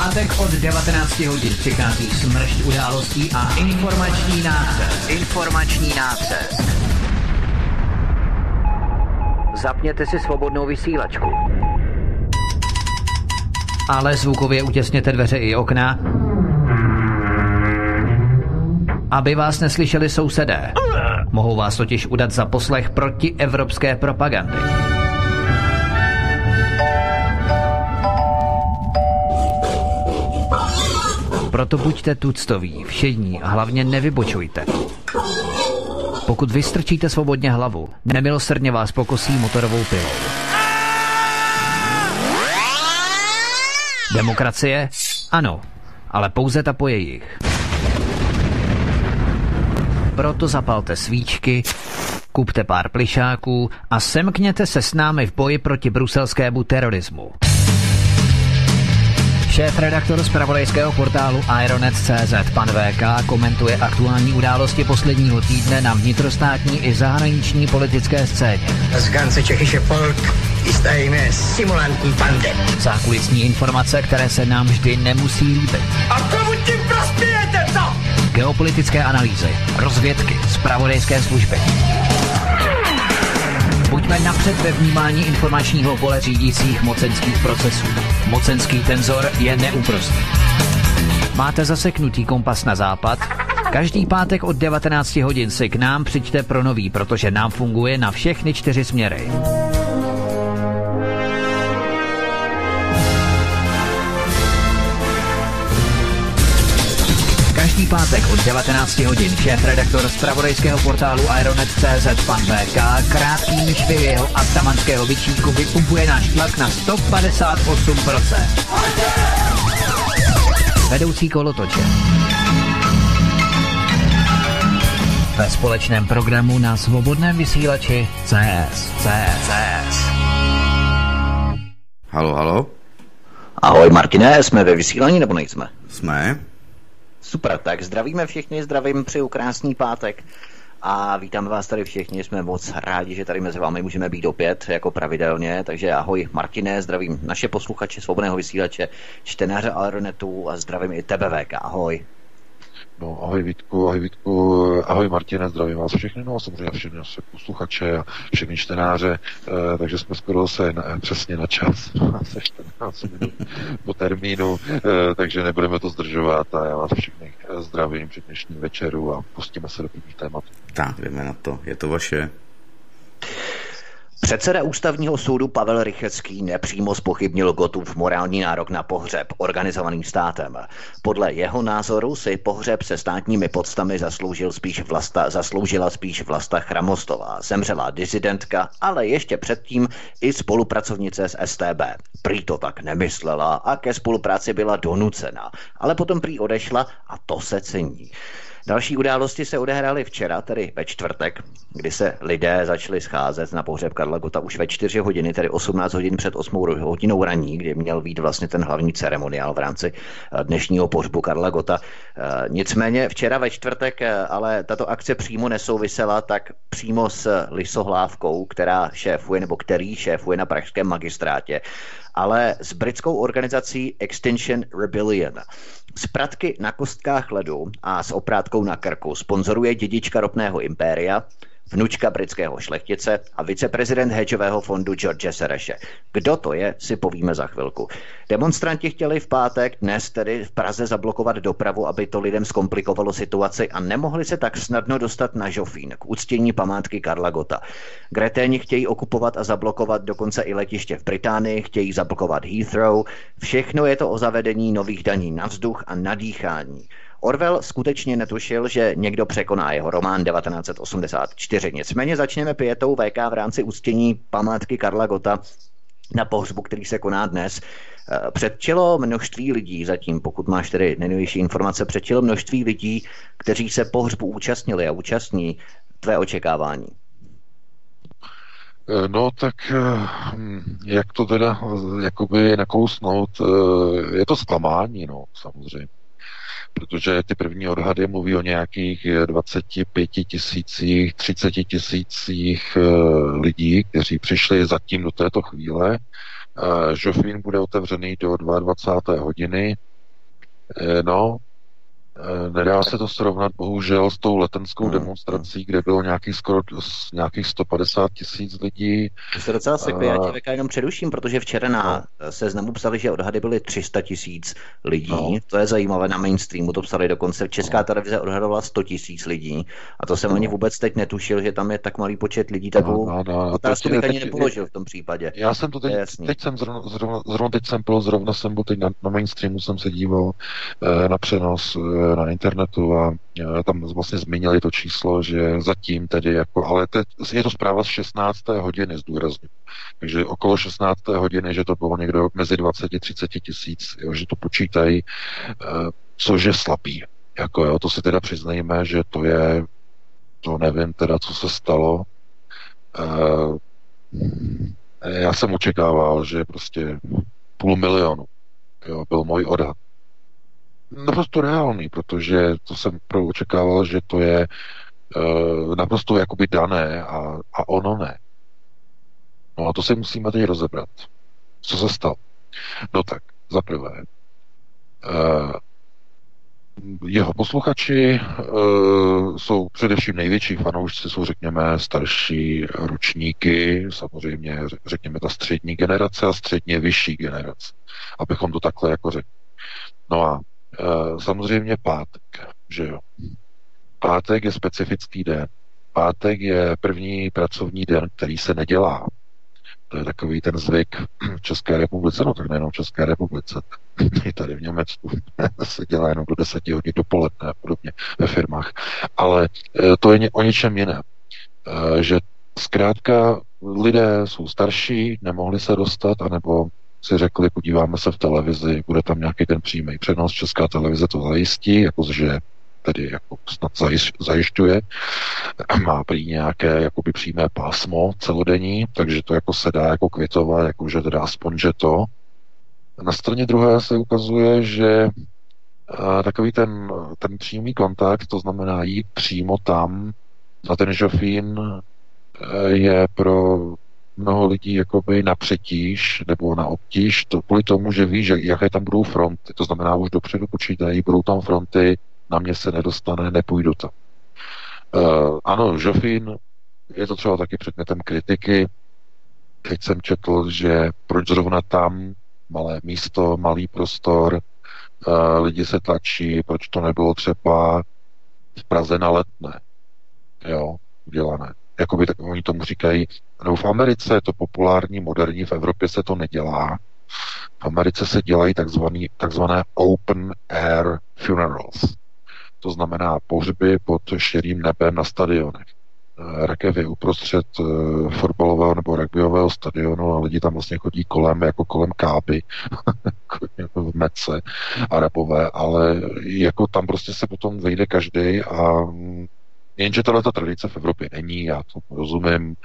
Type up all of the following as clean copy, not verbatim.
pátek od 19 hodin přichází smršť událostí a informační nácest. Zapněte si svobodnou vysílačku. Ale zvukově utěsněte dveře i okna, aby vás neslyšeli sousedé. Mohou vás totiž udat za poslech protievropské propagandy. Proto buďte tuctoví, všední a hlavně nevybočujte. Pokud vystrčíte svobodně hlavu, nemilosrdně vás pokosí motorovou pilou. Demokracie? Ano, ale pouze ta po jejich. Proto zapalte svíčky, kupte pár plišáků a semkněte se s námi v boji proti bruselskému terorismu. Šéf-redaktor zpravodajského portálu Ironet.cz pan VK komentuje aktuální události posledního týdne na vnitrostátní i zahraniční politické scéně. Das ganze tschechische Volk ist eine simulantní bande. Zákulisní informace, které se nám vždy nemusí líbit. A komu tím prospějete, co? Geopolitické analýzy, rozvědky, zpravodajské služby. Buďme napřed ve vnímání informačního pole řídících mocenských procesů. Mocenský tenzor je neúprosný. Máte zaseknutý kompas na západ? Každý pátek od 19 hodin si k nám přijďte pro nový, protože nám funguje na všechny 4 směry. Každý pátek od 19 hodin šéf-redaktor zpravodajského portálu Ironet.cz pan VK krátkými švy jeho atamanského bičíku vypumpuje náš tlak na 158%. Vedoucí kolotoče. Ve společném programu na svobodném vysílači CS. Halo? Ahoj Martine, jsme ve vysílání nebo nejsme? Jsme. Super, tak zdravíme všechny, zdravím, přeju krásný pátek a vítáme vás tady všichni, jsme moc rádi, že tady mezi vámi můžeme být opět, jako pravidelně, takže ahoj Martine, zdravím naše posluchače, svobodného vysílače, čtenáře Aeronetu a zdravím i tebe VK, ahoj. No, ahoj Vítku, ahoj Martine, zdravím vás všechny, no a samozřejmě všechny naše posluchače a všechny čtenáře, takže jsme skoro zase přesně na čas, se 14 minut po termínu, takže nebudeme to zdržovat a já vás všechny zdravím při dnešní večeru a pustíme se do prvních tématů. Tak, jdeme na to, je to vaše. Předseda ústavního soudu Pavel Rychetský nepřímo zpochybnil Gottův morální nárok na pohřeb organizovaným státem. Podle jeho názoru si pohřeb se státními poctami zasloužila spíš Vlasta Chramostová, zemřelá disidentka, ale ještě předtím i spolupracovnice z StB. Prý to tak nemyslela a ke spolupráci byla donucena, ale potom prý odešla a to se cení. Další události se odehrály včera, tedy ve čtvrtek, kdy se lidé začali scházet na pohřeb Karla Gotta už ve 4 hodiny, tedy 18 hodin před 8 hodinou raní, kdy měl být vlastně ten hlavní ceremoniál v rámci dnešního pohřbu Karla Gotta. Nicméně včera ve čtvrtek, ale tato akce přímo nesouvisela tak přímo s Lisohlávkou, který šéfuje na pražském magistrátě, ale s britskou organizací Extinction Rebellion. S pratky na kostkách ledu a s oprátkou na krku sponzoruje dědička ropného impéria, vnučka britského šlechtice a viceprezident hedžového fondu George Soreše. Kdo to je, si povíme za chvilku. Demonstranti chtěli v pátek, dnes tedy v Praze, zablokovat dopravu, aby to lidem zkomplikovalo situaci a nemohli se tak snadno dostat na Žofín k uctění památky Karla Gotta. Greténi chtějí okupovat a zablokovat dokonce i letiště v Británii, chtějí zablokovat Heathrow. Všechno je to o zavedení nových daní na vzduch a na dýchání. Orwell skutečně netušil, že někdo překoná jeho román 1984. Nicméně začneme pětou VK v rámci uctění památky Karla Gotta na pohřbu, který se koná dnes. Předčilo množství lidí zatím, pokud máš tedy nejnovější informace, předčilo množství lidí, kteří se pohřbu účastnili a účastní. Tvé očekávání? No tak jak to teda jakoby nakousnout, je to zklamání, no samozřejmě. Protože ty první odhady mluví o nějakých 25 tisících, 30 tisících lidí, kteří přišli zatím do této chvíle. Žofín bude otevřený do 22. hodiny No, nedá se to srovnat bohužel s tou letenskou demonstrací, kde bylo nějakých 150 000 lidí. To se docela sekli, já tě Veka jenom přeruším, protože včera na Seznamu psali, že odhady byly 300 000 lidí. No. To je zajímavé, na mainstreamu to psali dokonce. Česká televize odhadovala 100 000 lidí. A to jsem ani vůbec teď netušil, že tam je tak malý počet lidí. Takovou otázku bych ani nepoložil v tom případě. Já jsem to teď jsem byl teď na mainstreamu, jsem se díval na přenos na internetu a tam vlastně zmínili to číslo, že zatím tedy jako, ale je to zpráva z 16. hodiny, zdůrazně. Takže okolo 16. hodiny, že to bylo někde mezi 20-30 tisíc, že to počítají, což je slabý. Jako jo, to si teda přiznejme, že to nevím teda, co se stalo. Já jsem očekával, že prostě 500 000, jo, byl můj odhad. Naprosto reálný, protože to jsem očekával, že to je naprosto jakoby dané a ono ne. No a to si musíme teď rozebrat. Co se stalo? No tak, za prvé, jeho posluchači jsou především největší fanoušci, jsou řekněme starší ročníky, samozřejmě řekněme ta střední generace a středně vyšší generace, abychom to takhle jako řekli. No a samozřejmě pátek, že jo. Pátek je specifický den. Pátek je první pracovní den, který se nedělá. To je takový ten zvyk v České republice, no tak nejenom v České republice, i tady v Německu se dělá jenom do 10 hodin dopoledne a podobně ve firmách. Ale to je o něčem jiném. Že zkrátka lidé jsou starší, nemohli se dostat, anebo si řekli, podíváme se v televizi, bude tam nějaký ten přímý přenos, Česká televize to zajistí, jakože tedy jako snad zajišťuje, má prý nějaké jakoby přímé pásmo celodenní, takže to jako se dá jako kvitovat, jakože teda aspoň, že to. Na straně druhé se ukazuje, že takový ten přímý kontakt, to znamená jít přímo tam na ten žofín, je pro mnoho lidí jakoby na přetíž nebo na obtíž, to kvůli tomu, že ví, že jaké tam budou fronty. To znamená, už dopředu počítají, budou tam fronty, na mě se nedostane, nepůjdu tam. Ano, žofín, je to třeba taky předmětem kritiky. Teď jsem četl, že proč zrovna tam, malé místo, malý prostor, lidi se tlačí, proč to nebylo třeba v Praze na Letné, jo, udělané. Jakoby tak oni tomu říkají, no v Americe je to populární, moderní, v Evropě se to nedělá. V Americe se dělají takzvané open air funerals. To znamená pohřby pod širým nebem na stadionech. Rakev uprostřed fotbalového nebo rugbyového stadionu a lidi tam vlastně chodí kolem, jako kolem Káby, jako v Mece arabové, ale jako tam prostě se potom vejde každý a jenže tato tradice v Evropě není, já to rozumím.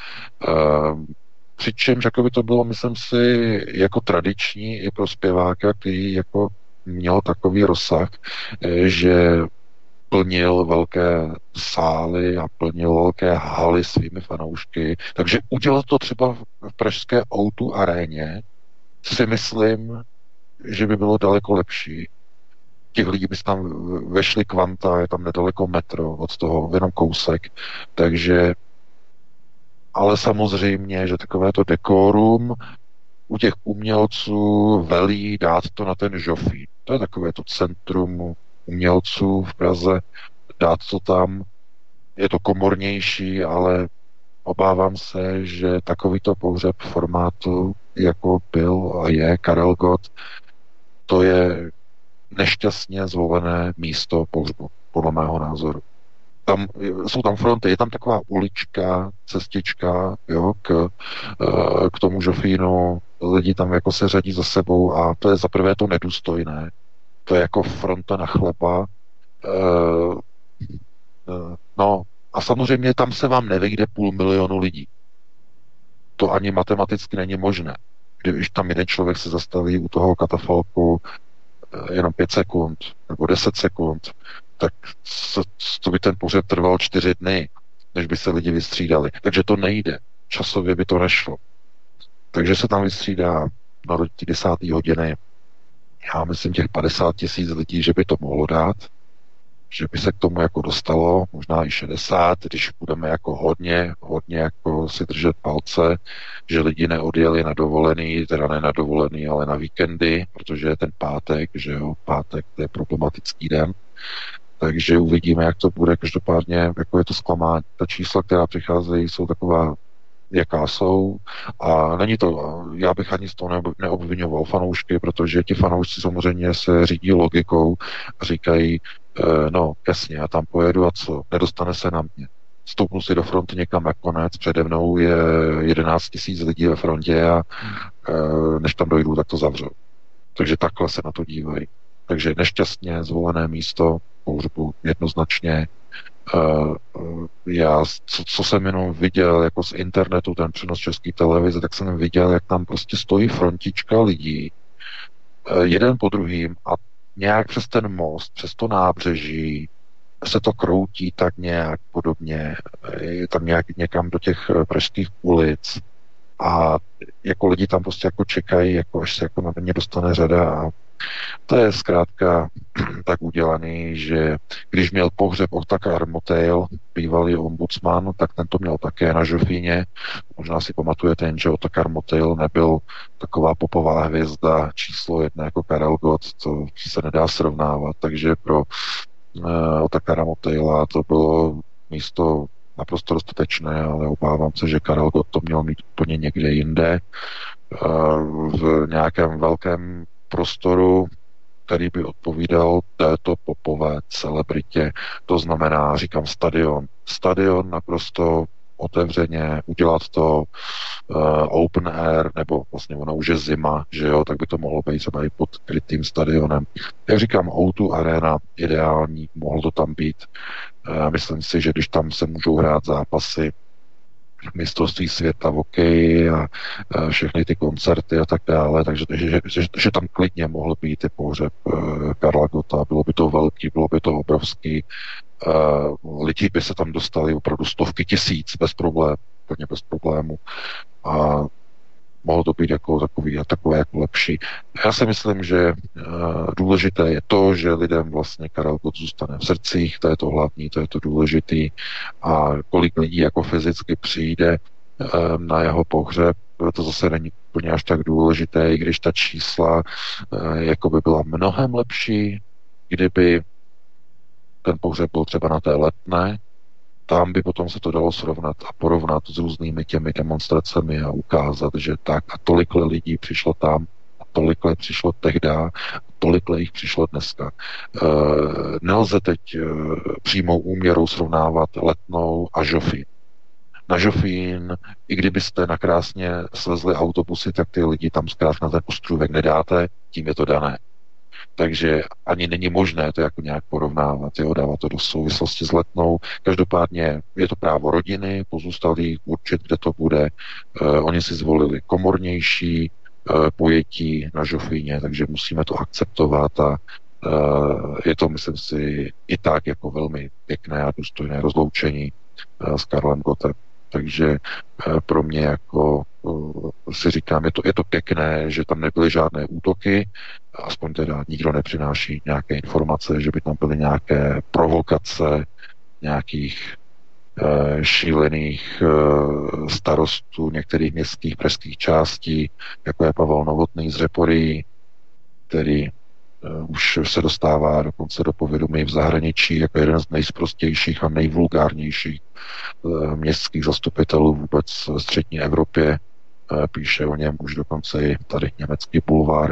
Přičemž jako by to bylo, myslím si, jako tradiční i pro zpěváka, který jako měl takový rozsah, že plnil velké sály a plnil velké haly svými fanoušky. Takže udělat to třeba v pražské O2 aréně si myslím, že by bylo daleko lepší. Těch lidí by tam vešli kvanta, je tam nedaleko metro od toho, jenom kousek. Takže ale samozřejmě, že takovéto dekorum u těch umělců velí dát to na ten žofín. To je takové to centrum umělců v Praze, dát to tam. Je to komornější, ale obávám se, že takovýto pohřeb formátu, jako byl a je Karel Gott, to je nešťastně zvolené místo pohřbu, podle mého názoru. Jsou tam fronty, je tam taková ulička, cestička, jo, k tomu žofínu, lidi tam jako se řadí za sebou a to je zaprvé to nedůstojné. To je jako fronta na chleba. No a samozřejmě tam se vám nevejde 500 000 lidí. To ani matematicky není možné. Když tam jeden člověk se zastaví u toho katafalku jenom 5 sekund nebo 10 sekund, tak to by ten pohřeb trval 4 dny, než by se lidi vystřídali. Takže to nejde. Časově by to nešlo. Takže se tam vystřídá na 10. hodiny Já myslím těch 50 000 lidí, že by to mohlo dát, že by se k tomu jako dostalo, možná i 60, když budeme jako hodně jako si držet palce, že lidi neodjeli na dovolený, teda ne na dovolený, ale na víkendy, protože je ten pátek, že jo, pátek to je problematický den, takže uvidíme, jak to bude, každopádně jako je to zklamání. Ta čísla, která přicházejí, jsou taková, jaká jsou, a není to, já bych ani z toho neobvinoval fanoušky, protože ti fanoušci samozřejmě se řídí logikou a říkají, no jasně, já tam pojedu a co, nedostane se na mě. Stoupnu si do fronty někam nakonec, přede mnou je 11 000 lidí ve frontě a než tam dojdu, tak to zavřou. Takže takhle se na to dívají. Takže nešťastně zvolené místo pohřbu jednoznačně. Já, co jsem jenom viděl jako z internetu, ten přenos České televize, tak jsem viděl, jak tam prostě stojí frontička lidí, jeden po druhým, a nějak přes ten most, přes to nábřeží se to kroutí tak nějak podobně, je tam nějak někam do těch pražských ulic a jako lidi tam prostě jako čekají, jako až se jako na ně dostane řada, a to je zkrátka tak udělaný, že když měl pohřeb Otakar Motejl, bývalý ombudsman, tak ten to měl také na Žofíně. Možná si pamatujete, jen, že Otakar Motejl nebyl taková popová hvězda číslo 1 jako Karel Gott, to se nedá srovnávat, takže pro Otakara Motejla to bylo místo naprosto dostatečné, ale obávám se, že Karel Gott to měl mít úplně někde jinde, v nějakém velkém prostoru, který by odpovídal této popové celebritě. To znamená, říkám, stadion naprosto otevřeně, udělat to open air, nebo vlastně ono už je zima, že jo, tak by to mohlo být třeba i pod krytým stadionem. Jak říkám, O2 Arena ideální, mohlo to tam být. Myslím si, že když tam se můžou hrát zápasy mistrovství světa v hokeji a všechny ty koncerty a tak dále, takže že tam klidně mohl být i pohřeb Karla Gotta, bylo by to velký, bylo by to obrovský, lidi by se tam dostali opravdu stovky tisíc bez problémů, úplně bez problému, a mohlo to být jako takové jako lepší. Já si myslím, že důležité je to, že lidem vlastně Karel Gott zůstane v srdcích, to je to hlavní, to je to důležitý, a kolik lidí jako fyzicky přijde na jeho pohřeb, to zase není úplně až tak důležité, i když ta čísla jako by byla mnohem lepší, kdyby ten pohřeb byl třeba na té Letné, tam by potom se to dalo srovnat a porovnat s různými těmi demonstracemi a ukázat, že tak a tolikle lidí přišlo tam, a tolikle přišlo tehda, a tolikle jich přišlo dneska. Nelze teď přímou úměrou srovnávat Letnou a Žofín. Na Žofín, i kdybyste nakrásně svezli autobusy, tak ty lidi tam zkrátka na ten ostrůvek nedáte, tím je to dané. Takže ani není možné to jako nějak porovnávat, jo, dávat to do souvislosti s Letnou. Každopádně je to právo rodiny, pozůstalých určit, kde to bude. Oni si zvolili komornější pojetí na Žofíně, takže musíme to akceptovat, a je to, myslím si, i tak jako velmi pěkné a důstojné rozloučení s Karlem Gottem. Takže pro mě jako si říkám, je to pěkné, že tam nebyly žádné útoky, aspoň teda nikdo nepřináší nějaké informace, že by tam byly nějaké provokace nějakých šílených starostů některých městských pražských částí, jako je Pavel Novotný z Řeporyjí, který už se dostává dokonce do povědomí v zahraničí jako jeden z nejsprostějších a nejvulgárnějších městských zastupitelů vůbec v střední Evropě. Píše o něm už dokonce i tady německý bulvár,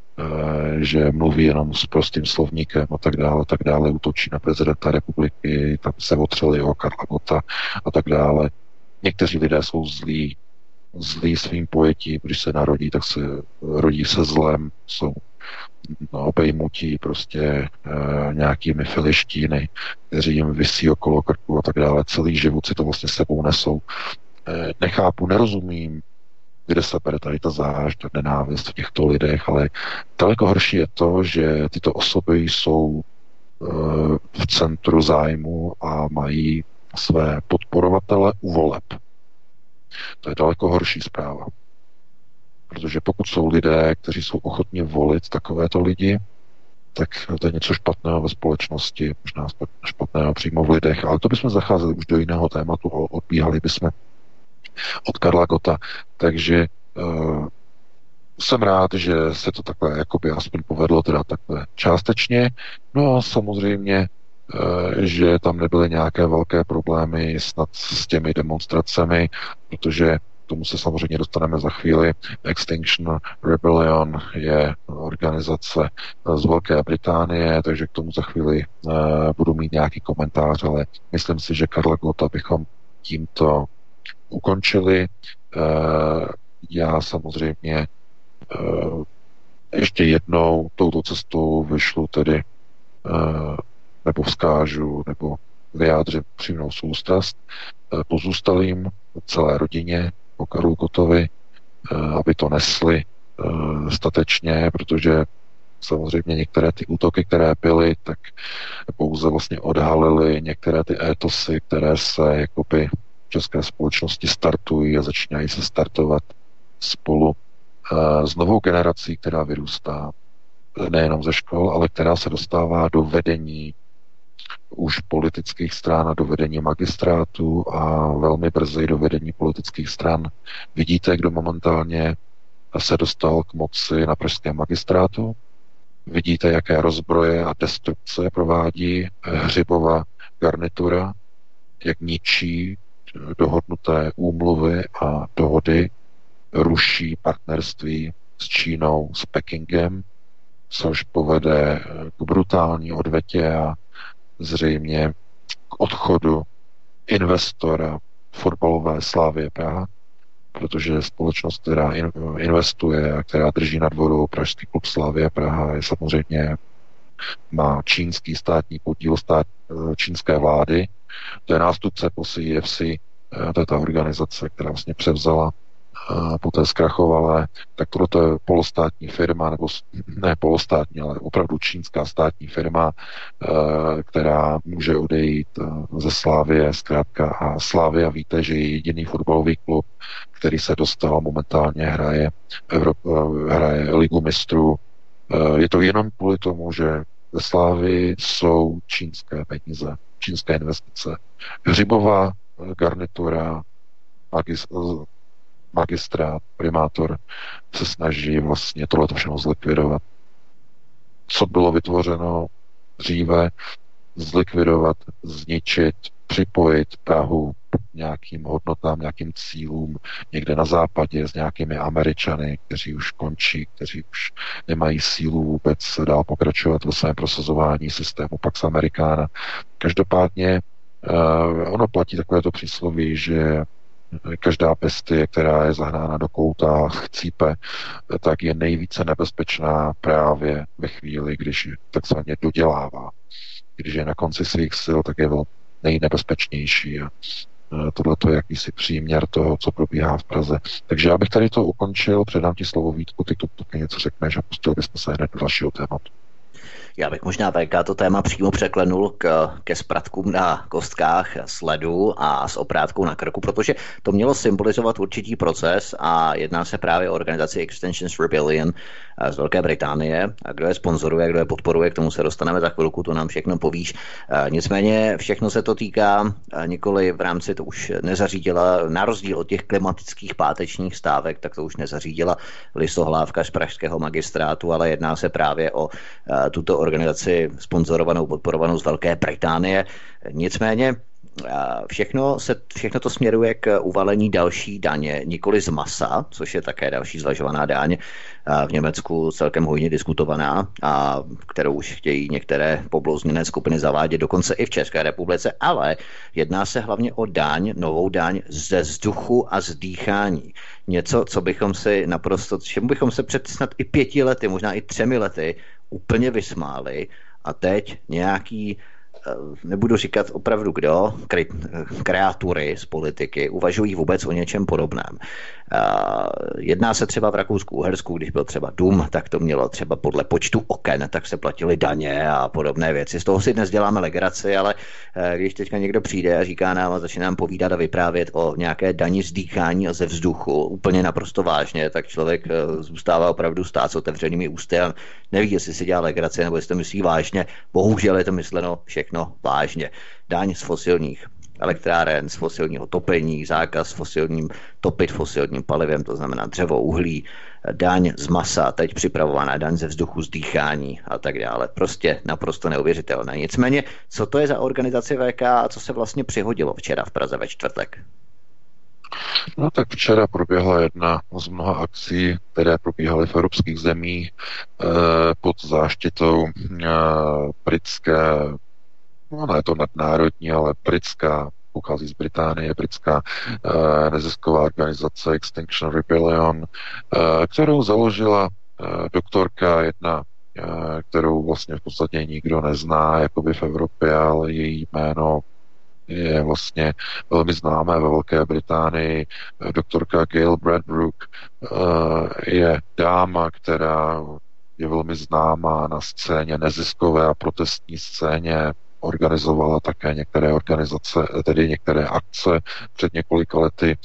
že mluví jenom s prostým slovníkem a tak dále, útočí na prezidenta republiky, tam se otřeli o Karla Gotta a tak dále. Někteří lidé jsou zlí svým pojetím, když se narodí, tak se rodí se zlem, jsou obejmutí prostě nějakými filištíny, kteří jim visí okolo krku a tak dále. Celý život si to vlastně sebou nesou. Nechápu, nerozumím, kde se bere tady ta zášť, ta nenávist v těchto lidech, ale daleko horší je to, že tyto osoby jsou v centru zájmu a mají své podporovatele u voleb. To je daleko horší zpráva. Protože pokud jsou lidé, kteří jsou ochotní volit takovéto lidi, tak to je něco špatného ve společnosti, možná špatného přímo v lidech, ale to bychom zacházeli už do jiného tématu, odbíhali bychom od Karla Gotta, takže jsem rád, že se to takhle jakoby aspoň povedlo teda takhle částečně, no a samozřejmě, že tam nebyly nějaké velké problémy snad s těmi demonstracemi, protože tomu se samozřejmě dostaneme za chvíli. Extinction Rebellion je organizace z Velké Británie, takže k tomu za chvíli budu mít nějaký komentář, ale myslím si, že Karla Gotta bychom tímto ukončili. Já samozřejmě ještě jednou touto cestou vyšlu tedy nebo vzkážu, nebo vyjádřím přímou soustrast pozůstalým, celé rodině po Karlu Gottovi, aby to nesli statečně, protože samozřejmě některé ty útoky, které byly, tak pouze vlastně odhalily některé ty étosy, které se jakoby v české společnosti startují a začínají se startovat spolu s novou generací, která vyrůstá nejenom ze škol, ale která se dostává do vedení už politických stran a do vedení magistrátu a velmi brzy do vedení politických stran. Vidíte, kdo momentálně se dostal k moci na pražském magistrátu. Vidíte, jaké rozbroje a destrukce provádí Hřibova garnitura, jak ničí dohodnuté úmluvy a dohody, ruší partnerství s Čínou, s Pekingem, což povede k brutální odvetě a zřejmě k odchodu investora fotbalové Slavie Praha, protože společnost, která investuje a která drží nad vodou pražský klub Slavie Praha, je samozřejmě má čínský státní podíl čínské vlády. To je nástupce po CEFC, to je ta organizace, která vlastně převzala poté zkrachovala, tak tohle je polostátní firma, nebo ne polostátní, ale opravdu čínská státní firma, která může odejít ze Slavie zkrátka. A Slavia, víte, že je jediný fotbalový klub, který se dostal momentálně hraje Ligu mistrů. Je to jenom kvůli tomu, že ve Slavii jsou čínské peníze, čínské investice. Hřibová garnitura, magistrát, primátor se snaží vlastně tohleto všechno zlikvidovat. Co bylo vytvořeno dříve, zlikvidovat, zničit, připojit Prahu k nějakým hodnotám, nějakým cílům někde na západě s nějakými Američany, kteří už končí, kteří už nemají sílu vůbec dál pokračovat ve svém prosazování systému Pax Americana. Každopádně ono platí takovéto přísloví, že každá bestie, která je zahnána do kouta, chcípe, tak je nejvíce nebezpečná právě ve chvíli, když takzvaně dodělává. Když je na konci svých sil, tak je nejnebezpečnější. A tohle je jakýsi příměr toho, co probíhá v Praze. Takže já bych tady to ukončil, předám ti slovo Vítku, ty tu něco řekneš a pustili bychom se hned do dalšího tématu. Já bych možná VK to téma přímo překlenul ke spratkům na kostkách, sledu a s oprátkou na krku, protože to mělo symbolizovat určitý proces a jedná se právě o organizaci Extinction Rebellion z Velké Británie. A kdo je sponzoruje, kdo je podporuje, k tomu se dostaneme za chvilku, to nám všechno povíš. Nicméně všechno se to týká nikoli v rámci, to už nezařídila, na rozdíl od těch klimatických pátečních stávek, tak to už nezařídila lisohlávka z pražského magistrátu, ale jedná se právě o tuto organizaci sponzorovanou, podporovanou z Velké Británie. Nicméně všechno to směruje k uvalení další daně, nikoli z masa, což je také další zvažovaná daň v Německu celkem hojně diskutovaná a kterou už chtějí některé poblouzněné skupiny zavádět dokonce i v České republice, ale jedná se hlavně o novou daň ze vzduchu a z dýchání. Něco, čemu bychom se před snad i 5 lety, možná i 3 lety úplně vysmáli a teď nějaký, nebudu říkat opravdu kdo, kreatury z politiky uvažují vůbec o něčem podobném. Jedná se třeba v Rakousku-Uhersku, když byl třeba dům, tak to mělo třeba podle počtu oken, tak se platily daně a podobné věci. Z toho si dnes děláme legraci, ale když teďka někdo přijde a říká nám a začíná nám povídat a vyprávět o nějaké dani z dýchání a ze vzduchu úplně naprosto vážně, tak člověk zůstává opravdu stát s otevřenými ústy a neví, jestli si dělá legraci nebo jestli to myslí vážně. Bohužel je to mysleno všechno vážně. Daň z fosilních elektráren, z fosilního topení, zákaz topit fosilním palivem, to znamená dřevo, uhlí, daň z masa, teď připravovaná daň ze vzduchu, z dýchání a tak dále. Prostě naprosto neuvěřitelné. Nicméně, co to je za organizaci VK a co se vlastně přihodilo včera v Praze ve čtvrtek? No tak včera proběhla jedna z mnoha akcí, které probíhaly v evropských zemích pod záštitou britské, no ne to nadnárodní, ale britská, pochází z Británie, britská nezisková organizace Extinction Rebellion, kterou založila doktorka jedna, kterou vlastně v podstatě nikdo nezná jakoby v Evropě, ale její jméno je vlastně velmi známé ve Velké Británii. Doktorka Gail Bradbrook je dáma, která je velmi známá na scéně neziskové a protestní scéně. Organizovala také některé organizace, tedy některé akce před několika lety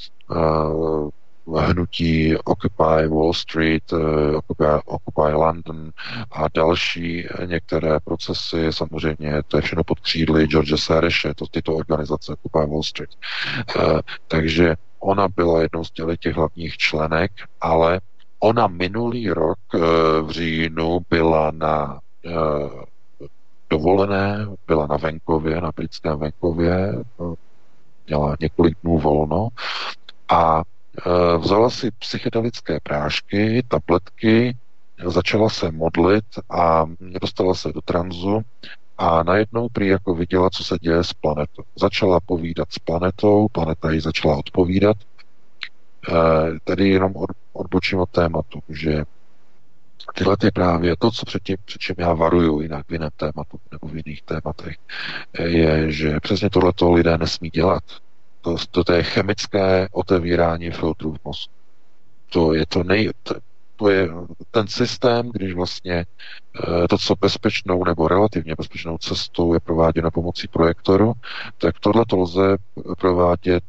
hnutí Occupy Wall Street, Occupy London a další některé procesy. Samozřejmě to je všechno pod křídly George Sorose, tyto organizace Occupy Wall Street. Takže ona byla jednou z těch hlavních členek, ale ona minulý rok v říjnu byla na dovolené, byla na venkově, na britském venkově, měla několik dnů volno a vzala si psychedelické prášky, tabletky, začala se modlit a dostala se do tranzu a najednou prý jako viděla, co se děje s planetou. Začala povídat s planetou, planeta jí začala odpovídat. Tady jenom odbočím od tématu, že tyhle ty právě to, co před čím já varuju jinak v jiném tématu nebo v jiných tématech, je, že přesně tohleto lidé nesmí dělat. To je chemické otevírání filtrů v mozku. To je ten systém, když vlastně to, co bezpečnou nebo relativně bezpečnou cestou je prováděno pomocí projektoru, tak tohleto lze provádět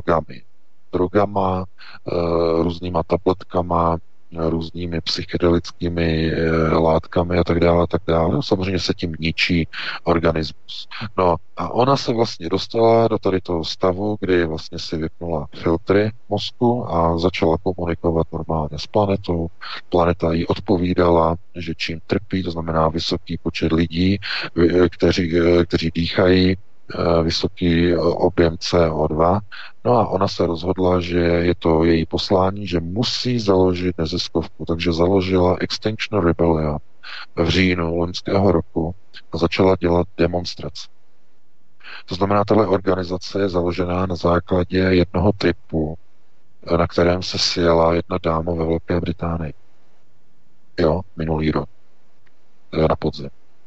drogama, různýma tabletkama, různými psychedelickými látkami a tak dále, tak dále. Samozřejmě se tím ničí organismus. No a ona se vlastně dostala do tady toho stavu, kdy vlastně si vypnula filtry mozku a začala komunikovat normálně s planetou. Planeta jí odpovídala, že čím trpí, to znamená vysoký počet lidí, kteří dýchají vysoký objem CO2. No a ona se rozhodla, že je to její poslání, že musí založit neziskovku, takže založila Extinction Rebellion v říjnu loňského roku a začala dělat demonstrace. To znamená, tato organizace je založená na základě jednoho typu, na kterém se sjela jedna dáma ve Velké Británii. Jo, minulý rok. Na podzim.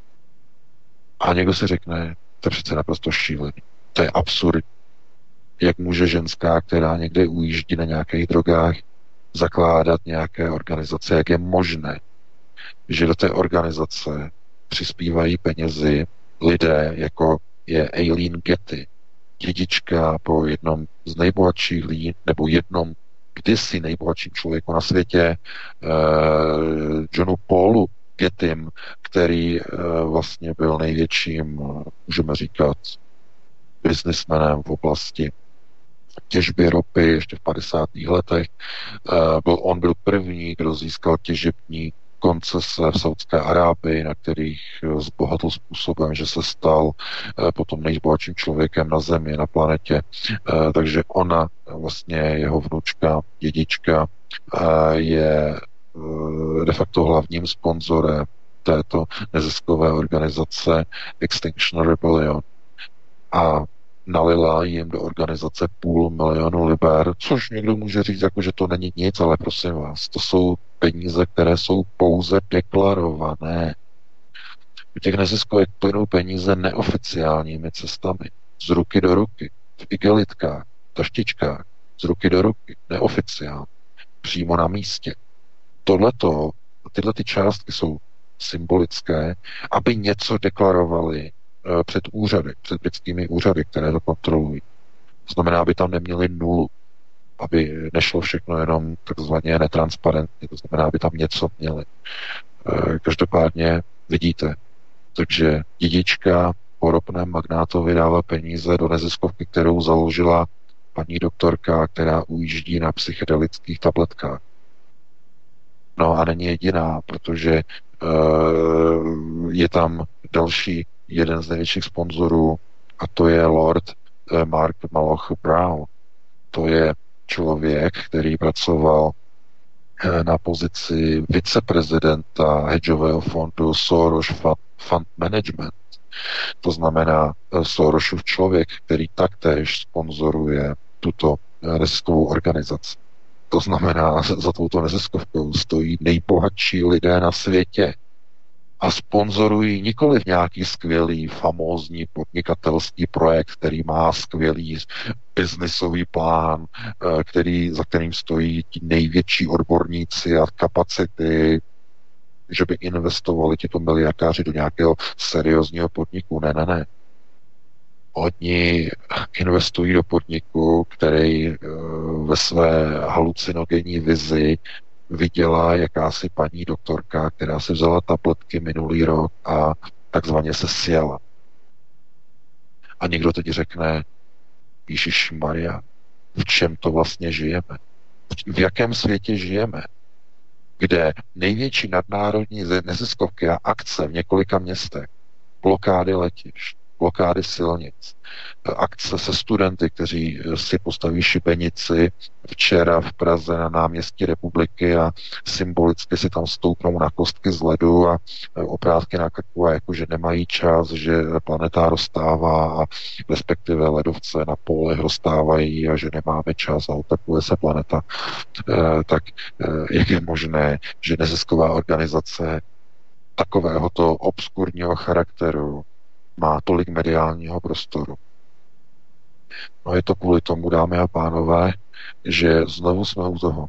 A někdo si řekne, to je přece naprosto šílený. To je absurd. Jak může ženská, která někde ujíždí na nějakých drogách, zakládat nějaké organizace? Jak je možné, že do té organizace přispívají penězi lidé, jako je Aileen Getty, dědička po jednom z nejbohatších lidí, nebo jednom kdysi nejbohatším člověku na světě, Johnu Paulu Gettym, který vlastně byl největším, můžeme říkat, biznismenem v oblasti těžby ropy ještě v 50. letech. On byl první, kdo získal těžební koncese v Saudské Arábii, na kterých zbohatl způsobem, že se stal potom nejbohatším člověkem na Zemi, na planetě. Takže ona, vlastně jeho vnučka, dědička, je de facto hlavním sponzorem této neziskové organizace Extinction Rebellion a nalila jim do organizace 500 000 liber, což někdo může říct, jako, že to není nic, ale prosím vás, to jsou peníze, které jsou pouze deklarované. U těch neziskovek plynou peníze neoficiálními cestami, z ruky do ruky, v igelitkách, taštičkách, z ruky do ruky, neoficiálně. přímo na místě. Tyhle ty částky jsou symbolické, aby něco deklarovali před úřady, před britskými úřady, které to kontrolují. To znamená, aby tam neměli nulu, aby nešlo všechno jenom takzvaně netransparentně, to znamená, aby tam něco měli. Každopádně vidíte, takže dědička po ropném magnátovi dává peníze do neziskovky, kterou založila paní doktorka, která ujíždí na psychedelických tabletkách. No a není jediná, protože je tam další jeden z největších sponzorů a to je Lord Mark Maloch Brown. To je člověk, který pracoval na pozici viceprezidenta hedžového fondu Soros Fund Management. To znamená Sorosův člověk, který taktéž sponzoruje tuto neziskovou organizaci. To znamená, za touto neziskovkou stojí nejbohatší lidé na světě a sponzorují nikoliv nějaký skvělý, famózní podnikatelský projekt, který má skvělý biznisový plán, za kterým stojí ti největší odborníci a kapacity, že by investovali tito miliardáři do nějakého seriózního podniku. Ne. Oni investují do podniku, který ve své halucinogenní vizi viděla jakási paní doktorka, která si vzala tabletky minulý rok a takzvaně se sjela. A někdo teď řekne, Ježišmarja, v čem to vlastně žijeme? V jakém světě žijeme? Kde největší nadnárodní neziskovky a akce v několika městech, blokády letišť, blokády silnic, akce se studenty, kteří si postaví šibenici včera v Praze na náměstí Republiky a symbolicky si tam stoupnou na kostky z ledu a obrázky na krku, jako že nemají čas, že planeta roztává a respektive ledovce na polech roztávají a že nemáme čas a otepluje se planeta. Tak jak je možné, že nezisková organizace takovéhoto obskurního charakteru má tolik mediálního prostoru? No je to kvůli tomu, dámy a pánové, že znovu jsme u toho.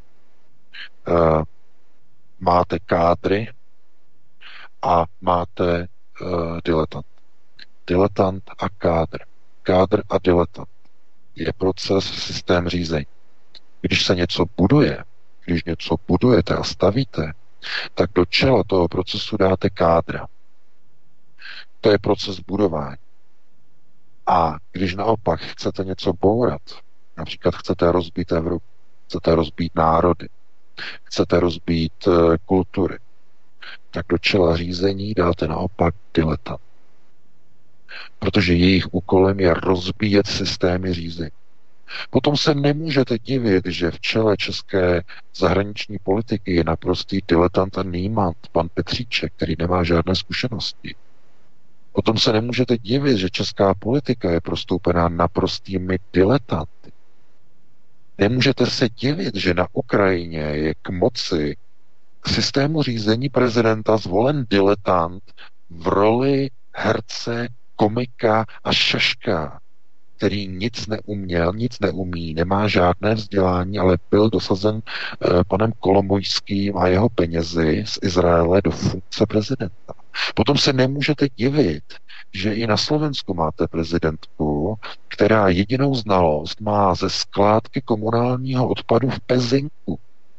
Máte kádry a máte diletant. Diletant a kádr. Kádr a diletant je proces, systém řízení. Když se něco buduje, když něco budujete a stavíte, tak do čela toho procesu dáte kádra. To je proces budování. A když naopak chcete něco bourat, například chcete rozbít Evropu, chcete rozbít národy, chcete rozbít kultury, tak do čela řízení dáte naopak diletant. Protože jejich úkolem je rozbíjet systémy řízení. Potom se nemůžete divit, že v čele české zahraniční politiky je naprostý diletant a nímant, pan Petříček, který nemá žádné zkušenosti. Potom se nemůžete divit, že česká politika je prostoupená naprostými diletanty. Nemůžete se divit, že na Ukrajině je k moci systému řízení prezidenta zvolen diletant v roli herce, komika a šaška, který nic neuměl, nic neumí, nemá žádné vzdělání, ale byl dosazen panem Kolomojským a jeho penězi z Izraele do funkce prezidenta. Potom se nemůžete divit, že i na Slovensku máte prezidentku, která jedinou znalost má ze skládky komunálního odpadu v Pezinku.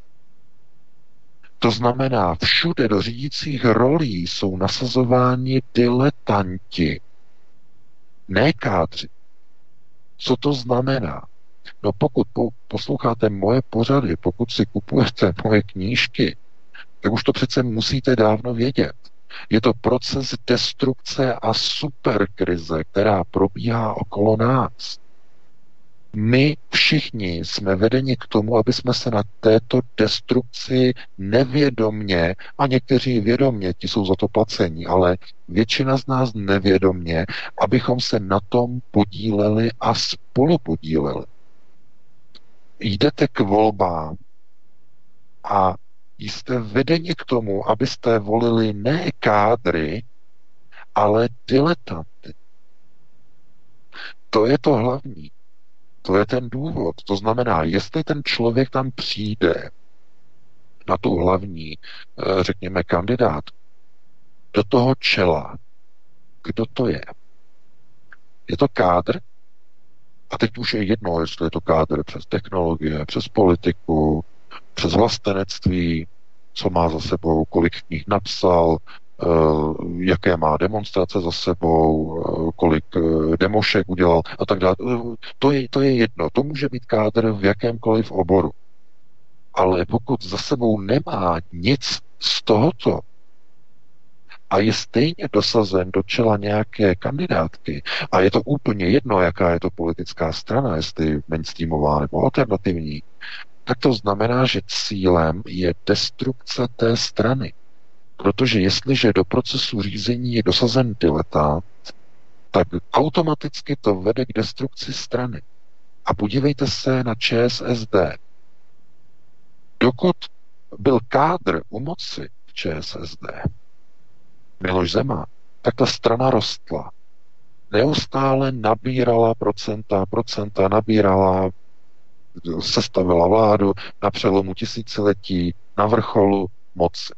To znamená, všude do řídících rolí jsou nasazováni diletanti, ne kádři. Co to znamená? No pokud posloucháte moje pořady, pokud si kupujete moje knížky, tak už to přece musíte dávno vědět. Je to proces destrukce a superkrize, která probíhá okolo nás. My všichni jsme vedeni k tomu, aby jsme se na této destrukci nevědomně, a někteří vědomně, ti jsou za to placení, ale většina z nás nevědomně, abychom se na tom podíleli a spolupodíleli. Jdete k volbám a jste vedeni k tomu, abyste volili ne kádry, ale diletanty. To je to hlavní. To je ten důvod. To znamená, jestli ten člověk tam přijde na tu hlavní, řekněme, kandidát, do toho čela, kdo to je? Je to kádr? A teď už je jedno, jestli je to kádr přes technologie, přes politiku, přes vlastenectví, co má za sebou, kolik knih napsal, jaké má demonstrace za sebou, kolik demošek udělal a tak dále. To je jedno. To může být kádr v jakémkoliv oboru. Ale pokud za sebou nemá nic z tohoto a je stejně dosazen do čela nějaké kandidátky a je to úplně jedno, jaká je to politická strana, jestli mainstreamová nebo alternativní, tak to znamená, že cílem je destrukce té strany. Protože jestliže do procesu řízení je dosazen diletant, tak automaticky to vede k destrukci strany. A podívejte se na ČSSD. Dokud byl kádr u moci v ČSSD, Miloš Zeman, tak ta strana rostla. Neustále nabírala procenta nabírala, sestavila vládu na přelomu tisíciletí, na vrcholu moci.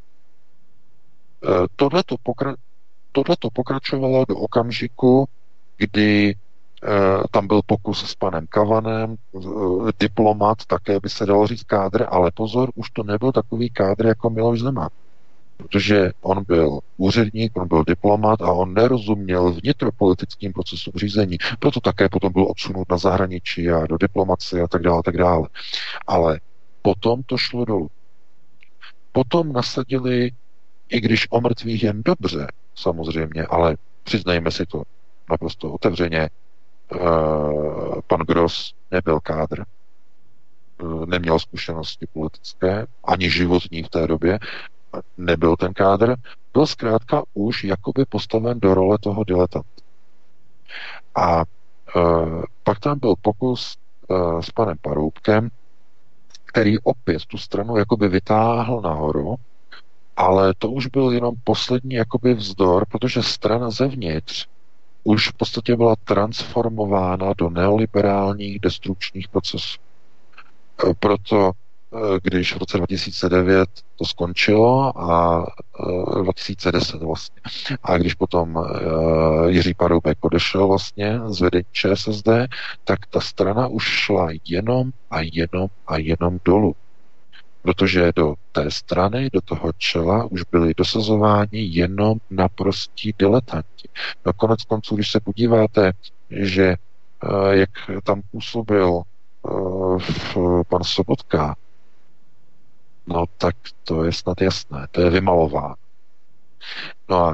Tohleto pokračovalo do okamžiku, kdy tam byl pokus s panem Kavanem, diplomat, také by se dalo říct kádr, ale pozor, už to nebyl takový kádr jako Miloš Zeman. Protože on byl úředník, on byl diplomat a on nerozuměl vnitropolitickým procesům řízení. Proto také potom byl odsunut na zahraničí a do diplomacie a tak dále, tak dále. Ale potom to šlo dolů. Potom nasadili, i když o mrtvých jen dobře, samozřejmě, ale přiznejme si to naprosto otevřeně, pan Gross nebyl kádr, neměl zkušenosti politické, ani životní v té době, nebyl ten kádr, byl zkrátka už jakoby postaven do role toho diletanta. A pak tam byl pokus s panem Paroubkem, který opět tu stranu jakoby vytáhl nahoru, ale to už byl jenom poslední jakoby vzdor, protože strana zevnitř už v podstatě byla transformována do neoliberálních destrukčních procesů. Proto když v roce 2009 to skončilo a 2010 vlastně. A když potom Jiří Paroubek odešel vlastně z vedení ČSSD, tak ta strana už šla jenom dolů. Protože do té strany, do toho čela už byli dosazováni jenom naprostí diletanti. No konec konců, když se podíváte, že jak tam působil pan Sobotka, no tak to je snad jasné, to je vymalováno. No a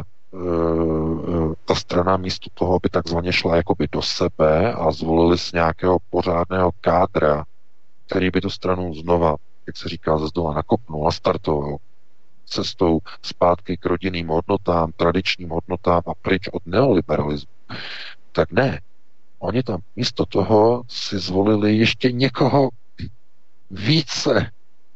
ta strana místo toho by takzvaně šla jakoby do sebe a zvolili si nějakého pořádného kádra, který by tu stranu znova, jak se říká, ze zdola nakopnul a startoval cestou zpátky k rodinným hodnotám, tradičním hodnotám a pryč od neoliberalismu. Tak ne. Oni tam místo toho si zvolili ještě někoho více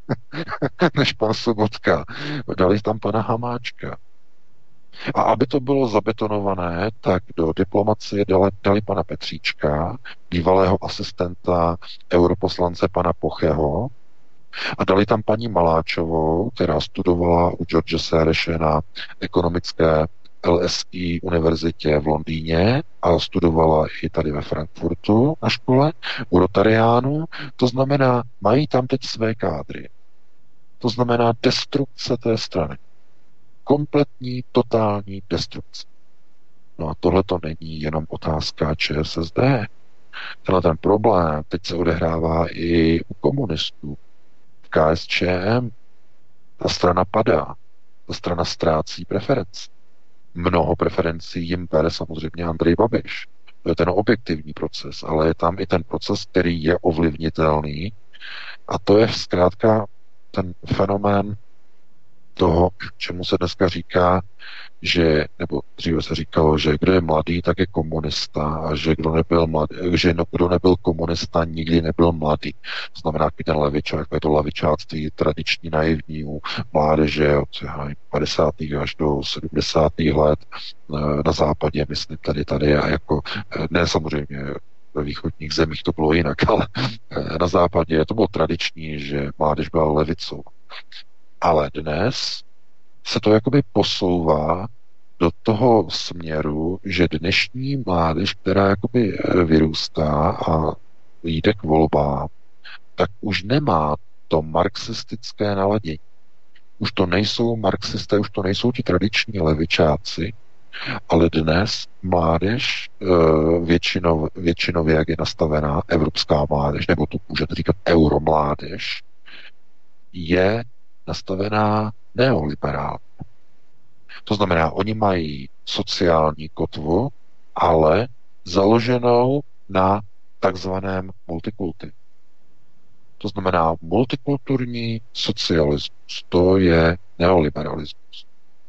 než pan Sobotka. Dali tam pana Hamáčka. A aby to bylo zabetonované, tak do diplomacie dali pana Petříčka, bývalého asistenta europoslance pana Pocheho, a dali tam paní Maláčovou, která studovala u George Soreše na ekonomické LSI univerzitě v Londýně a studovala i tady ve Frankfurtu na škole u Rotariánů. To znamená, mají tam teď své kádry. To znamená destrukce té strany. Kompletní, totální destrukce. No a tohle to není jenom otázka ČSSD. Ten problém teď se odehrává i u komunistů. V KSČM ta strana padá. Ta strana ztrácí preference. Mnoho preferencí jim bere samozřejmě Andrej Babiš. To je ten objektivní proces, ale je tam i ten proces, který je ovlivnitelný, a to je zkrátka ten fenomén toho, čemu se dneska říká, že, nebo dříve se říkalo, že kdo je mladý, tak je komunista, a že kdo nebyl komunista, nikdy nebyl mladý. To znamená, že ten levičák, je to levičáctví tradiční naivní u mládeže od 50. až do 70. let na západě, myslím tady a jako, ne samozřejmě ve východních zemích to bylo jinak, ale na západě to bylo tradiční, že mládež byla levicová. Ale dnes se to jakoby posouvá do toho směru, že dnešní mládež, která jakoby vyrůstá a jde k volbám, tak už nemá to marxistické naladění. Už to nejsou marxisté, už to nejsou ti tradiční levičáci, ale dnes mládež většinově, jak je nastavená evropská mládež, nebo tu můžete říkat euromládež, je nastavená neoliberálně. To znamená, oni mají sociální kotvu, ale založenou na takzvaném multikulti. To znamená, multikulturní socialismus, to je neoliberalismus.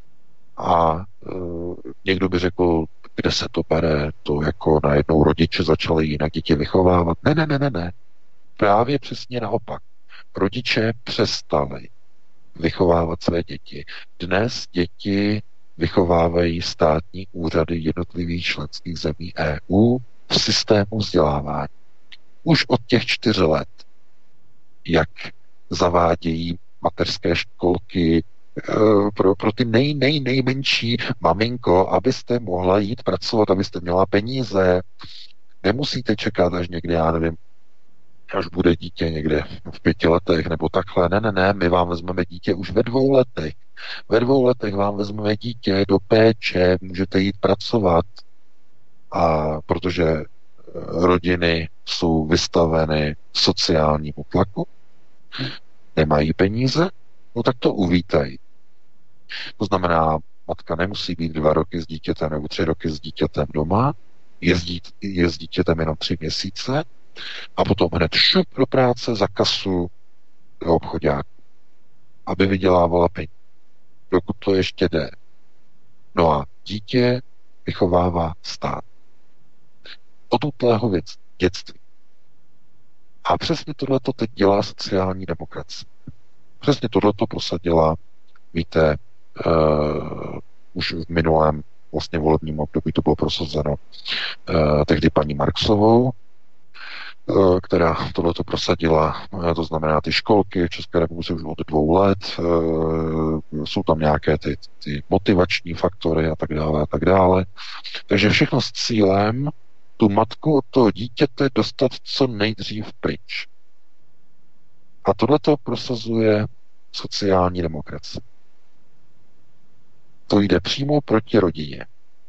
A někdo by řekl, kde se to bere, to jako najednou rodiče začali jinak děti vychovávat. Ne. Právě přesně naopak. Rodiče přestali vychovávat své děti. Dnes děti vychovávají státní úřady jednotlivých členských zemí EU v systému vzdělávání. Už od těch 4 let, jak zavádějí mateřské školky pro ty nejmenší, maminko, abyste mohla jít pracovat, abyste měla peníze. Nemusíte čekat až někdy, já nevím, až bude dítě někde v 5 letech nebo takhle. Ne, my vám vezmeme dítě už ve 2 letech. Ve 2 letech vám vezmeme dítě do péče, můžete jít pracovat. A protože rodiny jsou vystaveny sociálnímu tlaku, nemají peníze, no tak to uvítají. To znamená, matka nemusí být 2 roky s dítětem nebo 3 roky s dítětem doma, je s dítětem jenom 3 měsíce a potom hned šup do práce za kasu do obchoďáku, aby vydělávala peníze, dokud to ještě jde. No a dítě vychovává stát. Od útlého dětství. A přesně tohleto teď dělá sociální demokracie. Přesně tohleto prosadila, víte, už v minulém vlastně volebním období to bylo prosazeno tehdy paní Marksovou, která tohleto prosadila, to znamená ty školky v České republice už od 2 let, jsou tam nějaké ty motivační faktory a tak dále. Takže všechno s cílem tu matku od toho dítěte dostat co nejdřív pryč. A tohleto prosazuje sociální demokracie. To jde přímo proti rodině.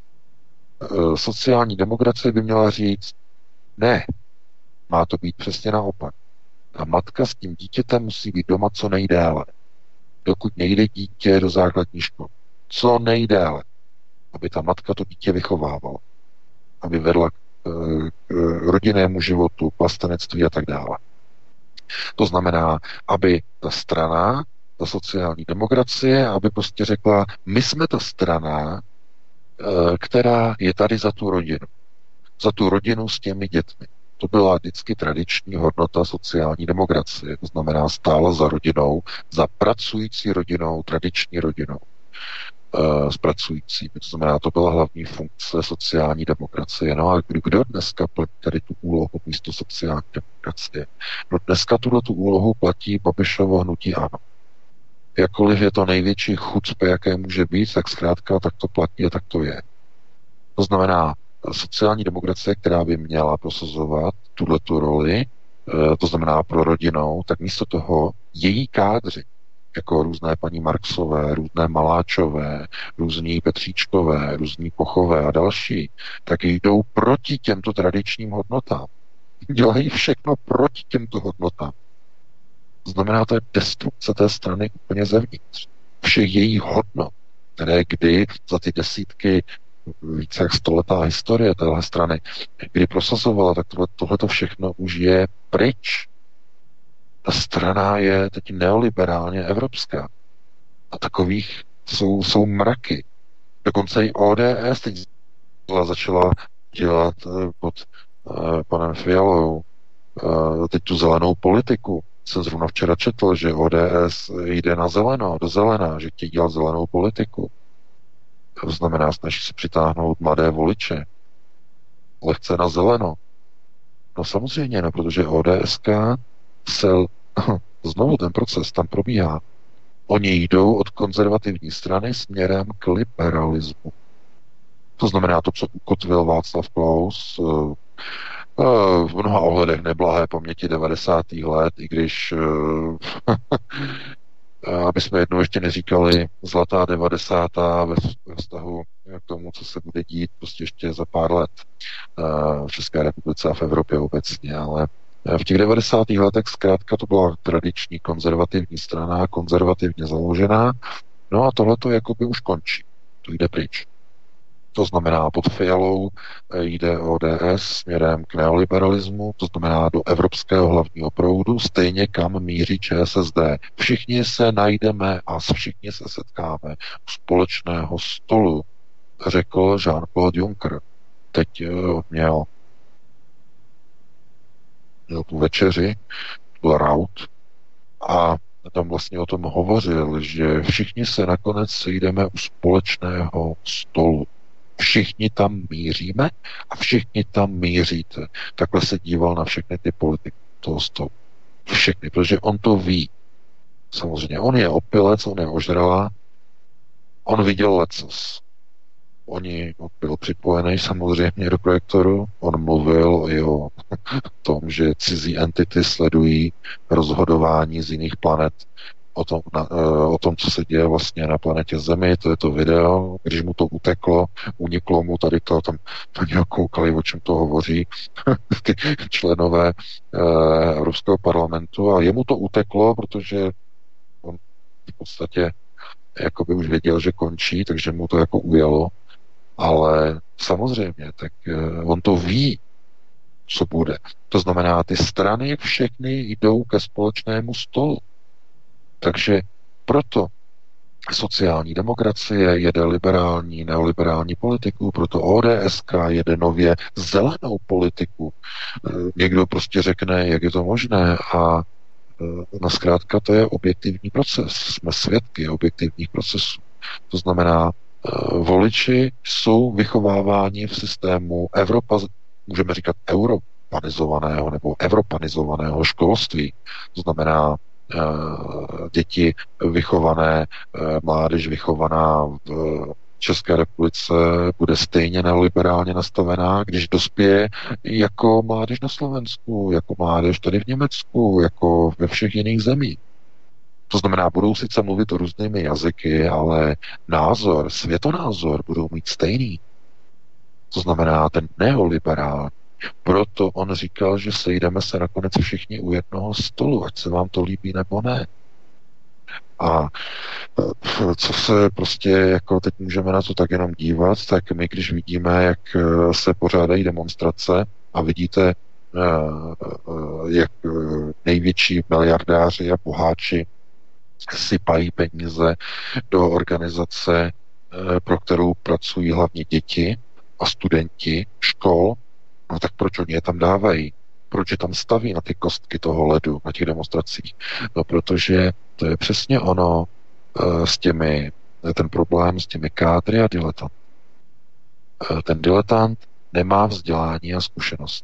Sociální demokracie by měla říct, ne, má to být přesně naopak. Ta matka s tím dítětem musí být doma co nejdéle. Dokud nejde dítě do základní školy. Co nejdéle. Aby ta matka to dítě vychovávala. Aby vedla k rodinnému životu, vlastenectví a tak dále. To znamená, aby ta strana, ta sociální demokracie, aby prostě řekla, my jsme ta strana, která je tady za tu rodinu. Za tu rodinu s těmi dětmi. To byla vždycky tradiční hodnota sociální demokracie. To znamená stála za rodinou, za pracující rodinou, tradiční rodinou s pracujícími. To znamená, to byla hlavní funkce sociální demokracie. No a kdo dneska platí tady tu úlohu místo sociální demokracie? No dneska tu úlohu platí Babišovo hnutí ANO. Jakkoliv je to největší chucpe, jaké může být, tak zkrátka tak to platí a tak to je. To znamená, sociální demokracie, která by měla prosazovat tuhletu roli, to znamená pro rodinou, tak místo toho její kádři, jako různé paní Marksové, různé Maláčové, různí Petříčkové, různí Pochové a další, tak jdou proti těmto tradičním hodnotám. Dělají všechno proti těmto hodnotám. To znamená, to je destrukce té strany úplně zevnitř. Všech jejich hodnot, které kdy za ty desítky více jak 100letá historie téhle strany, kdy prosazovala, tak tohleto všechno už je pryč. Ta strana je teď neoliberálně evropská. A takových jsou mraky. Dokonce i ODS teď začala dělat pod panem Fialou teď tu zelenou politiku. Jsem zrovna včera četl, že ODS jde na zeleno, do zelená, že chtějí dělat zelenou politiku. To znamená, snaží se přitáhnout mladé voliče. Lehce na zeleno. No samozřejmě, no, protože ODSK znovu ten proces tam probíhá. Oni jdou od konzervativní strany směrem k liberalismu. To znamená to, co ukotvil Václav Klaus v mnoha ohledech neblahé paměti 90. let, i když aby jsme jednou ještě neříkali zlatá 90. ve vztahu k tomu, co se bude dít prostě ještě za pár let v České republice a v Evropě obecně, ale v těch 90. letech zkrátka to byla tradiční konzervativní strana, konzervativně založená, no a tohle to jakoby už končí, to jde pryč. To znamená, pod Fialou jde ODS směrem k neoliberalismu, to znamená do evropského hlavního proudu, stejně kam míří ČSSD. Všichni se najdeme a všichni se setkáme u společného stolu, řekl Jean-Claude Juncker. Teď měl tu večeři, byl raut, a tam vlastně o tom hovořil, že všichni se nakonec sejdeme u společného stolu. Všichni tam míříme a všichni tam míříte. Takhle se díval na všechny ty politiky toho stolu. Všechny, protože on to ví. Samozřejmě, on je opilec, on je ožralá, on viděl lecos. Byl připojený samozřejmě do projektoru, on mluvil i o tom, že cizí entity sledují rozhodování z jiných planet, o tom, co se děje vlastně na planetě Zemi, to je to video, když mu to uniklo mu tady to, tam nějak koukali, o čem to hovoří ty členové Evropského parlamentu a jemu to uteklo, protože on v podstatě jakoby už věděl, že končí, takže mu to jako ujelo, ale samozřejmě, tak on to ví, co bude. To znamená, ty strany všechny jdou ke společnému stolu. Takže proto sociální demokracie jede liberální, neoliberální politiku, proto ODSK jede nově zelenou politiku. Někdo prostě řekne, jak je to možné a zkrátka to je objektivní proces. Jsme svědky objektivních procesů. To znamená, voliči jsou vychováváni v systému můžeme říkat europanizovaného nebo evropanizovaného školství. To znamená, děti vychované, mládež vychovaná v České republice bude stejně neoliberálně nastavená, když dospěje jako mládež na Slovensku, jako mládež tady v Německu, jako ve všech jiných zemích. To znamená, budou sice mluvit různými jazyky, ale světonázor budou mít stejný. To znamená ten neoliberální. Proto on říkal, že sejdeme se nakonec všichni u jednoho stolu, ať se vám to líbí nebo ne. A co se prostě, jako teď můžeme na to tak jenom dívat, tak my, když vidíme, jak se pořádají demonstrace a vidíte, jak největší miliardáři a boháči sypají peníze do organizace, pro kterou pracují hlavně děti a studenti škol, no tak proč oni je tam dávají? Proč je tam staví na ty kostky toho ledu, na těch demonstracích? No protože to je přesně ono ten problém s těmi kádry a diletant. Ten diletant nemá vzdělání a zkušenost.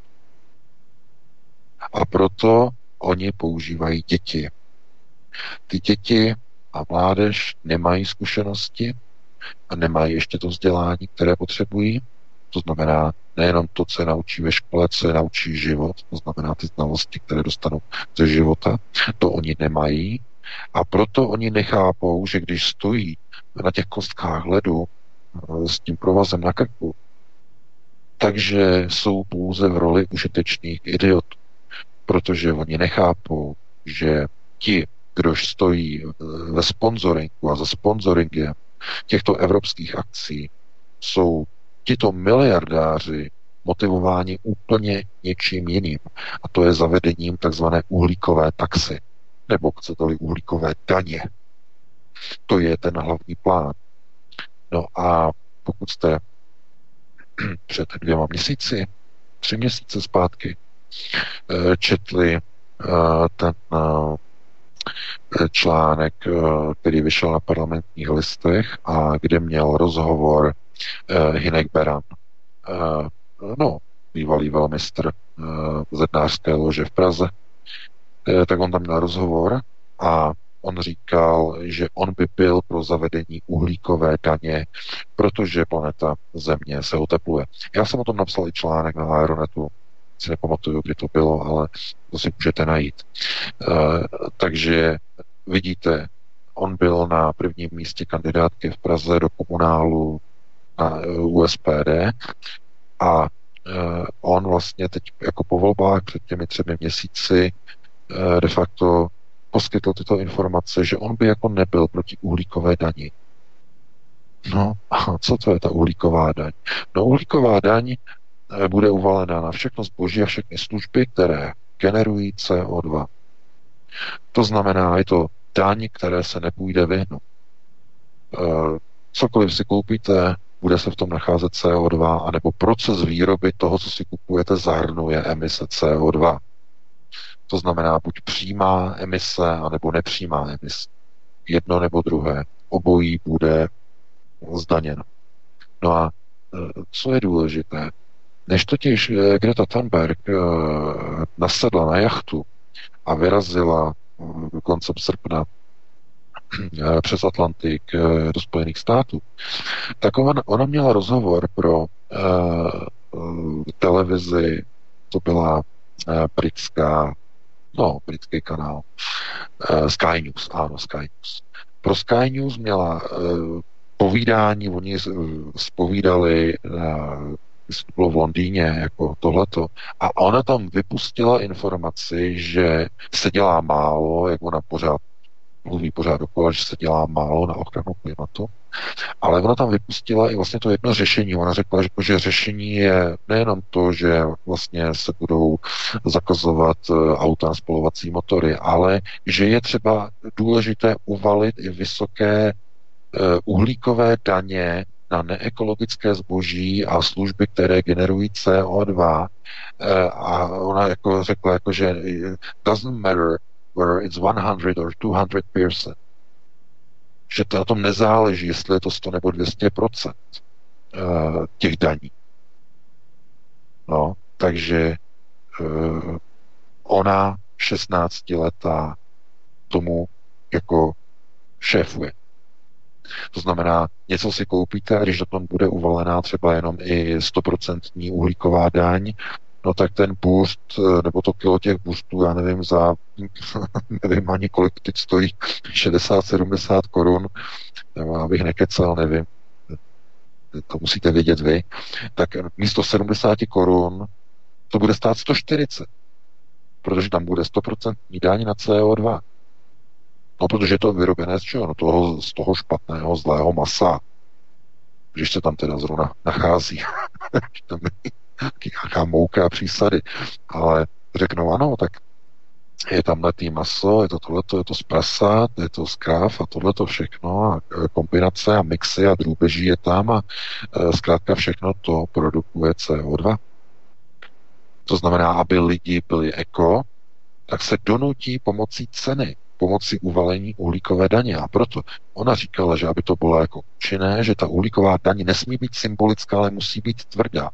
A proto oni používají děti. Ty děti a mládež nemají zkušenosti a nemají ještě to vzdělání, které potřebují. To znamená nejenom to, co je naučí ve škole, co je naučí život, to znamená ty znalosti, které dostanou ze života, to oni nemají a proto oni nechápou, že když stojí na těch kostkách ledu s tím provazem na krku, takže jsou pouze v roli užitečných idiotů, protože oni nechápou, že ti, kdož stojí ve sponzoringu a za sponzoringem těchto evropských akcí, jsou tito miliardáři motivováni úplně něčím jiným. A to je zavedením takzvané uhlíkové taxy, nebo chcete-li uhlíkové daně. To je ten hlavní plán. No a pokud jste před 3 měsíce zpátky četli ten článek, který vyšel na Parlamentních listech a kde měl rozhovor Hynek Beran, bývalý velmistr zednářské lože v Praze, tak on tam měl rozhovor a on říkal, že on by byl pro zavedení uhlíkové daně, protože planeta Země se otepluje. Já jsem o tom napsal i článek na Aeronetu, si nepamatuju, kdy to bylo, ale to si můžete najít. Takže vidíte, on byl na prvním místě kandidátky v Praze do komunálu na USPD a on vlastně teď jako po volbách před těmi 3 měsíci de facto poskytl tyto informace, že on by jako nebyl proti uhlíkové dani. No a co to je ta uhlíková daň? No uhlíková daň bude uvalená na všechno zboží a všechny služby, které generují CO2. To znamená, je to daň, které se nepůjde vyhnout. Cokoliv si koupíte, bude se v tom nacházet CO2, anebo proces výroby toho, co si kupujete, zahrnuje emise CO2. To znamená buď přímá emise, anebo nepřímá emise. Jedno nebo druhé. Obojí bude zdaněno. No a co je důležité? Než totiž Greta Thunberg nasedla na jachtu a vyrazila koncem srpna přes Atlantik do Spojených států, tak ona měla rozhovor pro televizi, to byla britský kanál, Sky News, ano, Sky News. Pro Sky News měla povídání, oni zpovídali, to bylo v Londýně, jako tohleto, a ona tam vypustila informaci, že se dělá málo, jak ona mluví pořád dokola, že se dělá málo na ochranu klimatu, ale ona tam vypustila i vlastně to jedno řešení. Ona řekla, že řešení je nejenom to, že vlastně se budou zakazovat auta na spalovací motory, ale že je třeba důležité uvalit i vysoké uhlíkové daně na neekologické zboží a služby, které generují CO2. A ona jako řekla, jako, že doesn't matter whether it's 100 or 200%. Že to na tom nezáleží, jestli je to 100 nebo 200% těch daní. No, takže ona 16letá tomu jako šéfuje. To znamená, něco si koupíte a když do tom bude uvalená třeba jenom i 100% uhlíková daň, no tak ten boost, nebo to kilo těch boostů, já nevím, nevím ani kolik teď stojí, 60-70 korun, abych nekecal, nevím, to musíte vědět vy, tak místo 70 korun to bude stát 140, protože tam bude 100% daň na CO2. No, protože je to vyrobené z čeho? No, z toho špatného, zlého masa. Když se tam teda zrovna nachází. Tam je nějaká mouka a přísady. Ale řeknou, ano, tak je tam letý maso, je to tohleto, je to z prasat, je to z kráv a tohleto všechno a kombinace a mixy a drůbeží je tam a zkrátka všechno to produkuje CO2. To znamená, aby lidi byli eko, tak se donutí pomocí ceny, pomocí uvalení uhlíkové daně. A proto ona říkala, že aby to bylo jako účinné, že ta uhlíková daň nesmí být symbolická, ale musí být tvrdá.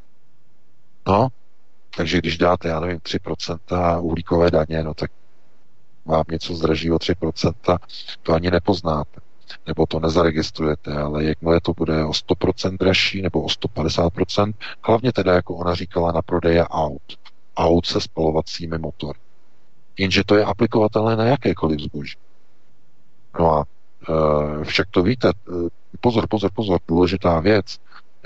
No, takže když dáte, já nevím, 3% uhlíkové daně, no tak vám něco zdraží o 3%, to ani nepoznáte. Nebo to nezaregistrujete, ale jakmile to bude o 100% dražší nebo o 150%, hlavně teda, jako ona říkala, na prodeje aut se spalovacími motory. Jenže to je aplikovatelné na jakékoliv zboží. No a však to víte, pozor, důležitá věc,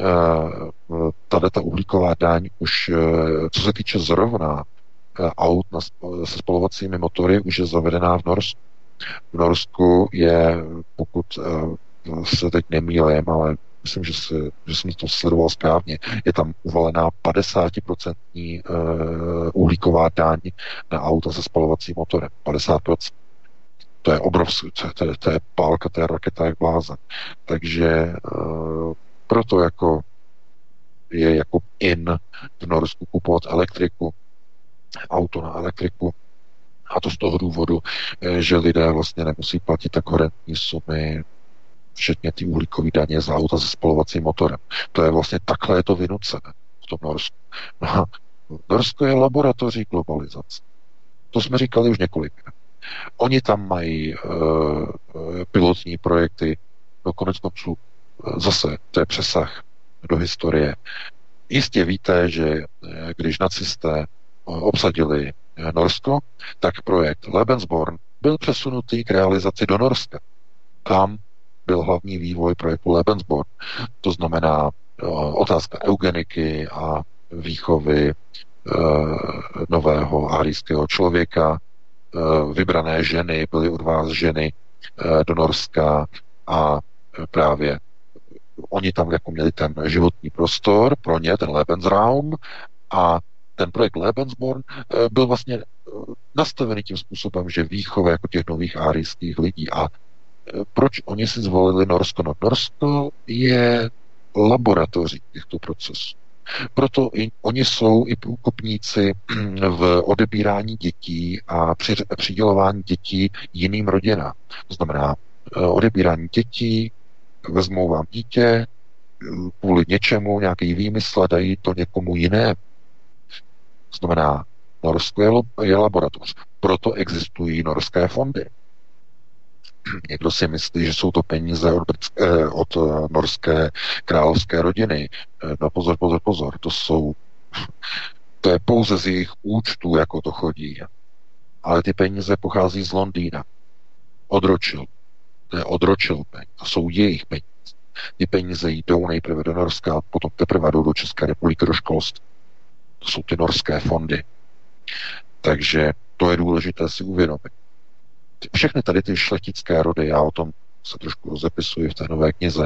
tady ta uhlíková daň už, co se týče zrovna aut se spalovacími motory, už je zavedená v Norsku. V Norsku je, pokud se teď nemýlím, ale myslím, že jsem to sledoval správně, je tam uvalená 50% uhlíková daň na auta se spalovacím motorem. 50%. To je obrovské, to je pálka, to je raketa jak blázen. Takže proto jako je jako in v Norsku kupovat elektriku, auto na elektriku, a to z toho důvodu, že lidé vlastně nemusí platit tak horentní sumy, včetně ty uhlíkové daně za auta se spalovacím motorem. To je vlastně takhle je to vynucené v tom Norsku. No, Norsko je laboratoří globalizace. To jsme říkali už několikrát. Oni tam mají pilotní projekty, no konec konců zase to je přesah do historie. Jistě víte, že když nacisté obsadili Norsko, tak projekt Lebensborn byl přesunutý k realizaci do Norska. Tam byl hlavní vývoj projektu Lebensborn. To znamená otázka eugeniky a výchovy nového arijského člověka. Vybrané ženy byly od vás ženy do Norska a právě oni tam jako měli ten životní prostor pro ně, ten Lebensraum, a ten projekt Lebensborn byl vlastně nastavený tím způsobem, že výchova jako těch nových árijských lidí. A proč oni si zvolili Norsko? No, Norsko je laboratoří těchto procesů. Proto oni jsou i průkopníci v odebírání dětí a přidělování dětí jiným rodinám. To znamená odebírání dětí, vezmou vám dítě kvůli něčemu, nějaký výmysl, dají to někomu jinému. To znamená, Norsko je laboratoř. Proto existují norské fondy. Někdo si myslí, že jsou to peníze od norské královské rodiny. No pozor. To je pouze z jejich účtů, jako to chodí. Ale ty peníze pochází z Londýna. Od Rothschild. To je od Rothschild peníze. To jsou jejich peníze. Ty peníze jdou nejprve do Norska a potom teprve jdou do České republiky do školství. To jsou ty norské fondy. Takže to je důležité si uvědomit. Všechny tady ty šlechtické rody, já o tom se trošku rozepisuji v té nové knize,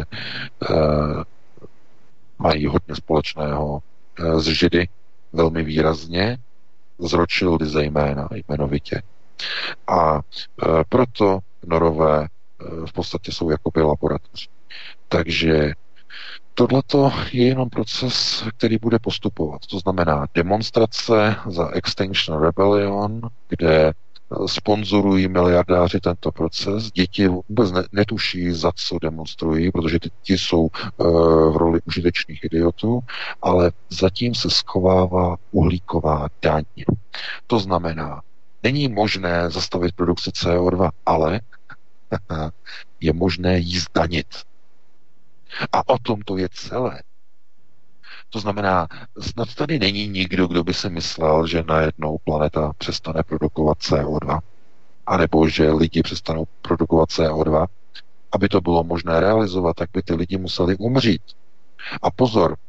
mají hodně společného s Židy, velmi výrazně, z Rothschildy zejména, jmenovitě. A proto Norové v podstatě jsou jakoby laboratoři. Takže tohleto je jenom proces, který bude postupovat. To znamená demonstrace za Extinction Rebellion, kde sponzorují miliardáři tento proces. Děti vůbec netuší, za co demonstrují, protože ty děti jsou v roli užitečných idiotů, ale zatím se schovává uhlíková daň. To znamená, není možné zastavit produkci CO2, ale je možné ji zdanit. A o tom to je celé. To znamená, snad tady není nikdo, kdo by si myslel, že najednou planeta přestane produkovat CO2, anebo že lidi přestanou produkovat CO2. Aby to bylo možné realizovat, tak by ty lidi museli umřít. A pozor,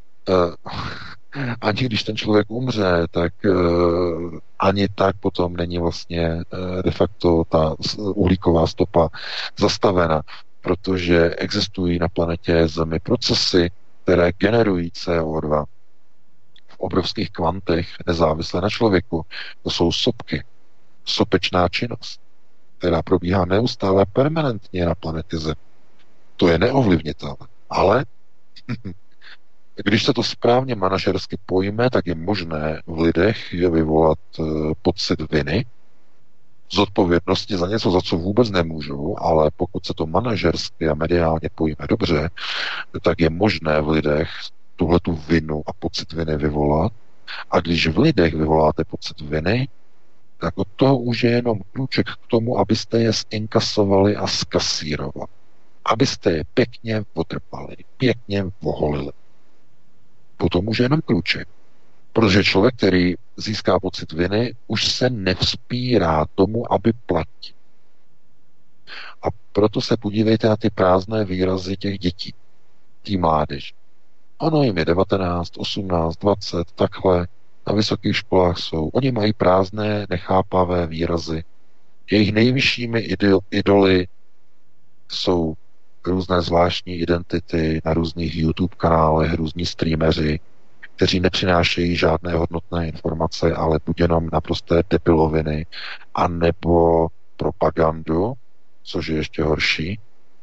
ani když ten člověk umře, tak ani tak potom není vlastně de facto ta uhlíková stopa zastavena, protože existují na planetě Zemi procesy, které generují CO2 v obrovských kvantech nezávisle na člověku. To jsou sopky, sopečná činnost, která probíhá neustále permanentně na planetě Zem. To je neovlivnitelné. Ale když se to správně manažersky pojme, tak je možné v lidech vyvolat pocit viny, zodpovědnosti za něco, za co vůbec nemůžou, ale pokud se to manažersky a mediálně pojme dobře, tak je možné v lidech tuhletu vinu a pocit viny vyvolat. A když v lidech vyvoláte pocit viny, tak od toho už je jenom klíček k tomu, abyste je zinkasovali a skasírovali. Abyste je pěkně potrpali, pěkně voholili. Potom už je jenom klíček. Protože člověk, který získá pocit viny, už se nevzpírá tomu, aby platil. A proto se podívejte na ty prázdné výrazy těch dětí, tý mládež. Ono jim je 19, 18, 20, takhle, na vysokých školách jsou. Oni mají prázdné, nechápavé výrazy. Jejich nejvyššími idoly jsou různé zvláštní identity na různých YouTube kanálech, různí streameři, kteří nepřinášejí žádné hodnotné informace, ale buď jenom naprosté debiloviny, anebo propagandu, což je ještě horší,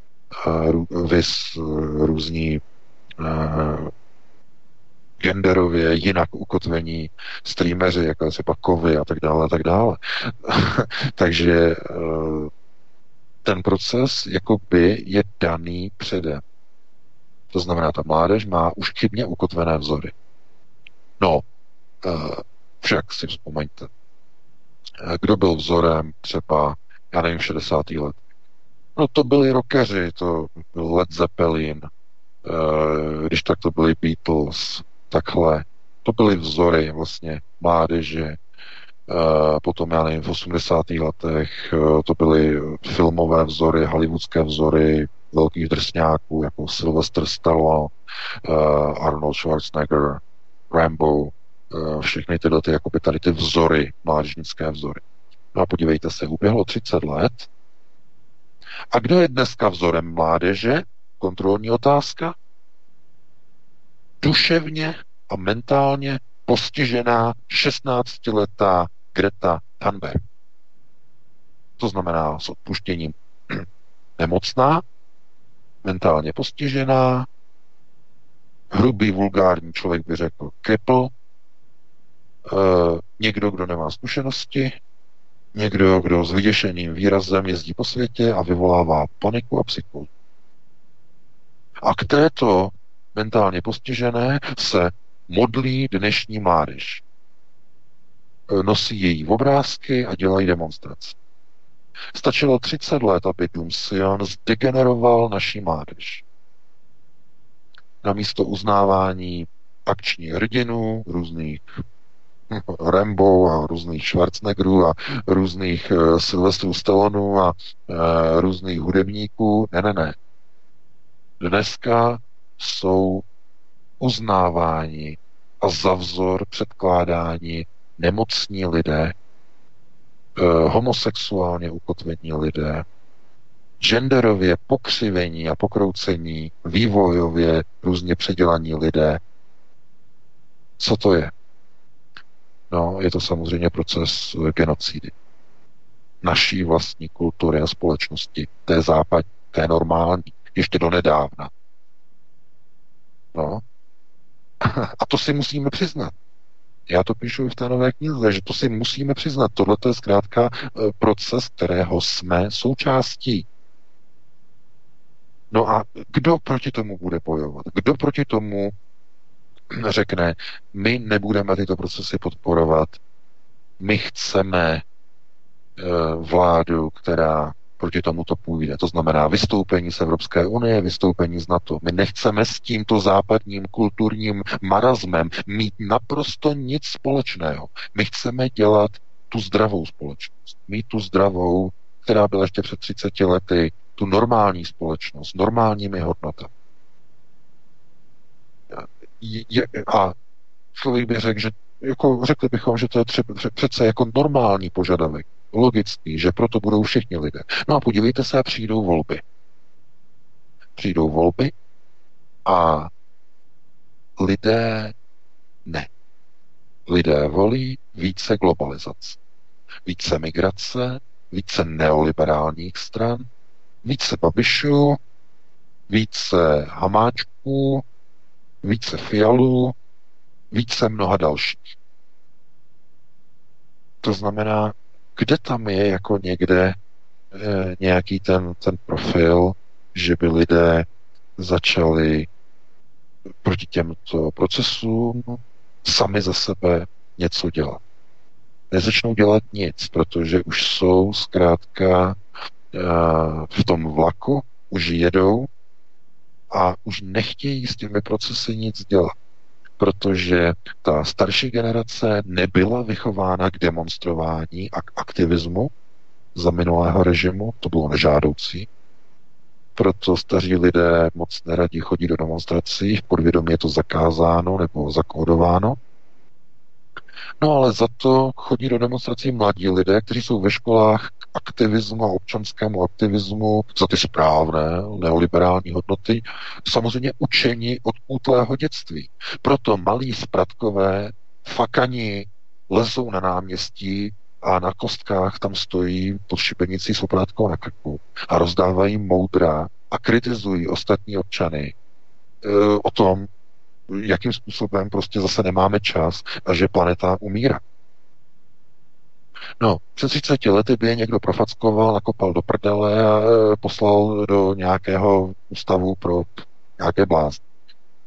různí genderově jinak ukotvení streameři, jako třeba Kovy a tak dále, a tak dále. Takže ten proces jakoby je daný předem. To znamená, ta mládež má už chybně ukotvené vzory. No, však si vzpomeňte. Kdo byl vzorem třeba, já nevím, v 60. let? No to byli rockeři, to byl Led Zeppelin, když tak to byli Beatles, takhle. To byly vzory vlastně mládeže. Potom, já nevím, v 80. letech to byly filmové vzory, hollywoodské vzory velkých drsňáků, jako Sylvester Stallone, Arnold Schwarzenegger, Rambo, všechny tyhle jakoby tady ty vzory, mládežnické vzory. No a podívejte se, uběhlo 30 let. A kdo je dneska vzorem mládeže? Kontrolní otázka. Duševně a mentálně postižená 16-letá Greta Thunberg. To znamená s odpuštěním nemocná, mentálně postižená, hrubý, vulgární člověk by řekl kripl, někdo, kdo nemá zkušenosti, někdo, kdo s vyděšeným výrazem jezdí po světě a vyvolává paniku a psychózu. A k této mentálně postižené se modlí dnešní mládež. Nosí její obrázky a dělají demonstrace. Stačilo 30 let, aby Dům Sion zdegeneroval naší mládež. Namísto uznávání akčních hrdinů, různých Rambo a různých Schwarzeneggerů a různých Sylvestrů Stallonů a různých hudebníků. Ne. Dneska jsou uznáváni a za vzor předkládání nemocní lidé, homosexuálně ukotvení lidé, genderově pokřivení a pokroucení, vývojově různě předělaní lidé. Co to je? No, je to samozřejmě proces genocidy. Naší vlastní kultury a společnosti, té západní, té normální, ještě do nedávna. No. A to si musíme přiznat. Já to píšu i v té nové knize, že to si musíme přiznat. Tohle je zkrátka proces, kterého jsme součástí. No a kdo proti tomu bude bojovat? Kdo proti tomu řekne, my nebudeme tyto procesy podporovat, my chceme vládu, která proti tomuto půjde. To znamená vystoupení z Evropské unie, vystoupení z NATO. My nechceme s tímto západním kulturním marazmem mít naprosto nic společného. My chceme dělat tu zdravou společnost. Mít tu zdravou, která byla ještě před 30 lety, tu normální společnost, s normálními hodnotami. A člověk by řekl, že řekli bychom, že to je přece jako normální požadavek, logický, že proto budou všichni lidé. No a podívejte se, a přijdou volby. Přijdou volby a lidé ne. Lidé volí více globalizace, více migrace, více neoliberálních stran, více Babišů, více Hamáčků, více Fialů, více mnoha dalších. To znamená, kde tam je jako někde nějaký ten profil, že by lidé začali proti těmto procesům sami za sebe něco dělat. Nezačnou dělat nic, protože už jsou zkrátka v tom vlaku, už jedou a už nechtějí s těmi procesy nic dělat. Protože ta starší generace nebyla vychována k demonstrování a k aktivismu za minulého režimu, to bylo nežádoucí. Proto staří lidé moc neradi chodí do demonstrací, v podvědomí je to zakázáno nebo zakódováno. No ale za to chodí do demonstrací mladí lidé, kteří jsou ve školách k aktivismu a občanskému aktivismu za ty správné neoliberální hodnoty, samozřejmě učeni od útlého dětství. Proto malí spratkové fakani lezou na náměstí a na kostkách tam stojí pod šibenicí s oprátkou na krku a rozdávají moudra a kritizují ostatní občany o tom, jakým způsobem prostě zase nemáme čas a že planeta umírá. No, před 30 lety by je někdo profackoval, nakopal do prdele a poslal do nějakého ústavu pro nějaké blázny.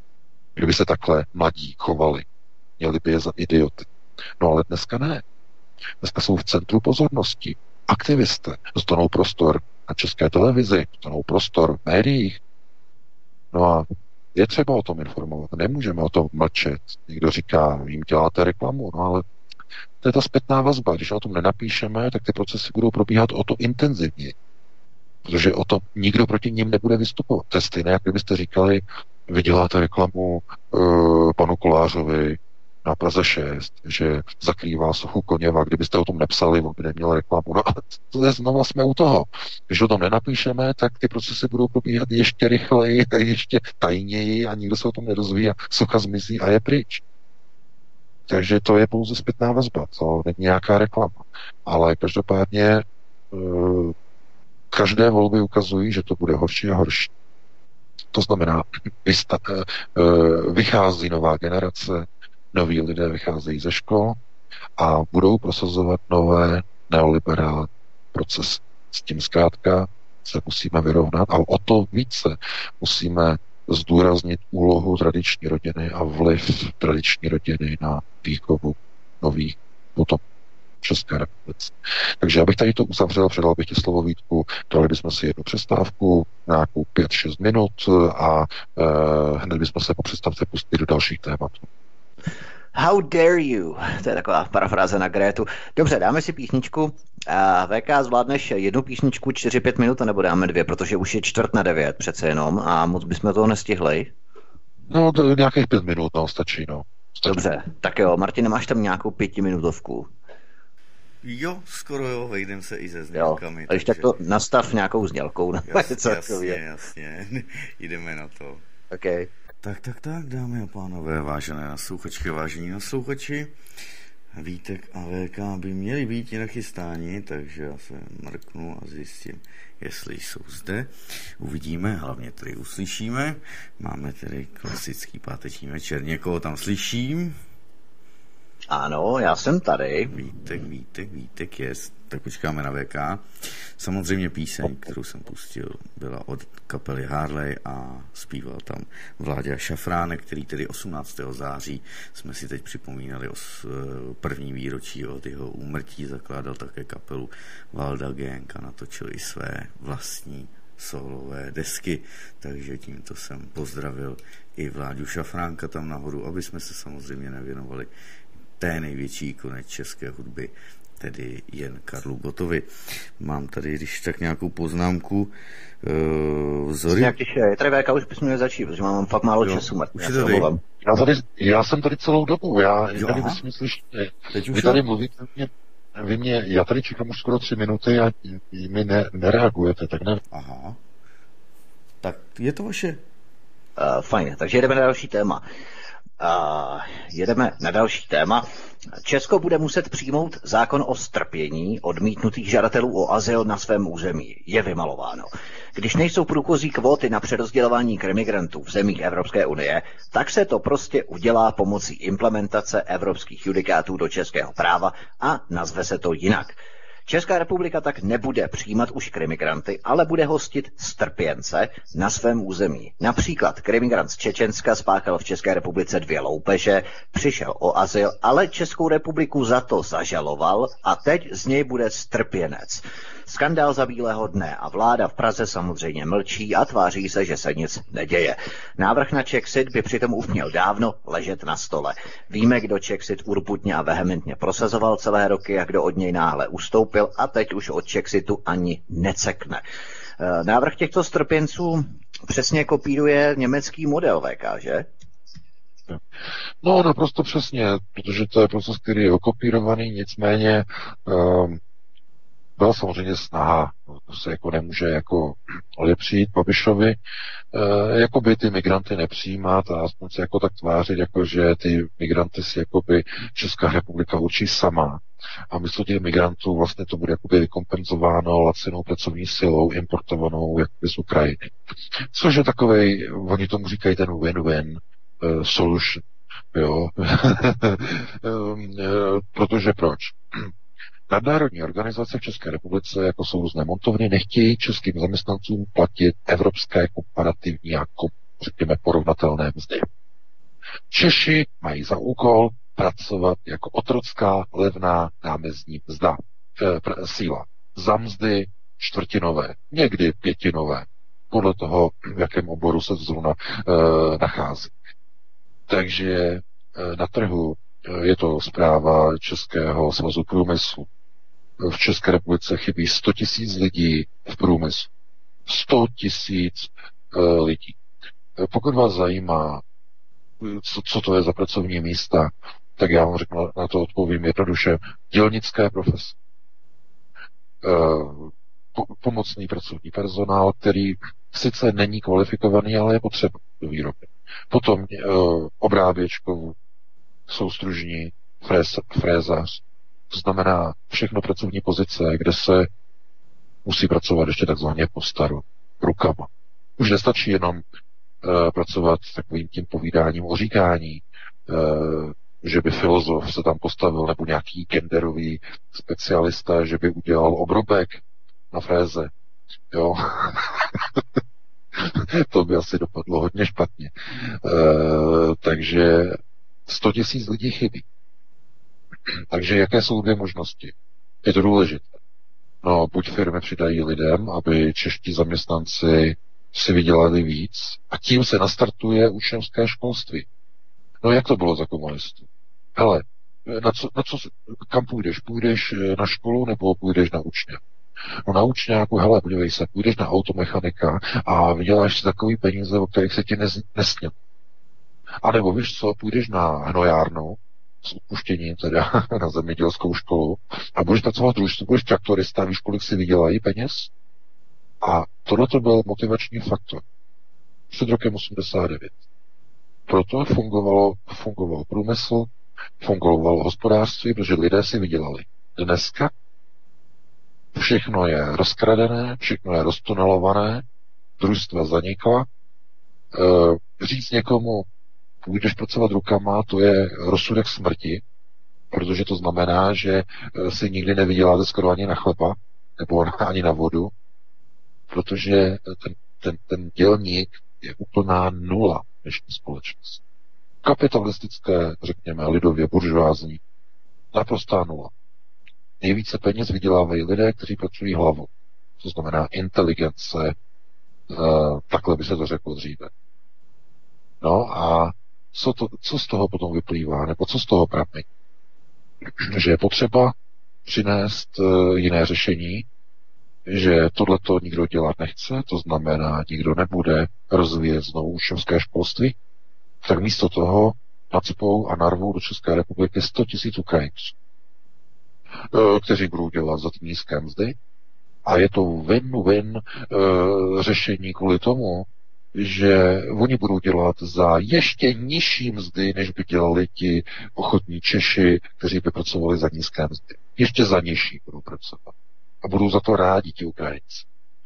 Kdyby se takhle mladí chovali, měli by je za idioty. No ale dneska ne. Dneska jsou v centru pozornosti. Aktivisté dostanou prostor na České televizi, dostanou prostor v médiích. No a je třeba o tom informovat. Nemůžeme o tom mlčet. Někdo říká, jim děláte reklamu, no ale to je ta zpětná vazba. Když o tom nenapíšeme, tak ty procesy budou probíhat o to intenzivněji. Protože o tom nikdo proti ním nebude vystupovat. To je stejné, jak kdybyste říkali, vy děláte reklamu panu Kolářovi na Praze 6, že zakrývá sochu Koněva. Kdybyste o tom nepsali, on by neměl reklamu. No a to je znovu jsme u toho. Když o tom nenapíšeme, tak ty procesy budou probíhat ještě rychleji, ještě tajněji a nikdo se o tom nedozví a socha zmizí a je pryč. Takže to je pouze zpětná vazba, to není nějaká reklama. Ale každopádně každé volby ukazují, že to bude horší a horší. To znamená, vychází nová generace, noví lidé vycházejí ze škol a budou prosazovat nové neoliberální procesy. S tím zkrátka se musíme vyrovnat a o to více musíme zdůraznit úlohu tradiční rodiny a vliv tradiční rodiny na výchovu nových potom České republice. Takže abych tady to uzavřel, předal bych ti slovo, Vítku, dali bychom si jednu přestávku, nějakou 5-6 minut a hned bychom se po přestávce pustili do dalších tématů. How dare you? To je taková parafráze na Grétu. Dobře, dáme si písničku. VK, zvládneš jednu písničku 4-5 minut, nebo dáme 2, protože už je 8:45 přece jenom a moc bychom toho nestihli. No, nějakých 5 minut, no, stačí, no. Stačí. Dobře, tak jo, Martin, máš tam nějakou 5minutovku? Jo, skoro jo, vejdem se i se znělkami. Když tak to nastav nějakou znělkou. Jasně, jdeme na to. Okay. Tak, dámy a pánové, vážené naslouchačky, vážení naslouchači, Vítek a VK by měli být nachystáni, takže já se mrknu a zjistím, jestli jsou zde. Uvidíme, hlavně tady uslyšíme. Máme tedy klasický páteční večer. Někoho tam slyším? Ano, já jsem tady. Vítek jest. Tak počkáme na VK. Samozřejmě píseň, kterou jsem pustil, byla od kapely Harley a zpíval tam Vláďa Šafránek, který tedy 18. září jsme si teď připomínali první výročí od jeho úmrtí, zakládal také kapelu Valda Gang a natočil i své vlastní solové desky, takže tímto jsem pozdravil i Vláďu Šafránka tam nahoru, aby jsme se samozřejmě nevěnovali té největší ikony české hudby, tedy jen Karlu Gottovi. Mám tady, když tak nějakou poznámku. Vzory. Jak tiše, je tady VK, už bychom měli začít, protože mám fakt málo času, Martin. Já jsem tady celou dobu, já tady myslím, slyšíte. Vy tady mluvíte já tady čekám už skoro 3 minuty a mi nereagujete, tak ne. Aha. Tak je to vaše. Fajn, takže jdeme na další téma. Jedeme na další téma. Česko bude muset přijmout zákon o strpění odmítnutých žadatelů o azyl na svém území. Je vymalováno. Když nejsou průchozí kvóty na přerozdělování imigrantů v zemích Evropské unie, tak se to prostě udělá pomocí implementace evropských judikátů do českého práva a nazve se to jinak. Česká republika tak nebude přijímat už krimigranty, ale bude hostit strpěnce na svém území. Například krimigrant z Čečenska spáchal v České republice 2 loupeže, přišel o azyl, ale Českou republiku za to zažaloval a teď z něj bude strpěnec. Skandál za bílého dne a vláda v Praze samozřejmě mlčí a tváří se, že se nic neděje. Návrh na Czexit by přitom už měl dávno ležet na stole. Víme, kdo Czexit urputně a vehementně prosazoval celé roky a kdo od něj náhle ustoupil a teď už od Czexitu ani necekne. Návrh těchto strpěnců přesně kopíruje německý model VK, že? No, naprosto přesně, protože to je proces, který je okopírovaný, nicméně byla samozřejmě snaha, to se jako nemůže jako odepřít Babišovi, jakoby ty migranty nepřijímat a aspoň se jako tak tvářit, jako že ty migranty si jakoby Česká republika určí sama. A místo těch migrantů vlastně to bude jakoby vykompenzováno lacinou pracovní silou importovanou jakoby z Ukrajiny. Což je takovej, oni tomu říkají ten win-win solution. Jo. Protože proč? Nadnárodní organizace v České republice, jako jsou různé montovny, nechtějí českým zaměstnancům platit evropské komparativní a řekněme porovnatelné mzdy. Češi mají za úkol pracovat jako otrocká levná námezdní síla. Za mzdy čtvrtinové, někdy pětinové, podle toho, v jakém oboru se zrovna nachází. Takže na trhu je to zpráva Českého svazu průmyslu. V České republice chybí 100 000 lidí v průmyslu. 100 000 lidí. Pokud vás zajímá, co to je za pracovní místa, tak já vám řeknu, na to odpovím jednoduše. Dělnické profese. Pomocný pracovní personál, který sice není kvalifikovaný, ale je potřeba do výroby. Potom obráběčkovou, soustružní, frézař. To znamená všechno pracovní pozice, kde se musí pracovat ještě takzvaně po staru, rukama. Už nestačí jenom pracovat takovým tím povídáním o říkání, že by filozof se tam postavil, nebo nějaký genderový specialista, že by udělal obrobek na fréze. Jo. To by asi dopadlo hodně špatně. Takže 100 000 lidí chybí. Takže jaké jsou dvě možnosti? Je to důležité. No, buď firmy přidají lidem, aby čeští zaměstnanci si vydělali víc, a tím se nastartuje učňovské školství. No, jak to bylo za komunistů? Hele, kam půjdeš? Půjdeš na školu nebo půjdeš na učně? No, na učňáku, hele, podívej se, půjdeš na automechanika a vyděláš si takový peníze, o kterých se ti nesněl. A nebo víš co, půjdeš na hnojárnu, s upuštěním teda na zemědělskou školu a budeš pracovat družstvu, budeš traktorista, víš, kolik si vydělají peněz? A tohle to byl motivační faktor. Před rokem 89. Proto fungoval průmysl, fungovalo hospodářství, protože lidé si vydělali. Dneska všechno je rozkradené, všechno je roztunelované, družstva zanikla. Říct někomu, půjdeš pracovat rukama, to je rozsudek smrti, protože to znamená, že si nikdy nevyděláte skoro ani na chleba, nebo ani na vodu, protože ten dělník je úplná nula dnešní společnosti. Kapitalistické, řekněme, lidově buržoázní, naprostá nula. Nejvíce peněz vydělávají lidé, kteří pracují hlavou. To znamená inteligence, takhle by se to řeklo dříve. No a co z toho potom vyplývá, nebo co z toho pramení? Že je potřeba přinést jiné řešení, že tohleto nikdo dělat nechce, to znamená, nikdo nebude rozvíjet znovu učňovské školství, tak místo toho nacpou a narvou do České republiky 100 000 Ukrajinců, kteří budou dělat za ty nízké mzdy. A je to win-win řešení kvůli tomu, že oni budou dělat za ještě nižší mzdy, než by dělali ti ochotní Češi, kteří by pracovali za nízké mzdy. Ještě za nižší budou pracovat. A budou za to rádi ti Ukrajinci.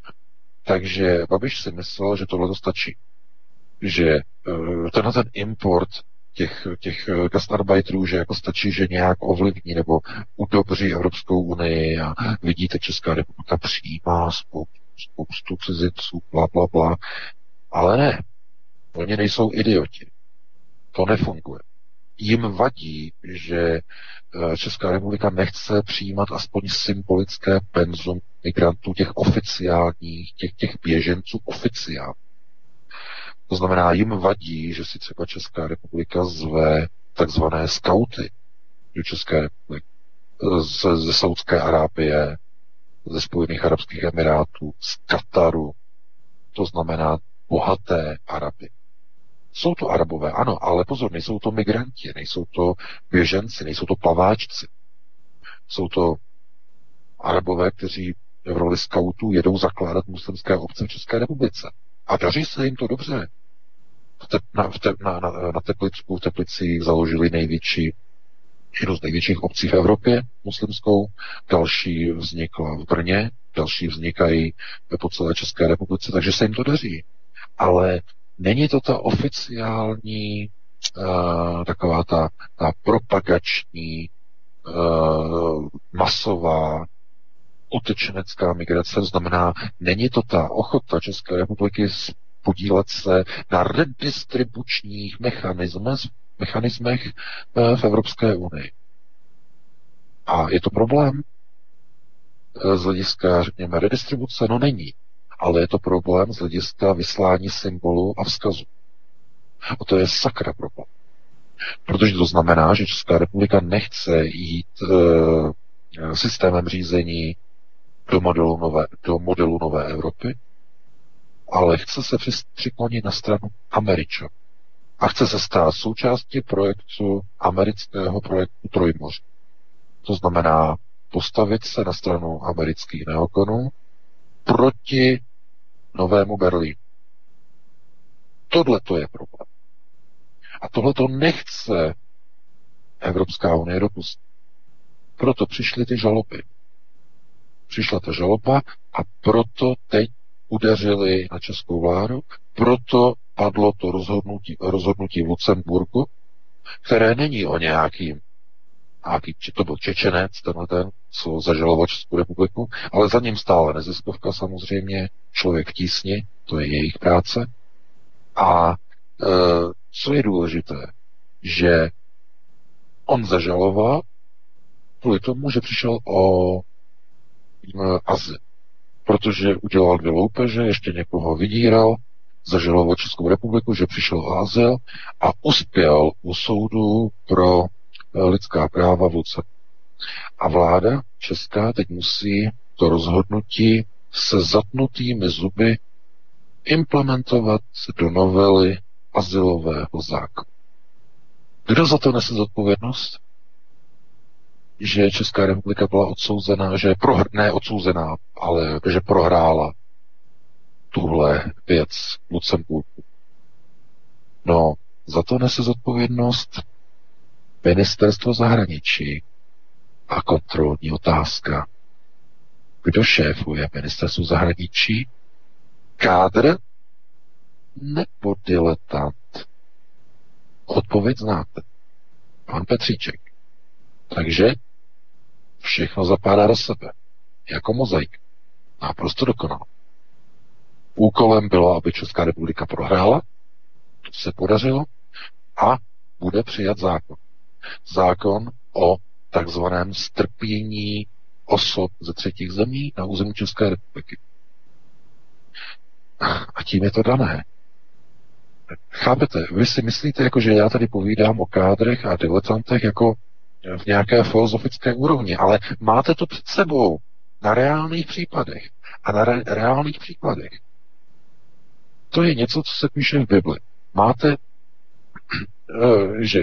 Takže Babiš si myslel, že tohle to stačí. Že tenhle ten import těch gastarbeiterů, že jako stačí, že nějak ovlivní nebo udobří Evropskou unii a vidíte, Česká republika přijímá spoustu cizinců, bla, bla, bla. Ale ne. Oni nejsou idioti. To nefunguje. Jim vadí, že Česká republika nechce přijímat aspoň symbolické penzum migrantů, těch oficiálních, těch běženců oficiálních. To znamená, jim vadí, že si třeba Česká republika zve takzvané skauty do České republiky ze Saudské Arábie, ze Spojených arabských emirátů, z Kataru, to znamená bohaté Araby. Jsou to Arabové, ano, ale pozor, nejsou to migranti, nejsou to běženci, nejsou to plaváčci. Jsou to Arabové, kteří v roli skautů jedou zakládat muslimské obce v České republice. A daří se jim to dobře. Na Teplicku, v Teplicích založili jednu z největších obcí v Evropě, muslimskou, další vznikla v Brně, další vznikají po celé České republice, takže se jim to daří. Ale není to ta oficiální taková ta propagační masová utečenecká migrace, to znamená, není to ta ochota České republiky podílet se na redistribučních mechanismech mechanismech v Evropské unii. A je to problém z hlediska, řekněme, redistribuce? No není. Ale je to problém z hlediska vyslání symbolu a vzkazu. A to je sakra problém. Protože to znamená, že Česká republika nechce jít systémem řízení do modelu nové Evropy, ale chce se přiklonit na stranu Američanů. A chce se stát součástí amerického projektu Trojmoří. To znamená postavit se na stranu amerických neokonů proti novému Berlínu. Tohle to je problém. A tohle to nechce Evropská unie dopustit. Proto přišly ty žaloby. Přišla ta žaloba a proto teď udeřili na českou vládu, proto padlo to rozhodnutí v Lucemburku, které není o nějaký to byl Čečenec, ten, co zažaloval Českou republiku, ale za ním stále neziskovka samozřejmě, člověk v tísni, to je jejich práce. A co je důležité, že on zažaloval kvůli tomu, že přišel o azyl, protože udělal 2 loupeže, ještě někoho vydíral, zažaloval Českou republiku, že přišel o azyl a uspěl u soudu pro lidská práva v Lucemburku. A vláda česká teď musí to rozhodnutí se zatnutými zuby implementovat do novely azylového zákona. Kdo za to nese zodpovědnost? Že Česká republika byla odsouzená, že odsouzená, ale že prohrála tuhle věc v Lucemburku. No, za to nese zodpovědnost Ministerstvo zahraničí a kontrolní otázka. Kdo šéfuje Ministerstvu zahraničí? Kádr nebo diletant? Odpověď znáte. Pan Petříček. Takže všechno zapadá do sebe. Jako mozaik. Naprosto dokonal. Úkolem bylo, aby Česká republika prohrála. To se podařilo. A bude přijat zákon. Zákon o takzvaném strpění osob ze třetích zemí na území České republiky. A tím je to dané. Chápete? Vy si myslíte, jako, že já tady povídám o kádrech a diletantech jako v nějaké filozofické úrovni, ale máte to před sebou na reálných případech. A na reálných příkladech. To je něco, co se píše v Bibli. Máte, že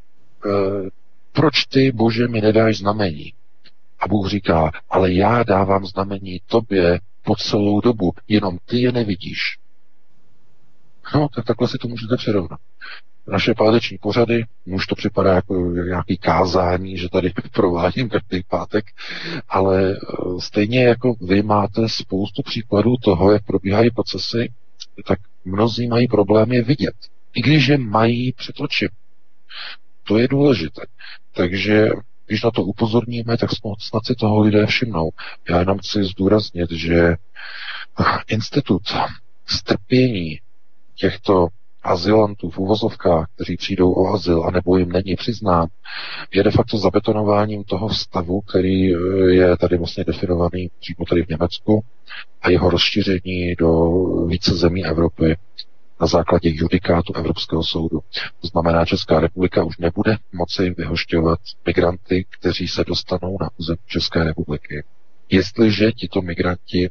proč ty, Bože, mi nedáš znamení? A Bůh říká, ale já dávám znamení tobě po celou dobu, jenom ty je nevidíš. No, tak takhle si to můžete přirovnat. Naše páteční pořady, už to připadá jako nějaký kázání, že tady provádím každý pátek, ale stejně jako vy máte spoustu příkladů toho, jak probíhají procesy, tak mnozí mají problémy vidět. I když je mají před očima. To je důležité. Takže když na to upozorníme, tak snad si toho lidé všimnou. Já jenom chci zdůraznit, že institut strpění těchto azylantů v uvozovkách, kteří přijdou o azyl, anebo jim není přiznán, je de facto zabetonováním toho stavu, který je tady vlastně definovaný přímo tady v Německu a jeho rozšíření do více zemí Evropy na základě judikátu Evropského soudu. To znamená, Česká republika už nebude moci vyhošťovat migranty, kteří se dostanou na území České republiky. Jestliže tito migranti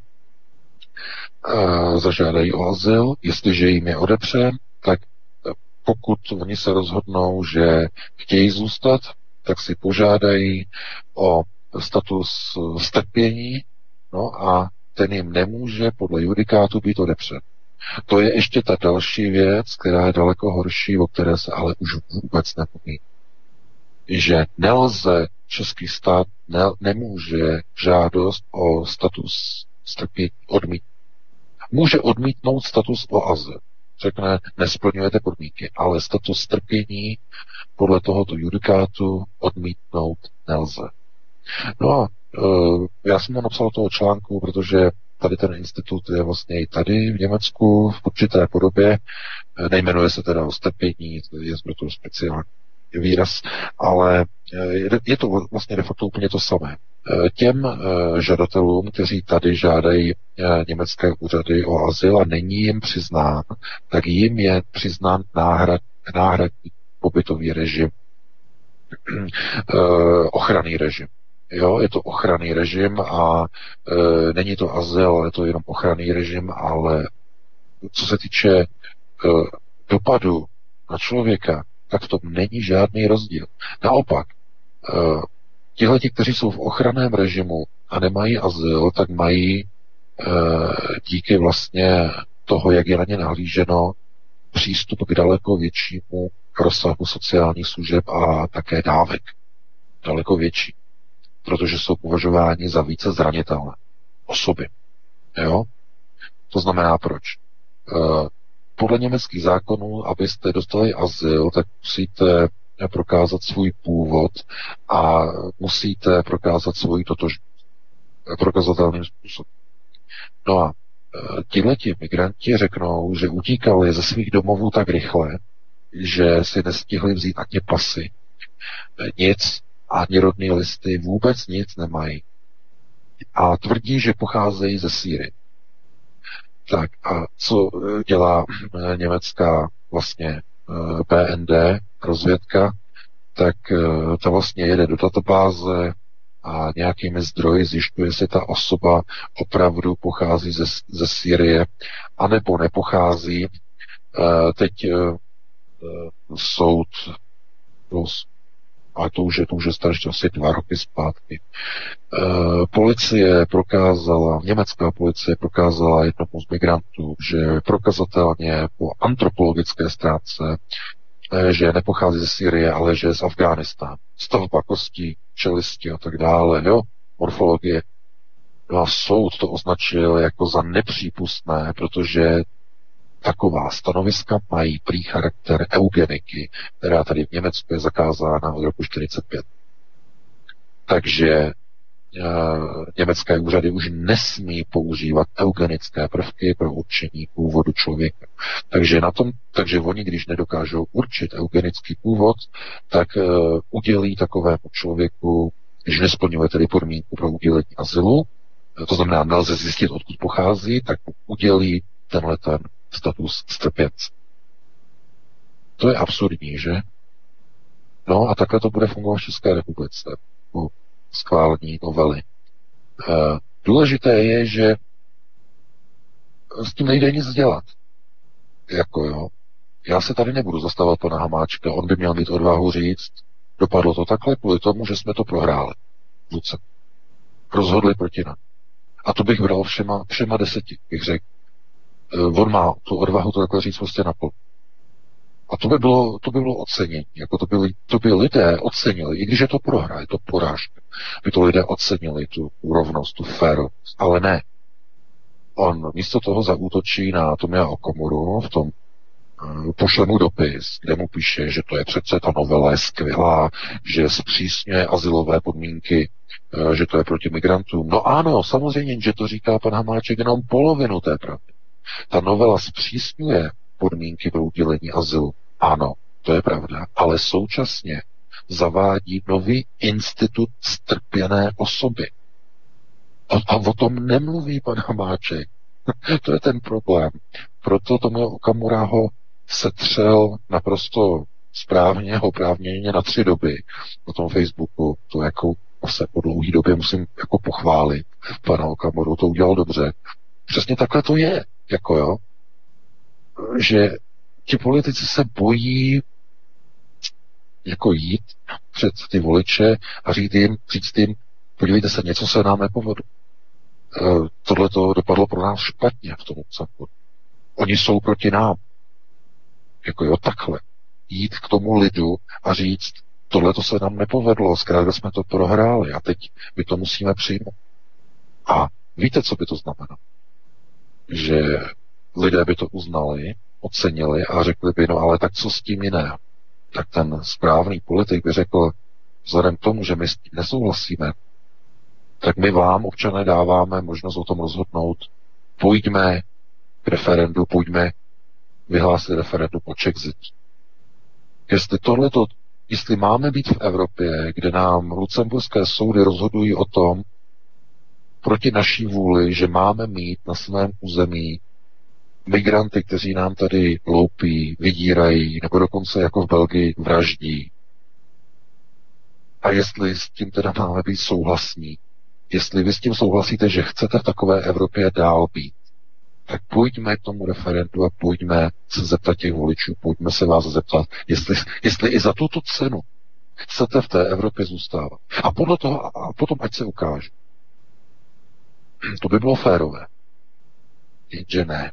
zažádají o azyl, jestliže jim je odepřen, tak pokud oni se rozhodnou, že chtějí zůstat, tak si požádají o status strpění, no a ten jim nemůže podle judikátu být odepřen. To je ještě ta další věc, která je daleko horší, o které se ale už vůbec nemluví. Že nelze, český stát nemůže žádost o status strpění odmítnout. Může odmítnout status o azyl. Řekne, nesplňujete podmínky, ale status strpění podle tohoto judikátu odmítnout nelze. No a já jsem ho napsal toho článku, protože tady ten institut je vlastně i tady v Německu v určité podobě, nejmenuje se teda ostrpění, je proto speciální výraz, ale je to vlastně de facto úplně to samé. Těm žadatelům, kteří tady žádají německé úřady o azyl a není jim přiznán, tak jim je přiznán náhradní pobytový režim, ochranný režim. Jo, je to ochranný režim a není to azyl, ale je to jenom ochranný režim, ale co se týče dopadu na člověka, tak v tom není žádný rozdíl. Naopak, tihleti, kteří jsou v ochranném režimu a nemají azyl, tak mají díky vlastně toho, jak je na ně nahlíženo, přístup k daleko většímu rozsahu sociálních služeb a také dávek. Daleko větší. Protože jsou považováni za více zranitelné osoby. Jo? To znamená proč? Podle německých zákonů, abyste dostali azyl, tak musíte prokázat svůj původ a musíte prokázat svoji totožnost prokazatelným způsobem. No a tihleti migranti řeknou, že utíkali ze svých domovů tak rychle, že si nestihli vzít ani pasy, nic, ani rodné listy, vůbec nic nemají. A tvrdí, že pocházejí ze Sýrie. Tak a co dělá německá vlastně BND, rozvědka, tak ta vlastně jede do databáze a nějakými zdroji zjišťuje, jestli ta osoba opravdu pochází ze Sýrie, anebo nepochází. Teď soud, a to už je starší asi 2 roky zpátky. Německá policie prokázala jednomu z migrantů, že prokazatelně po antropologické stránce, že nepochází ze Sýrie, ale že je z Afghánistánu. Stavba kostí, čelisti a tak dále, jo, morfologie. No a soud to označil jako za nepřípustné, protože taková stanoviska mají prý charakter eugeniky, která tady v Německu je zakázána od roku 1945. Takže německé úřady už nesmí používat eugenické prvky pro určení původu člověka. Takže oni, když nedokážou určit eugenický původ, tak udělí takovému člověku, když nesplňuje tedy podmínku pro udělení azylu, to znamená, nelze zjistit, odkud pochází, tak udělí tenhle ten status strpěnce. To je absurdní, že? No a takhle to bude fungovat v České republice po schválení novely. Důležité je, že s tím nejde nic dělat. Jako jo. Já se tady nebudu zastávat pana Hamáčka, on by měl mít odvahu říct, dopadlo to takhle kvůli tomu, že jsme to prohráli. Vůdce. Rozhodli proti nám. A to bych bral všema 10, bych řekl. On má tu odvahu to takhle říct prostě naplno. A to by bylo ocenění. Jako to by lidé ocenili, i když je to prohra, je to porážka. By to lidé ocenili, tu rovnost, tu férovost. Ale ne. On místo toho zaútočí na Tomia Okamuru, v tom pošle mu dopis, kde mu píše, že to je přece ta novela je skvělá, že zpřísňuje azylové podmínky, že to je proti migrantům. No ano, samozřejmě, že to říká pan Hamáček jenom polovinu té pravdy. Ta novela zpřísňuje podmínky pro udělení azylu. Ano, to je pravda. Ale současně zavádí nový institut strpěné osoby. A o tom nemluví pan Hamáček. To je ten problém. Proto Tomio Okamura ho setřel naprosto správně, oprávněně na 3 doby na tom Facebooku. To jako se po dlouhé době musím jako pochválit pana Okamuru, to udělal dobře. Přesně takhle to je. Jako jo, že ti politici se bojí jako jít před ty voliče a říct jim, podívejte se, něco se nám nepovedlo. Tohle to dopadlo pro nás špatně v tom zákonu. Oni jsou proti nám. Jako jo, takhle. Jít k tomu lidu a říct, tohle to se nám nepovedlo, zkrátka jsme to prohráli a teď my to musíme přijmout. A víte, co by to znamenalo? Že lidé by to uznali, ocenili a řekli by, no ale tak co s tím jiného? Tak ten správný politik by řekl, vzhledem k tomu, že my s tím nesouhlasíme, tak my vám, občané, dáváme možnost o tom rozhodnout. Pojďme k referendu, pojďme vyhlásit referendum o Czexit. Jestli máme být v Evropě, kde nám lucemburské soudy rozhodují o tom, proti naší vůli, že máme mít na svém území migranty, kteří nám tady loupí, vydírají, nebo dokonce jako v Belgii vraždí. A jestli s tím teda máme být souhlasní, jestli vy s tím souhlasíte, že chcete v takové Evropě dál být, tak pojďme k tomu referendu a pojďme se zeptat těch voličů, pojďme se vás zeptat, jestli i za tuto cenu chcete v té Evropě zůstávat. A podle toho, a potom ať se ukáže. To by bylo férové. Jenže ne.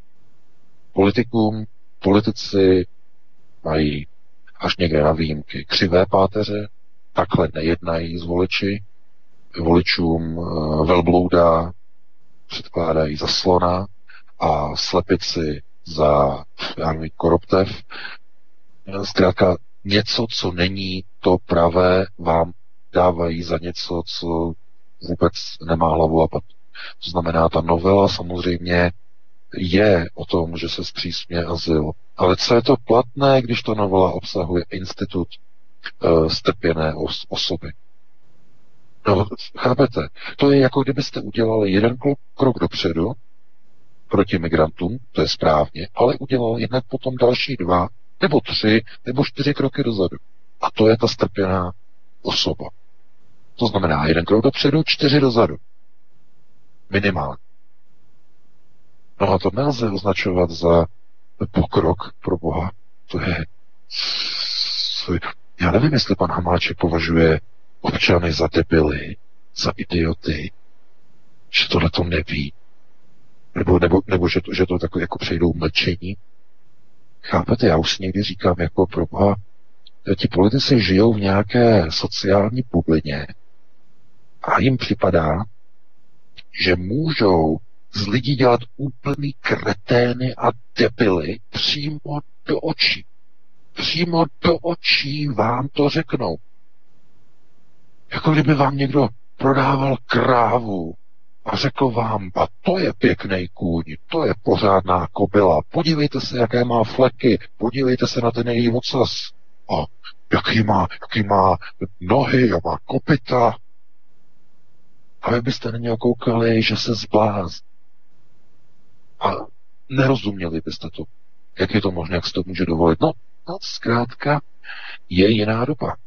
Politici mají až někde na výjimky křivé páteře, takhle nejednají s voličům velblouda předkládají za slona a slepici za, já nevím, koroptev. Zkrátka něco, co není to pravé, vám dávají za něco, co vůbec nemá hlavu a pat. To znamená, ta novela samozřejmě je o tom, že se zpřísňuje azyl. Ale co je to platné, když ta novela obsahuje institut strpěné osoby? No, chápete? To je jako kdybyste udělali jeden krok dopředu proti migrantům, to je správně, ale udělali hned potom další 2, nebo 3, nebo 4 kroky dozadu. A to je ta strpěná osoba. To znamená 1 krok dopředu, 4 dozadu. Minimálně. No a to nelze označovat za pokrok pro Boha. To je... Já nevím, jestli pan Hamáček považuje občany za debily, za idioty, že tohle to neví. Nebo že to takové jako přejdou mlčení. Chápete, já už si někdy říkám, jako pro Boha, ti politici žijou v nějaké sociální bublině a jim připadá, že můžou z lidí dělat úplný kretény a debily přímo do očí. Přímo do očí vám to řeknou. Jako kdyby vám někdo prodával krávu a řekl vám, a to je pěkný kůň, to je pořádná kobyla, podívejte se, jaké má fleky, podívejte se na ten její ocas, a jaký má nohy, a má kopyta. A vy byste na něho koukali, že se zblázní. A nerozuměli byste to. Jak je to možné, jak se to může dovolit? No zkrátka je jiná doba.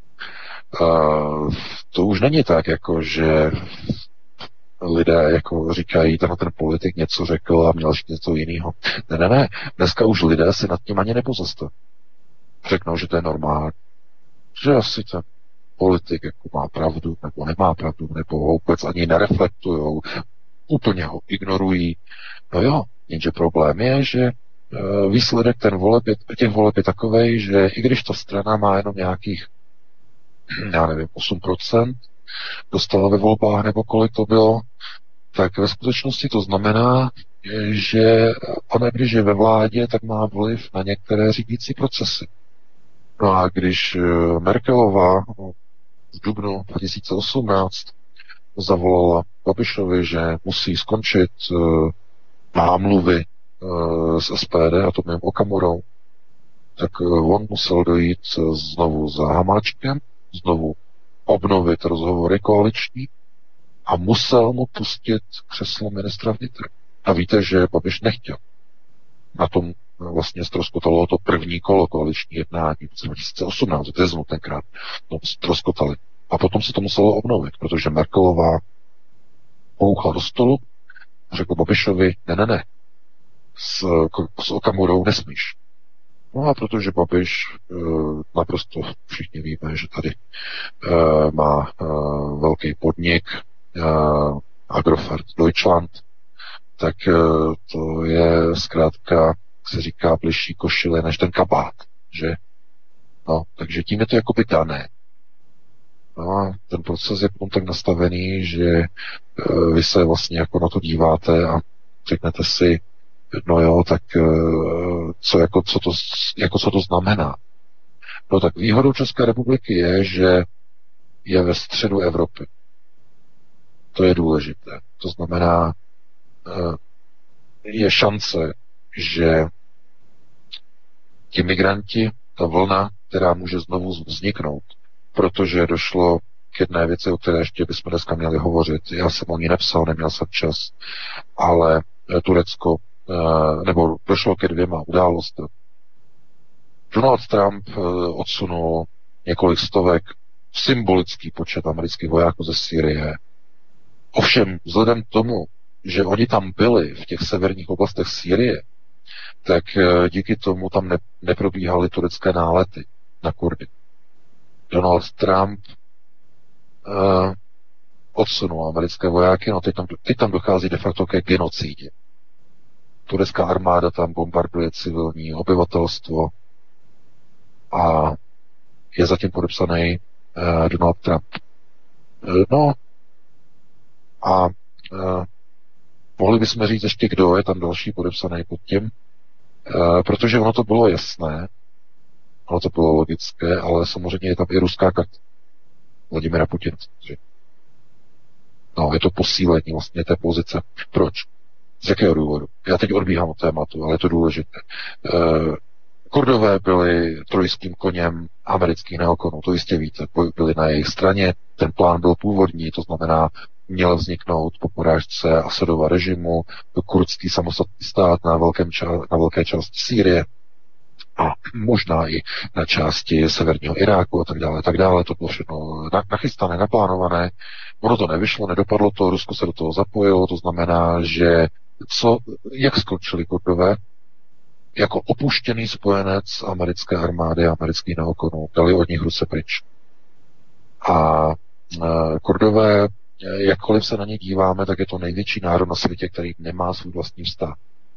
To už není tak, jako že lidé jako říkají, ten politik něco řekl a měl něco jiného. Ne. Dneska už lidé si nad tím ani nepozastaví. Řeknou, že to je normální. Že asi ten politik jako má pravdu, nebo nemá pravdu, nebo ho vůbec ani nereflektujou, úplně ho ignorují. No jo, jenže problém je, že výsledek těch voleb je takovej, že i když ta strana má jenom nějakých, já nevím, 8% dostala ve volbách, nebo kolik to bylo, tak ve skutečnosti to znamená, že ona, když je ve vládě, tak má vliv na některé řídící procesy. No a když Merkelová v dubnu 2018 zavolala Babišovi, že musí skončit námluvy z SPD a to mým Okamurou, tak on musel dojít znovu za Hamáčkem, znovu obnovit rozhovory koaliční a musel mu pustit křeslo ministra vnitra. A víte, že Babiš nechtěl. Na tom vlastně ztroskotalo to první kolo koaliční jednání v 2018, v březnu tenkrát. No, ztroskotali. A potom se to muselo obnovit, protože Merkelová pouchla do stolu a řekl Babišovi, ne, s Okamurou nesmíš. No a protože Babiš naprosto všichni víme, že tady má velký podnik Agrofert Deutschland, tak to je zkrátka, se říká, bližší košile než ten kabát, že? No, takže tím je to jakoby dané. No a ten proces je potom tak nastavený, že vy se vlastně jako na to díváte a řeknete si, no jo, tak co to znamená? No tak výhodou České republiky je, že je ve středu Evropy. To je důležité. To znamená, je šance, že ti migranti, ta vlna, která může znovu vzniknout, protože došlo k jedné věci, o které ještě bychom dneska měli hovořit. Já jsem o ní nepsal, neměl jsem čas, ale Turecko, nebo došlo ke 2 událostem. Donald Trump odsunul několik stovek, symbolický počet amerických vojáků ze Sýrie. Ovšem, vzhledem k tomu, že oni tam byli v těch severních oblastech Sýrie, tak díky tomu tam neprobíhaly turecké nálety na Kurdy. Donald Trump odsunul americké vojáky, no teď tam dochází de facto ke genocidě. Turecká armáda tam bombarduje civilní obyvatelstvo a je zatím podepsaný Donald Trump. No a mohli bychom říct ještě, kdo je tam další podepsaný pod tím, protože ono to bylo jasné, ono to bylo logické, ale samozřejmě je tam i ruská karta. Vladimira Putina. No, je to posílení vlastně té pozice. Proč? Z jakého důvodu? Já teď odbíhám od tématu, ale je to důležité. Kurdové byli trojským koněm amerických neokonů, to jistě víte, byli na jejich straně, ten plán byl původní, to znamená, měl vzniknout po porážce Asadova režimu kurdský samostatný stát na velké části Sýrie a možná i na části severního Iráku a tak dále. To bylo všechno nachystané, naplánované. Ono to nevyšlo, nedopadlo to, Rusko se do toho zapojilo, to znamená, že jak skončili Kurdové? Jako opuštěný spojenec americké armády a amerických neokonů. Dali od nich ruce pryč. A Kurdové, jakkoliv se na ně díváme, tak je to největší národ na světě, který nemá svůj vlastní stát.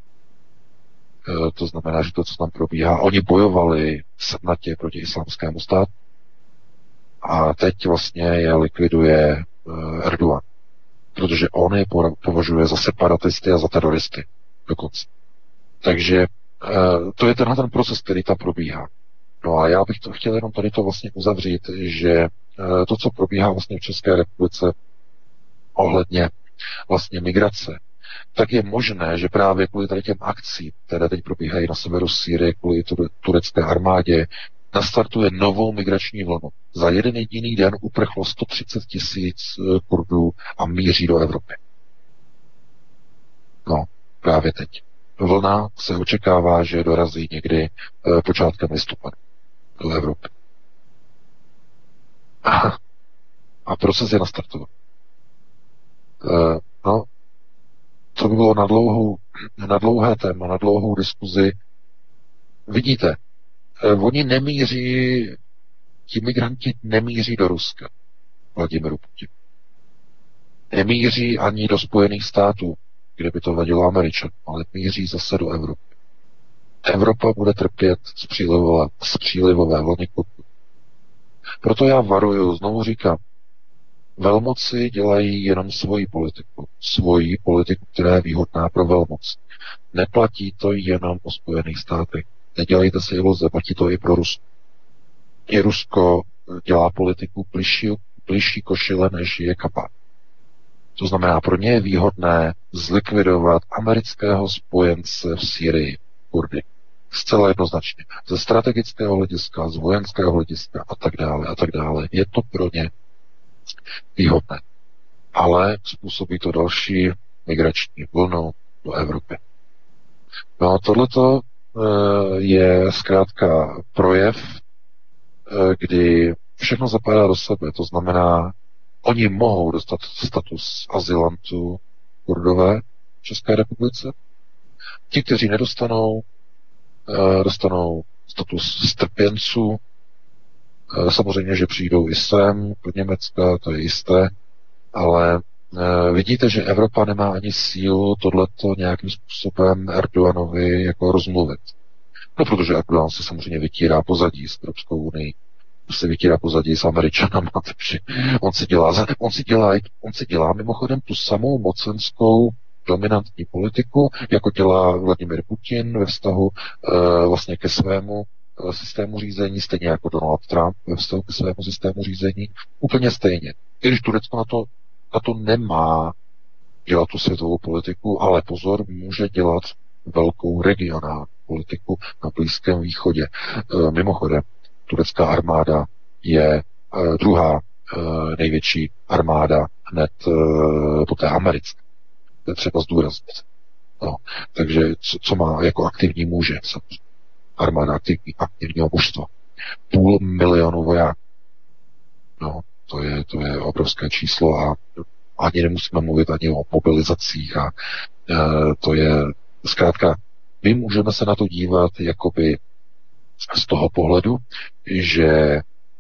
To znamená, že to, co tam probíhá, oni bojovali srdnatě proti islámskému státu a teď vlastně je likviduje Erdogan. Protože on je považuje za separatisty a za teroristy dokonce. Takže to je ten proces, který tam probíhá. No a já bych to chtěl jenom tady to vlastně uzavřít, že to, co probíhá vlastně v České republice ohledně vlastně migrace, tak je možné, že právě kvůli tady těm akcím, které teď probíhají na severu Sýrie, kvůli turecké armádě, nastartuje novou migrační vlnu. Za jeden jediný den uprchlo 130 000 Kurdů a míří do Evropy. No, právě teď. Vlna se očekává, že dorazí někdy počátkem listopadu do Evropy. A proces je nastartovaný. No, to by bylo na dlouhé téma, na dlouhou diskuzi. Vidíte, oni nemíří, ti migranti nemíří do Ruska, Vladimiru Putin. Nemíří ani do Spojených států, kde by to vadilo Američanům, ale míří zase do Evropy. Evropa bude trpět z přílivové vlny. Proto já varuju, znovu říkám, velmoci dělají jenom svoji politiku, která je výhodná pro velmoc. Neplatí to jenom o Spojených státech. Nedělejte si iluze, platí to i pro Rusko. I Rusko dělá politiku bližší košile, než je kapát. To znamená, pro ně je výhodné zlikvidovat amerického spojence v Sýrii, Kurdy. Zcela jednoznačně. Ze strategického hlediska, z vojenského hlediska a tak dále. Je to pro ně výhodné. Ale způsobí to další migrační vlnu do Evropy. No a tohleto je zkrátka projev, kdy všechno zapadá do sebe. To znamená, oni mohou dostat status azylantů Kurdové v České republice. Ti, kteří nedostanou, dostanou status strpěnců. Samozřejmě, že přijdou i sem do Německa, to je jisté, ale vidíte, že Evropa nemá ani sílu tohleto nějakým způsobem Erdoganovi jako rozmluvit. No, protože Erdogan se samozřejmě vytírá pozadí s Evropskou unii, se vytírá pozadí s Američanama, takže on si dělá mimochodem tu samou mocenskou dominantní politiku, jako dělá Vladimir Putin ve vztahu vlastně ke svému systému řízení, stejně jako Donald Trump ve vztahu ke svému systému řízení, úplně stejně. I když Turecko na to NATO nemá dělat tu světovou politiku, ale pozor, může dělat velkou regionální politiku na Blízkém východě. Mimochodem, turecká armáda je druhá největší armáda hned po té americké. To je třeba zdůraznit. No, takže co má jako aktivní muže, samozřejmě. Armáda aktivního mužstva. 500 000 vojáků. No, to je obrovské číslo a ani nemusíme mluvit ani o mobilizacích a to je zkrátka, my můžeme se na to dívat jakoby z toho pohledu, že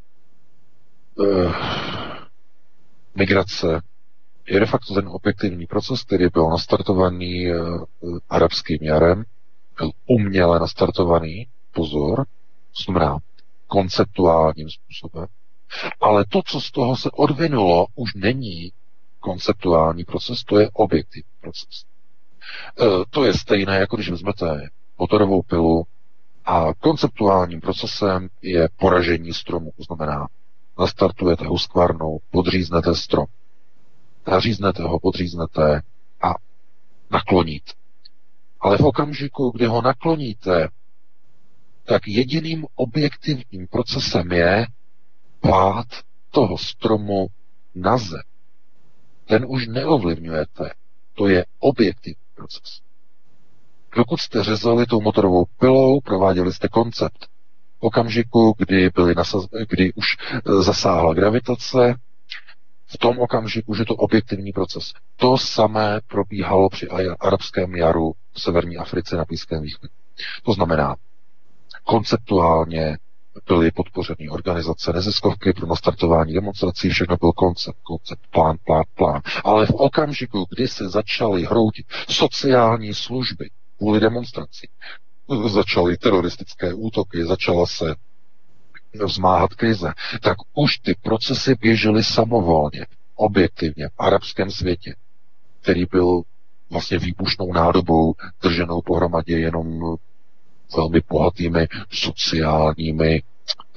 migrace je de facto ten objektivní proces, který byl nastartovaný arabským jarem, byl uměle nastartovaný, pozor, to znamená konceptuálním způsobem, ale to, co z toho se odvinulo, už není konceptuální proces, to je objektivní proces. To je stejné, jako když vezmete motorovou pilu a konceptuálním procesem je poražení stromu, to znamená, nastartujete huskvarnou, podříznete strom. Naříznete ho, podříznete a nakloníte. Ale v okamžiku, kdy ho nakloníte, tak jediným objektivním procesem je pád toho stromu na zem. Ten už neovlivňujete. To je objektivní proces. Dokud jste řezali tou motorovou pilou, prováděli jste koncept. V okamžiku, kdy už zasáhla gravitace, v tom okamžiku, že to objektivní proces. To samé probíhalo při arabském jaru v severní Africe na Blízkém východě. To znamená, konceptuálně byly podpořeny organizace, neziskovky pro nastartování demonstrací, všechno byl koncept, plán. Ale v okamžiku, kdy se začaly hroutit sociální služby kvůli demonstraci, začaly teroristické útoky, začala se vzmáhat krize, tak už ty procesy běžely samovolně, objektivně v arabském světě, který byl vlastně výbušnou nádobou drženou pohromadě jenom velmi bohatými sociálními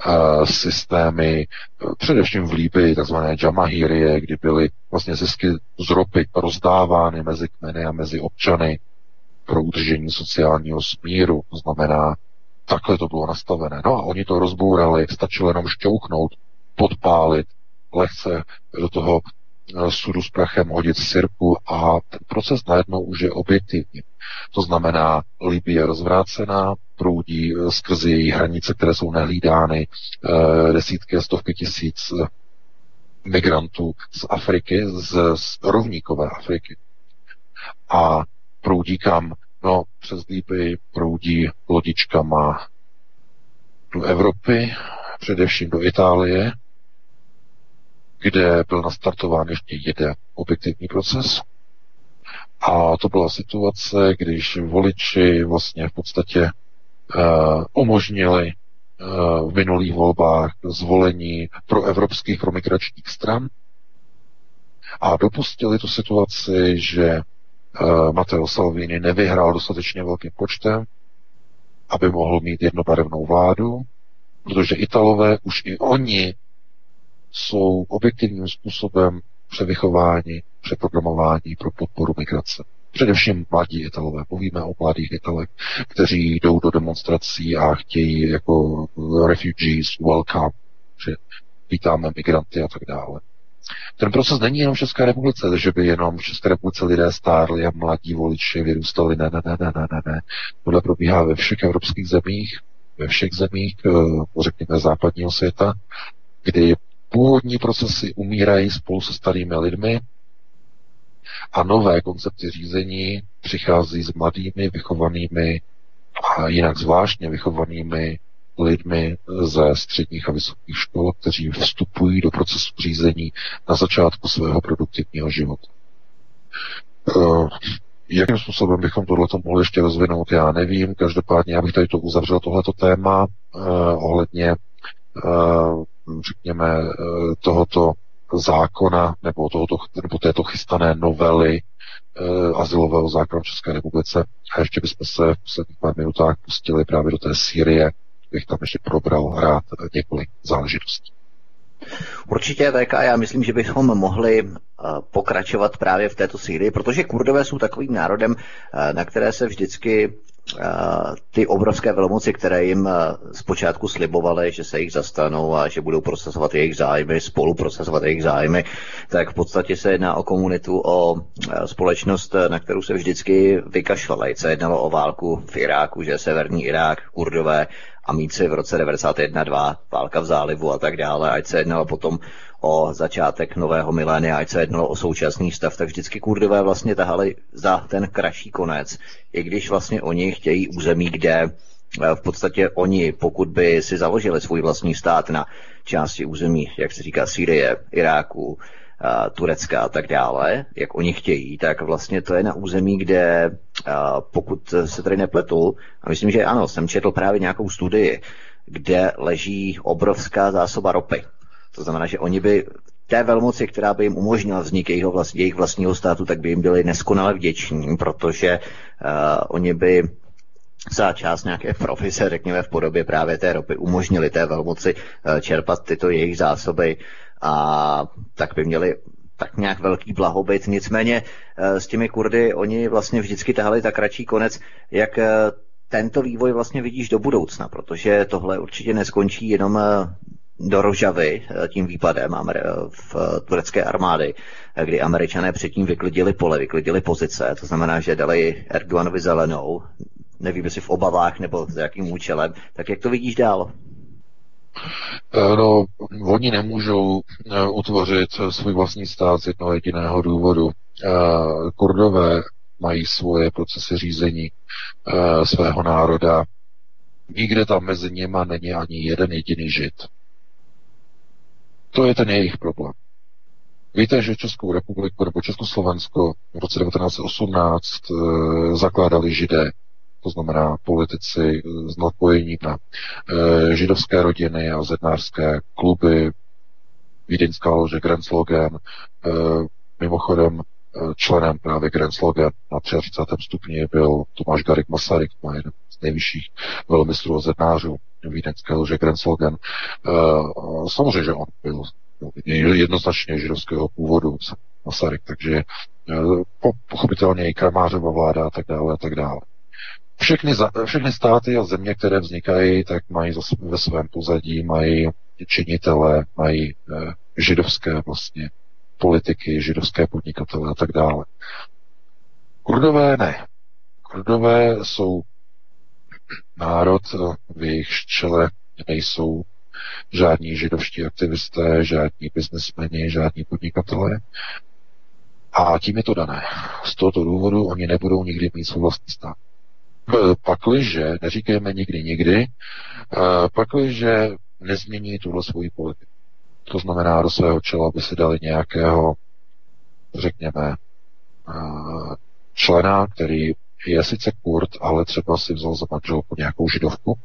systémy, především v Líbii, takzvané Jamahírie, kdy byly vlastně zisky z ropy rozdávány mezi kmeny a mezi občany pro udržení sociálního smíru. To znamená, takhle to bylo nastavené. No a oni to rozbourali, stačilo jenom šťouchnout, podpálit, lehce do toho sudu s prachem hodit sirku a ten proces najednou už je objektivní. To znamená, Libye je rozvrácená, proudí skrze její hranice, které jsou nehlídány, desítky a stovky tisíc migrantů z Afriky, z rovníkové Afriky. A proudí kam? No, přes Libyi proudí lodičkama do Evropy, především do Itálie, kde byl nastartován ještě jeden objektivní proces. A to byla situace, když voliči vlastně v podstatě umožnili v minulých volbách zvolení pro evropských promigračních stran a dopustili tu situaci, že Matteo Salvini nevyhrál dostatečně velkým počtem, aby mohl mít jednobarevnou vládu, protože Italové už i oni jsou objektivním způsobem převychováni, přeprogramováni pro podporu migrace. Především mladí Italové. Povíme o mladých Italech, kteří jdou do demonstrací a chtějí jako refugees welcome, že vítáme migranty a tak dále. Ten proces není jenom v České republice, že by jenom v České republice lidé stárli a mladí voliči vyrůstali. Ne. Tohle probíhá ve všech evropských zemích, řekněme, západního světa, kdy původní procesy umírají spolu se starými lidmi a nové koncepty řízení přichází s mladými, vychovanými a jinak zvláštně vychovanými lidmi ze středních a vysokých škol, kteří vstupují do procesu řízení na začátku svého produktivního života. Jakým způsobem bychom tohleto mohli ještě rozvinout, já nevím. Každopádně, já bych tady to uzavřel tohleto téma ohledně řekněme, tohoto zákona nebo této chystané novely azylového zákona v České republice. A ještě bychom se v posledních pár minutách pustili právě do té Sýrie, bych tam ještě probral rád několik záležitostí. Určitě, VK, já myslím, že bychom mohli pokračovat právě v této Sýrii, protože Kurdové jsou takovým národem, na které se vždycky ty obrovské velmoci, které jim zpočátku slibovaly, že se jich zastanou a že budou procesovat jejich zájmy, spoluprocesovat jejich zájmy, tak v podstatě se jedná o komunitu, o společnost, na kterou se vždycky vykašlali. Se jednalo o válku v Iráku, že severní Irák, Kurdové, Amíci v roce 91-2, válka v zálivu a tak dále, ať se jednalo potom o začátek nového milénia, ať se jednalo o současný stav, tak vždycky Kurdové vlastně tahali za ten kratší konec, i když vlastně oni chtějí území, kde v podstatě oni, pokud by si založili svůj vlastní stát na části území, jak se říká, Sýrie, Iráku, Turecka a tak dále, jak oni chtějí, tak vlastně to je na území, kde pokud se tady nepletu, a myslím, že ano, jsem četl právě nějakou studii, kde leží obrovská zásoba ropy. To znamená, že oni by té velmoci, která by jim umožnila vznik jejich vlastního státu, tak by jim byli neskonale vděční, protože oni by za část nějaké profese, řekněme v podobě právě té ropy, umožnili té velmoci čerpat tyto jejich zásoby a tak by měli tak nějak velký blahobyt. Nicméně s těmi Kurdy oni vlastně vždycky tahali tak kratší konec, jak tento vývoj vlastně vidíš do budoucna, protože tohle určitě neskončí jenom do Rožavy tím výpadem v turecké armády, kdy Američané předtím vyklidili pole, vyklidili pozice, to znamená, že dali Erdoganovi zelenou, nevím, jestli v obavách nebo s jakým účelem, tak jak to vidíš dál? No, oni nemůžou utvořit svůj vlastní stát z jednoho jediného důvodu. Kurdové mají svoje procesy řízení svého národa. Nikde tam mezi nimi není ani jeden jediný Žid. To je ten jejich problém. Víte, že Českou republiku nebo Československo v roce 1918 zakládali Židé, to znamená politici s napojením na židovské rodiny a zednářské kluby, vídeňská lože Grenzlogen, mimochodem členem právě Grenzlogen na 33. stupni byl Tomáš Garrigue Masaryk, má jeden z nejvyšších velmistrů a zednářů vídeňské lože Grenzlogen. Samozřejmě, že on byl jednoznačně židovského původu Masaryk, takže pochopitelně i Kramářova vláda a tak dále a tak dále. Všechny státy a země, které vznikají, tak mají ve svém pozadí, mají činitele, mají židovské vlastně politiky, židovské podnikatele a tak dále. Kurdové ne. Kurdové jsou národ, v jejich čele nejsou žádní židovští aktivisté, žádní biznesmeni, žádní podnikatelé. A tím je to dané. Z tohoto důvodu oni nebudou nikdy mít svůj vlastní stát. Pakliže, neříkejme nikdy, pakliže nezmění tuhle svoji politiku. To znamená, do svého čela by si dali nějakého, řekněme, člena, který je sice Kurd, ale třeba si vzal za manželku nějakou židovku,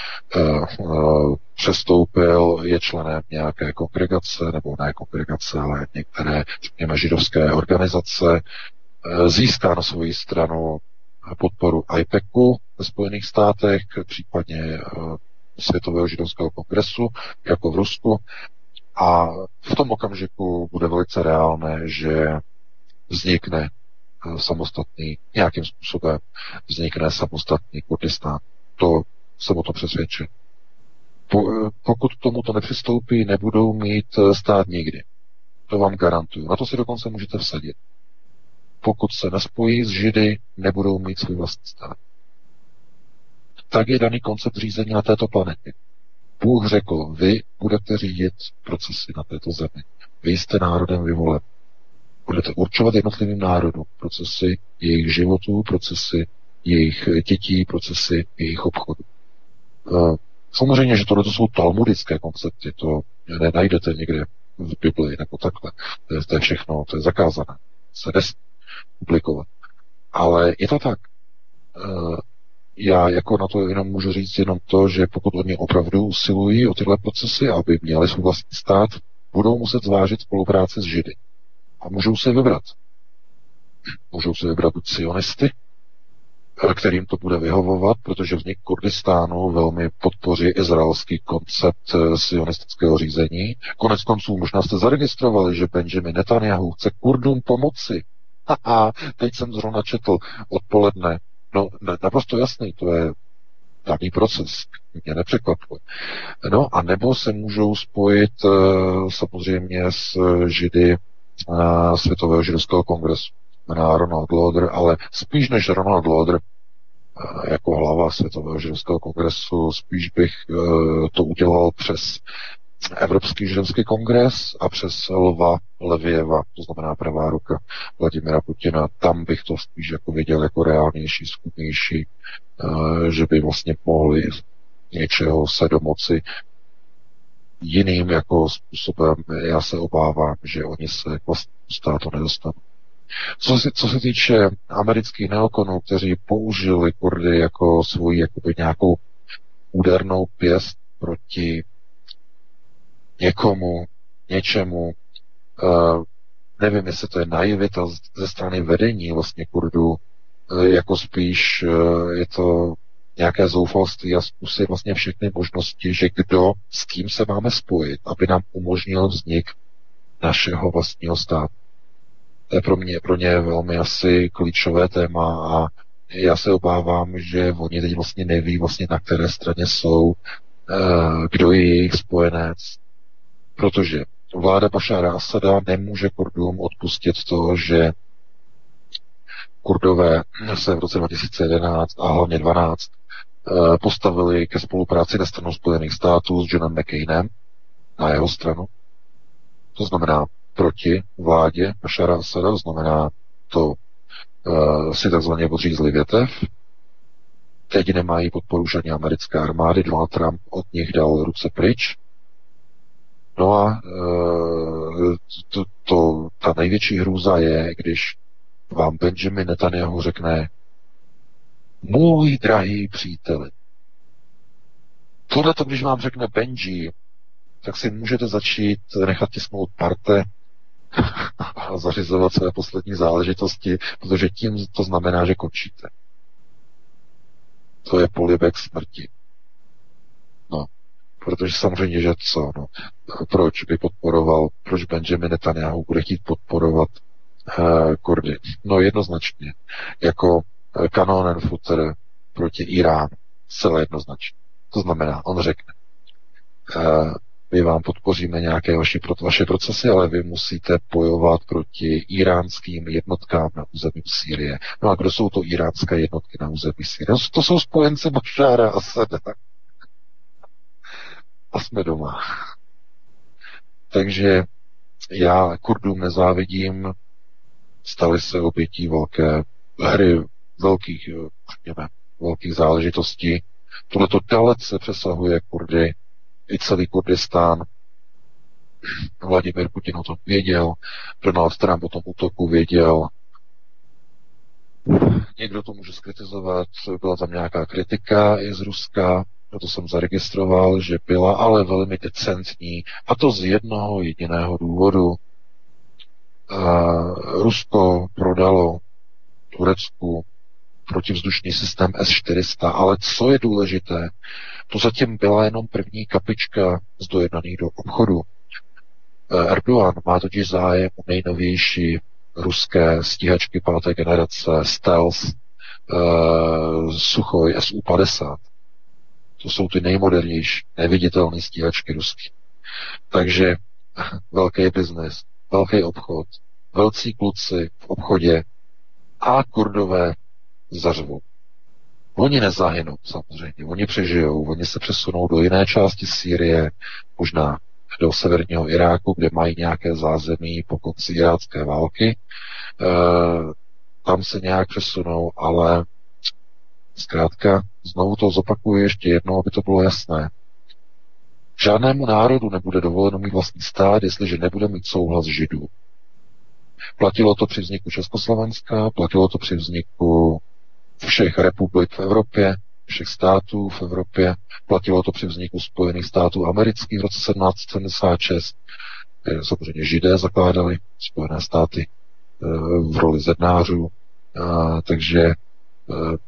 přestoupil, je členem nějaké kongregace, nebo ne kongregace, ale některé, řekněme, židovské organizace, získá na svoji stranu podporu IPEC-u ve Spojených státech, případně Světového židovského kongresu, jako v Rusku. A v tom okamžiku bude velice reálné, že vznikne nějakým způsobem vznikne samostatný Kurdistán. To jsem o tom přesvědčen. Pokud k tomuto nepřistoupí, nebudou mít stát nikdy. To vám garantuju. Na to si dokonce můžete vsadit. Pokud se nespojí s Židy, nebudou mít svůj vlastní stát. Tak je daný koncept řízení na této planetě. Bůh řekl, vy budete řídit procesy na této zemi. Vy jste národem vyvolen. Budete určovat jednotlivým národům procesy jejich životů, procesy jejich dětí, procesy jejich obchodu. Samozřejmě, že tohle jsou talmudické koncepty, to nenajdete někde v Biblii nebo takhle. To je všechno, to je zakázané. Se nesmí publikovat. Ale je to tak. Já jako na to jenom můžu říct jenom to, že pokud oni opravdu usilují o tyhle procesy, aby měli svůj vlastní stát, budou muset zvážit spolupráci s Židy. A můžou se vybrat. Můžou se vybrat buď sionisty, kterým to bude vyhovovat, protože vznik Kurdistánu velmi podpoří izraelský koncept sionistického řízení. Konec konců možná jste zaregistrovali, že Benjamin Netanyahu chce Kurdům pomoci. Haha, teď jsem zrovna četl odpoledne. No, naprosto jasný, to je daný proces, mě nepřekvapuje. No a nebo se můžou spojit samozřejmě s Židy Světového židovského kongresu, na Ronald Lauder, ale spíš než Ronald Lauder jako hlava Světového židovského kongresu, spíš bych to udělal přes Evropský židovský kongres a přes Lva Levieva, to znamená pravá ruka Vladimira Putina. Tam bych to spíš jako viděl jako reálnější, skutnější, že by vlastně mohli něčeho se domoci jiným jako způsobem. Já se obávám, že oni se k vlastnímu státu nedostanou. Co se týče amerických neokonů, kteří použili Kurdy jako svoji jakoby nějakou údernou pěst proti někomu, něčemu, nevím, jestli to je naivita ze strany vedení vlastně Kurdů, jako spíš je to nějaké zoufalství a zkusí vlastně všechny možnosti, že kdo s kým se máme spojit, aby nám umožnil vznik našeho vlastního státu. To je pro ně velmi asi klíčové téma a já se obávám, že oni teď vlastně neví vlastně na které straně jsou, kdo je jejich spojenec, protože vláda Bašára Asada nemůže Kurdům odpustit to, že Kurdové se v roce 2011 a hlavně 2012 postavili ke spolupráci na stranu Spojených států s Johnem McCainem na jeho stranu. To znamená proti vládě Bašára Asada, to znamená to si takzvaně podřízli větev. Teď nemají podporu žádné americké armády, Donald Trump od nich dal ruce pryč. No a ta největší hrůza je, když vám Benjamin Netanyahu řekne: můj drahý příteli. Tohleto, když vám řekne Benji, tak si můžete začít nechat tisknout parte a zařizovat své poslední záležitosti, protože tím to znamená, že končíte. To je polibek smrti. No, protože samozřejmě, že co, no, proč Benjamin Netanyahu bude chtít podporovat Kurdy? No jednoznačně, jako kanonen futter proti Iránu, zcela jednoznačně. To znamená, on řekne, my vám podpoříme nějaké vaše procesy, ale vy musíte bojovat proti iránským jednotkám na území Sýrie. No a kdo jsou to iránské jednotky na území Sýrie? To jsou spojenci Bašára Asada. A jsme doma. Takže já Kurdům nezávidím, stali se obětí velké hry, velkých záležitostí. Tohleto dalece přesahuje Kurdy, i celý Kurdistán. Vladimir Putin o tom věděl, Donald Trump o tom útoku věděl. Někdo to může skritizovat, byla tam nějaká kritika i z Ruska, proto jsem zaregistroval, že byla, ale velmi decentní, a to z jednoho jediného důvodu. Rusko prodalo Turecku protivzdušný systém S-400, ale co je důležité, to zatím byla jenom první kapička z dojednaných do obchodu. Erdogan má totiž zájem o nejnovější ruské stíhačky 5. generace Stealth Suchoj Su-50. To jsou ty nejmodernější, neviditelné stíhačky ruský. Takže velký biznes, velký obchod, velcí kluci v obchodě a Kurdové zařvou. Oni nezahynou, samozřejmě, oni přežijou, oni se přesunou do jiné části Sýrie, možná do severního Iráku, kde mají nějaké zázemí po konci irácké války. Tam se nějak přesunou, ale zkrátka, znovu to zopakuju ještě jednou, aby to bylo jasné. Žádnému národu nebude dovoleno mít vlastní stát, jestliže nebude mít souhlas Židů. Platilo to při vzniku Československa, platilo to při vzniku všech republik v Evropě, všech států v Evropě, platilo to při vzniku Spojených států amerických v roce 1776. Samozřejmě Židé zakládali Spojené státy v roli zednářů, takže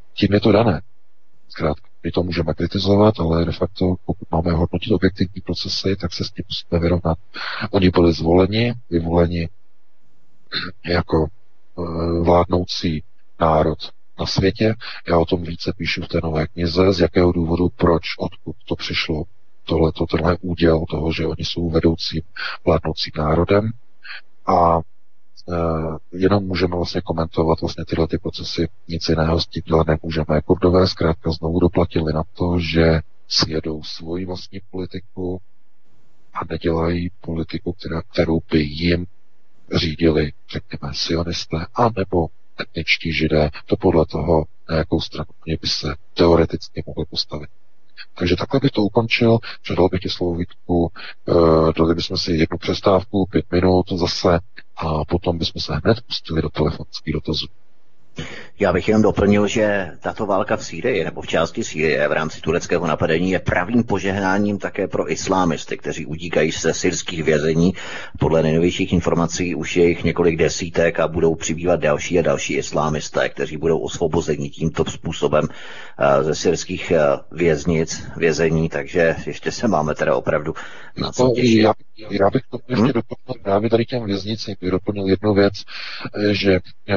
tím je to dané. Zkrátka, my to můžeme kritizovat, ale de facto, pokud máme hodnotit objektivní procesy, tak se s tím musíme vyrovnat. Oni byli vyvoleni jako vládnoucí národ na světě. Já o tom více píšu v té nové knize, z jakého důvodu, proč, odkud to přišlo, tenhle úděl toho, že oni jsou vedoucím vládnoucím národem a jenom můžeme vlastně komentovat vlastně tyhle ty procesy, nic jiného s tím dělat nemůžeme. Kurdové zkrátka znovu doplatili na to, že sjedou svoji vlastní politiku a nedělají politiku, kterou by jim řídili, řekněme, sionisté, anebo etničtí židé, to podle toho, na jakou stranu by se teoreticky mohli postavit. Takže takhle bych to ukončil, předal bych ti slovo Vítku, dali bychom si jednu přestávku, 5 minut zase a potom bychom se hned pustili do telefonických dotazů. Já bych jenom doplnil, že tato válka v Sýrii nebo v části Sýrie v rámci tureckého napadení je pravým požehnáním také pro islámisty, kteří utíkají ze syrských vězení. Podle nejnovějších informací už je jich několik desítek a budou přibývat další a další islámisté, kteří budou osvobozeni tímto způsobem ze syrských vězení, takže ještě se máme teda opravdu na co těšit. Já bych to ještě doplnil právě tady těm věznicím, bych doplnil jednu věc, že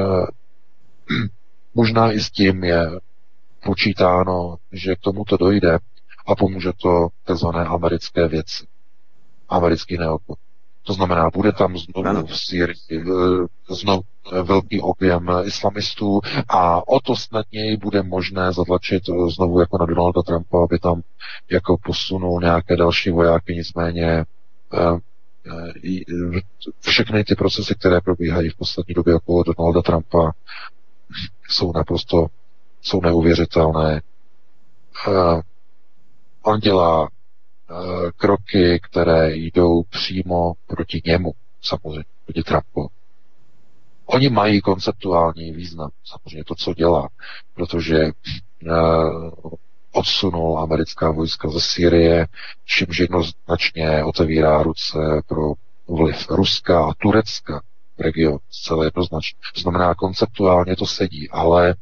možná i s tím je počítáno, že k tomuto dojde a pomůže to tzv. Americké věci. Americký neokon. To znamená, bude tam znovu v Sýrii znovu velký objem islamistů a o to snadněji bude možné zatlačit znovu jako na Donalda Trumpa, aby tam jako posunul nějaké další vojáky, nicméně všechny ty procesy, které probíhají v poslední době okolo Donalda Trumpa, jsou neuvěřitelné. On dělá kroky, které jdou přímo proti němu, samozřejmě, proti Trumpu. Oni mají konceptuální význam, samozřejmě to, co dělá, protože odsunul americká vojska ze Sýrie, čímž jednoznačně otevírá ruce pro vliv Ruska a Turecka v regionu, celé jednoznačně. To znamená, konceptuálně to sedí, ale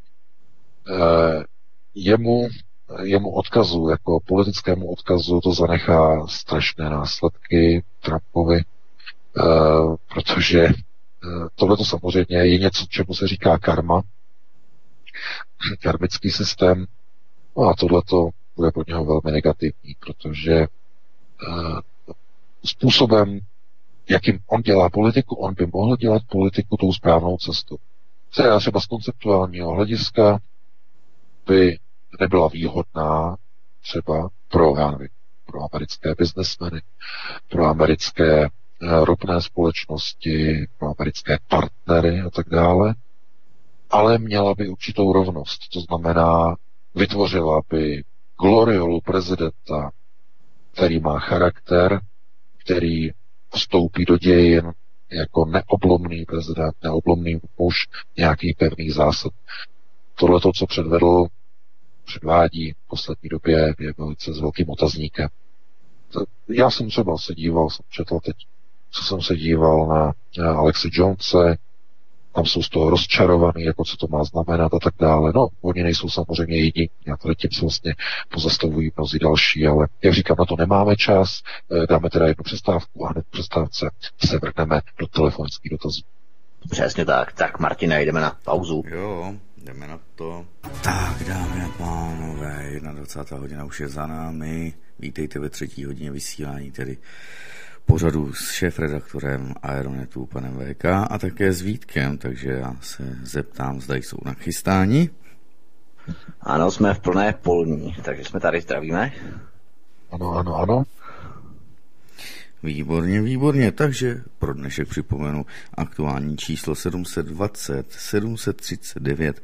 jemu odkazu, jako politickému odkazu, to zanechá strašné následky Trumpovi, protože tohleto samozřejmě je něco, čemu se říká karma, karmický systém, no a tohleto bude pro něho velmi negativní, protože způsobem, jakým on dělá politiku, on by mohl dělat politiku tou správnou cestou. Třeba z konceptuálního hlediska by nebyla výhodná třeba pro americké biznesmeny, pro americké ropné společnosti, pro americké partnery a tak dále, ale měla by určitou rovnost. To znamená, vytvořila by gloriolu prezidenta, který má charakter, který vstoupí do dějin jako neoblomný prezident, neoblomný muž nějakých pevných zásad. Tohle, co předvádí v poslední době, je velice s velkým otazníkem. Já jsem třeba četl teď, co jsem se díval na Alexe Jonese, tam jsou z toho rozčarovaný, jako co to má znamenat a tak dále. No, oni nejsou samozřejmě jediní, já tady tím se vlastně pozastavují mnozí další, ale jak říkám, na to nemáme čas, dáme teda jednu přestávku a hned v přestávce se vrhneme do telefonických dotazů. Přesně tak. Tak, Martine, jdeme na pauzu. Jo, jdeme na to. Tak, dámy a pánové, 21. hodina už je za námi. Vítejte ve 3. hodině vysílání, tedy pořadu s šéfredaktorem Aeronetu, panem VK, a také s Vítkem, takže já se zeptám, zda jsou nachystáni. Ano, jsme v plné polní, takže jsme tady, zdravíme. Ano. Výborně, takže pro dnešek připomenu aktuální číslo 720 739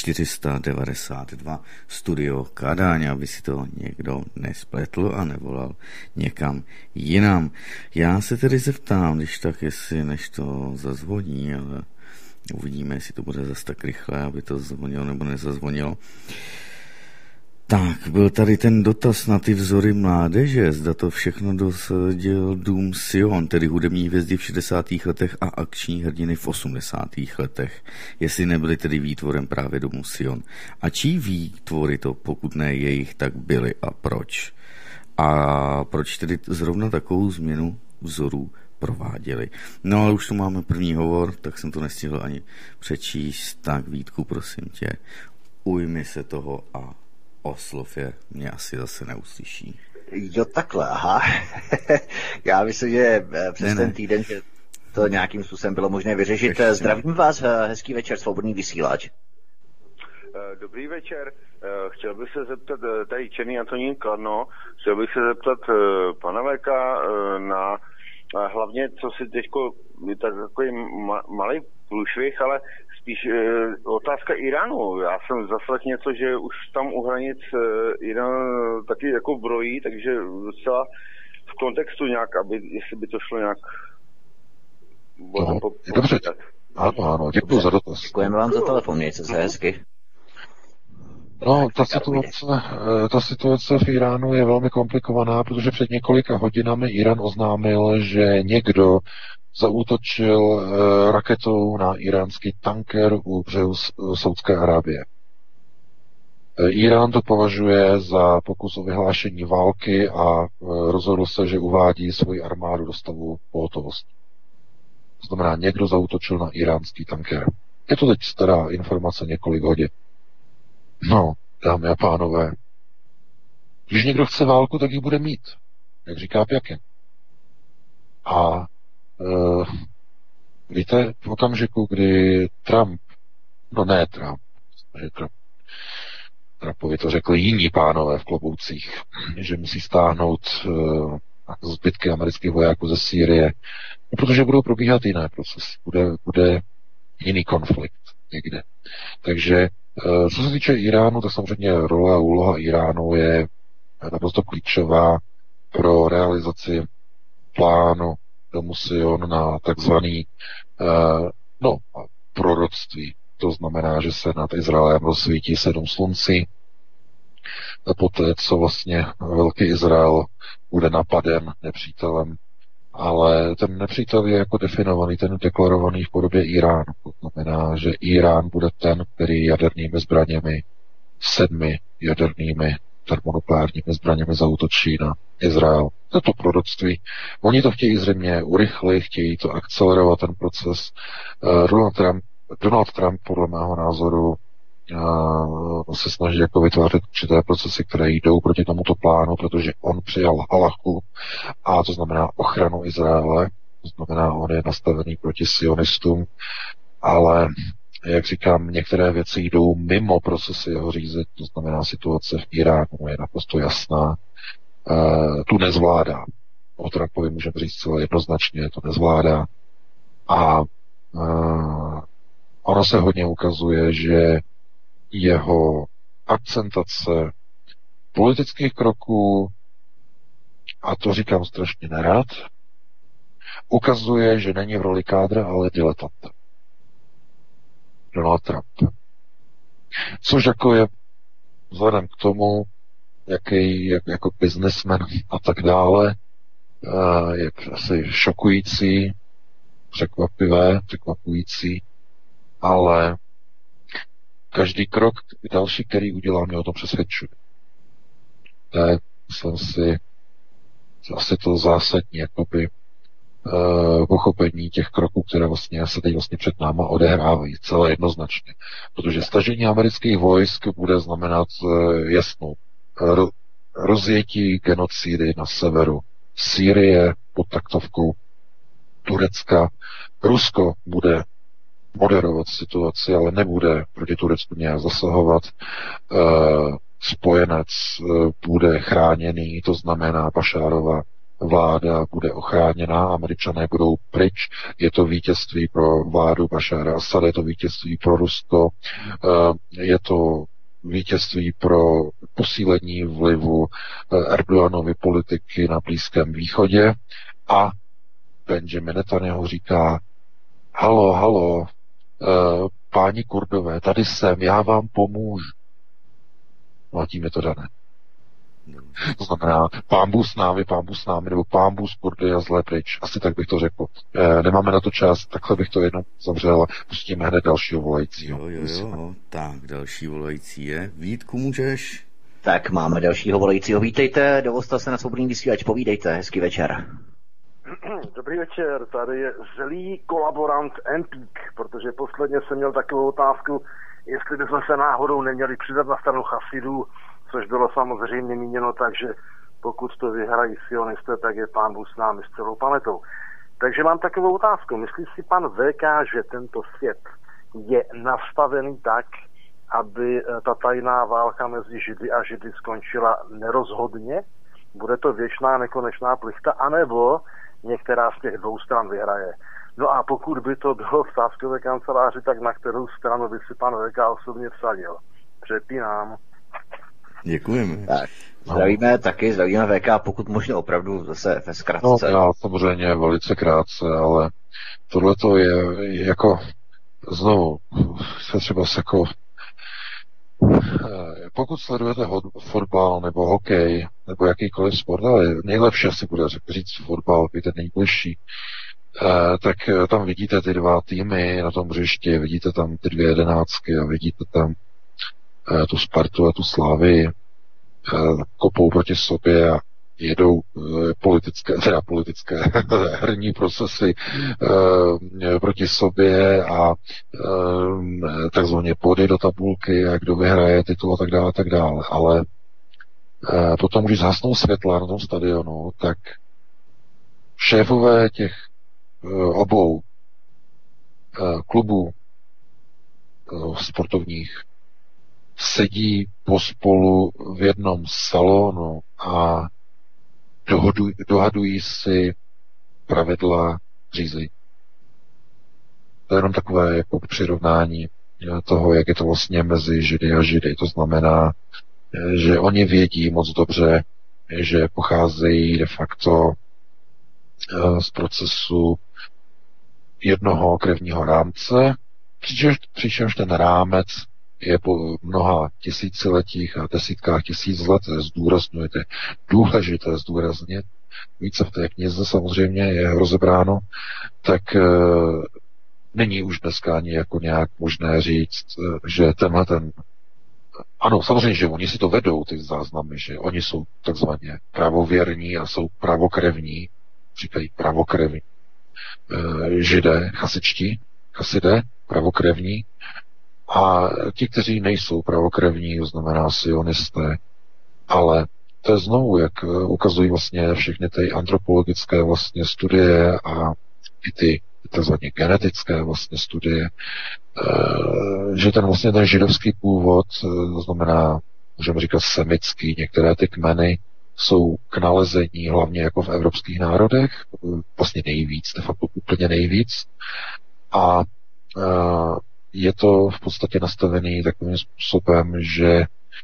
492 Studio Kadaň, aby si to někdo nespletl a nevolal někam jinam. Já se tedy zeptám, když tak, jestli než to zazvoní, ale uvidíme, jestli to bude zase tak rychle, aby to zazvonilo nebo nezazvonilo. Tak, byl tady ten dotaz na ty vzory mládeže, zda to všechno dosadil Dům Sion, tedy hudební hvězdy v 60. letech a akční hrdiny v 80. letech, jestli nebyly tedy výtvorem právě Domu Sion. A čí výtvory to, pokud ne jejich, tak byly a proč? A proč tedy zrovna takovou změnu vzorů prováděli? No ale už tu máme první hovor, tak jsem to nestihl ani přečíst. Tak Vítku, prosím tě, ujmi se toho a oslov je, mě asi zase neuslyší. Jo, takhle, aha. Já myslím, že přes ten týden, že to nějakým způsobem bylo možné vyřešit. Ještě. Zdravím vás, hezký večer, svobodný vysílač. Dobrý večer. Chtěl bych se zeptat, tady Černý Antonín Kladno, chtěl bych se zeptat pana VK na hlavně, co si teďko, je takový malý průšvih, ale spíš otázka Iránu. Já jsem zaslech něco, že už tam u hranic Irán taky jako brojí, takže docela v kontextu nějak, jestli by to šlo nějak... Dobře. Ano, děkuji za dotaz. Děkujeme vám za telefon, mějte se hezky. No, ta situace v Iránu je velmi komplikovaná, protože před několika hodinami Irán oznámil, že někdo zaútočil raketou na iránský tanker u břehu Saúdské Arábie. Irán to považuje za pokus o vyhlášení války a rozhodl se, že uvádí svoji armádu do stavu pohotovosti. To znamená, někdo zaútočil na iránský tanker. Je to teď stará informace několik hodin. No, dámy a pánové, když někdo chce válku, tak ji bude mít, jak říká Pjakin. A víte, v okamžiku, kdy Trumpovi to řekli jiní pánové v kloboucích, že musí stáhnout zbytky amerických vojáků ze Sýrie, protože budou probíhat jiné procesy, bude jiný konflikt někde. Takže co se týče Iránu, tak samozřejmě role a úloha Iránu je naprosto klíčová pro realizaci plánu Domu Sion na takzvaný proroctví. To znamená, že se nad Izraelem rozsvítí 7 sluncí. A poté, co vlastně velký Izrael bude napaden nepřítelem, ale ten nepřítel je jako definovaný, ten deklarovaný v podobě Iránu. To znamená, že Irán bude ten, který jadernými zbraněmi, 7 jadernými termonukleárními zbraněmi zaútočí na Izrael. To je to proroctví. Oni to chtějí zřejmě urychlit, chtějí to akcelerovat ten proces. Donald Trump podle mého názoru se snaží jako vytvářet určité procesy, které jdou proti tomuto plánu, protože on přijal halachu, a to znamená ochranu Izraele, to znamená, on je nastavený proti sionistům, ale jak říkám, některé věci jdou mimo procesy jeho řízení, to znamená, situace v Iránu je naprosto jasná, tu nezvládá. O Trumpovi můžeme říct celé jednoznačně, to nezvládá. A ono se hodně ukazuje, že jeho akcentace politických kroků, a to říkám strašně nerad, ukazuje, že není v roli kádra, ale diletanta. Donald Trump. Což jako je vzhledem k tomu, jaký jako businessman a tak dále, je asi šokující, překvapující, ale každý krok další, který udělá, mě o tom přesvědčuje. To je, myslím si, asi to zásadní jakoby pochopení těch kroků, které vlastně se teď vlastně před náma odehrávají, celé jednoznačně. Protože stažení amerických vojsk bude znamenat jasnou rozjetí genocidy na severu Sýrie pod taktovkou Turecka. Rusko bude moderovat situaci, ale nebude proti Turecku nějak zasahovat. Spojenec bude chráněný, to znamená Bašárova vláda bude ochráněná, Američané budou pryč, je to vítězství pro vládu Bašára Asada, je to vítězství pro Rusko, je to vítězství pro posílení vlivu Erdoganovy politiky na Blízkém východě a Benjamin Netanyahu říká, páni Kurdové, tady jsem, já vám pomůžu. No a tím je to dané. To znamená pán Bůh s námi, nebo pán Bůh s Kurdy a zlé pryč. Asi tak bych to řekl. Nemáme na to čas, takhle bych to jednou zavřel a pustíme hned dalšího volajícího. Jo. Tak, další volající je. Vítku, můžeš? Tak máme dalšího volajícího. Vítejte, dovozte se na Svobodný vysílač, povídejte, hezký večer. Dobrý večer, tady je zlý kolaborant Empík, protože posledně jsem měl takovou otázku, jestli bychom se náhodou neměli přidat na stranu Chasidů, což bylo samozřejmě míněno tak, že pokud to vyhrají sionisté, tak je pán Bůh s námi s celou planetou. Takže mám takovou otázku. Myslí si pan VK, že tento svět je nastavený tak, aby ta tajná válka mezi Židy a Židy skončila nerozhodně? Bude to věčná nekonečná plichta, anebo některá z těch dvou stran vyhraje? No a pokud by to bylo v sáskové kanceláři, tak na kterou stranu by si pan VK osobně vsadil? Přepínám. Děkujeme. Tak, zdravíme VK, pokud možno opravdu zase ve zkratce. No, já samozřejmě velice krátce, ale tohle to je jako znovu se třeba jako pokud sledujete fotbal nebo hokej nebo jakýkoliv sport, ale nejlepší asi bude říct fotbal, by ten nejbližší, tak tam vidíte ty dva týmy na tom hřišti, vidíte tam ty dvě jedenáctky a vidíte tam tu Spartu a tu Slávii, kopou proti sobě a jedou politické herní procesy proti sobě a takzvaně půjde do tabulky a kdo vyhraje titul a tak dále. Ale potom, když zhasnou světla na tom stadionu, tak šéfové těch obou klubů sportovních sedí pospolu v jednom salonu a dohadují si pravidla řízení. To je jenom takové jako přirovnání toho, jak je to vlastně mezi Židy a Židy. To znamená, že oni vědí moc dobře, že pocházejí de facto z procesu jednoho krevního rámce, přičemž ten rámec je po mnoha tisíciletích a desítkách tisíc let, zdůrazňujete, důležité zdůraznit, více v té knize samozřejmě je rozebráno, tak není už dneska ani jako nějak možné říct, že tenhle ten ano, samozřejmě, že oni si to vedou, ty záznamy, že oni jsou takzvaně pravověrní a jsou pravokrevní, říkají pravokrevní Židé, chasidé, pravokrevní, a ti, kteří nejsou pravokrevní, to znamená sionisté, ale to je znovu, jak ukazují vlastně všechny ty antropologické vlastně studie a i ty takzvaně genetické vlastně studie, že ten židovský původ, to znamená, můžeme říkat semický, některé ty kmeny jsou k nalezení hlavně jako v evropských národech, vlastně nejvíc, de facto úplně nejvíc, a je to v podstatě nastavený takovým způsobem, že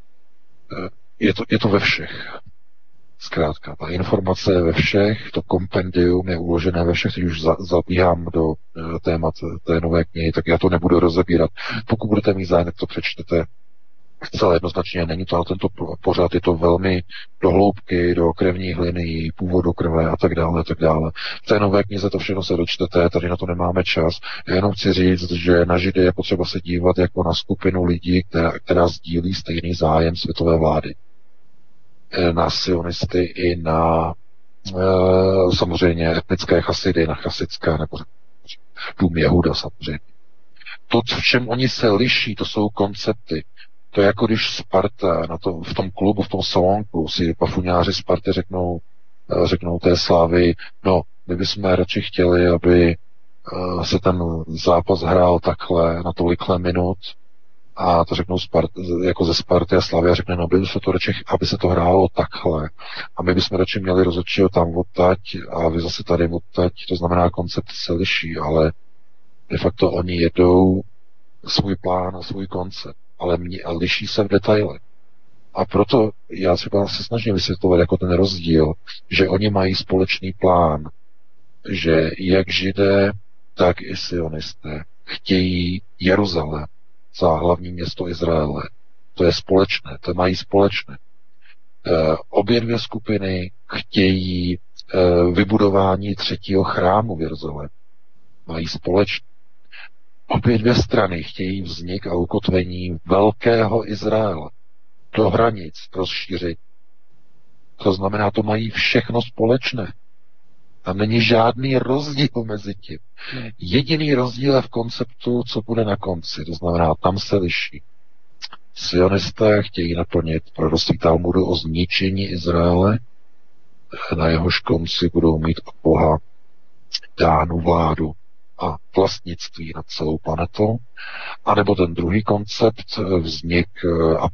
je to ve všech. Zkrátka, ta informace je ve všech, to kompendium je uložené ve všech, teď už zabíhám do témat té nové knihy, tak já to nebudu rozebírat. Pokud budete mít zájem, tak to přečtete celé jednoznačně. Není to ale tento pořád, je to velmi do hloubky, do krevních linií, původu krve a tak dále, a tak dále. V té nové knize to všechno se dočtete, tady na to nemáme čas. Já jenom chci říct, že na Židy je potřeba se dívat jako na skupinu lidí, která sdílí stejný zájem světové vlády. Na sionisty i na samozřejmě etnické chasidy, na chasické nebo dům Jehuda samozřejmě. To, v čem oni se liší, to jsou koncepty. To je jako když Sparta v tom klubu, v tom salonku si pafuňáři Sparty řeknou té Slávy, no, my bychom radši chtěli, aby se ten zápas hrál takhle na tolikhle minut, a to řeknou jako ze Sparty a Slavia řekne, no, aby se to hrálo takhle. A my bychom radši měli rozhodčího tam odtať a vy zase tady odtať. To znamená, koncept se liší, ale de facto oni jedou svůj plán a svůj koncept, ale liší se v detailech. A proto já třeba se snažím vysvětlovat jako ten rozdíl, že oni mají společný plán, že jak Židé, tak i sionisté chtějí Jeruzalém za hlavní město Izraele. To je společné, to mají společné. Obě dvě skupiny chtějí vybudování třetího chrámu v Jeruzalému. Mají společné. Obě dvě strany chtějí vznik a ukotvení velkého Izraele. Do hranic rozšířit. To znamená, to mají všechno společné. Tam není žádný rozdíl mezi tím. Jediný rozdíl je v konceptu, co bude na konci. To znamená, tam se liší. Sionisté chtějí naplnit proroctví Talmudu o zničení Izraele, na jehož konci budou mít od Boha dánu vládu a vlastnictví nad celou planetou, anebo ten druhý koncept, vznik a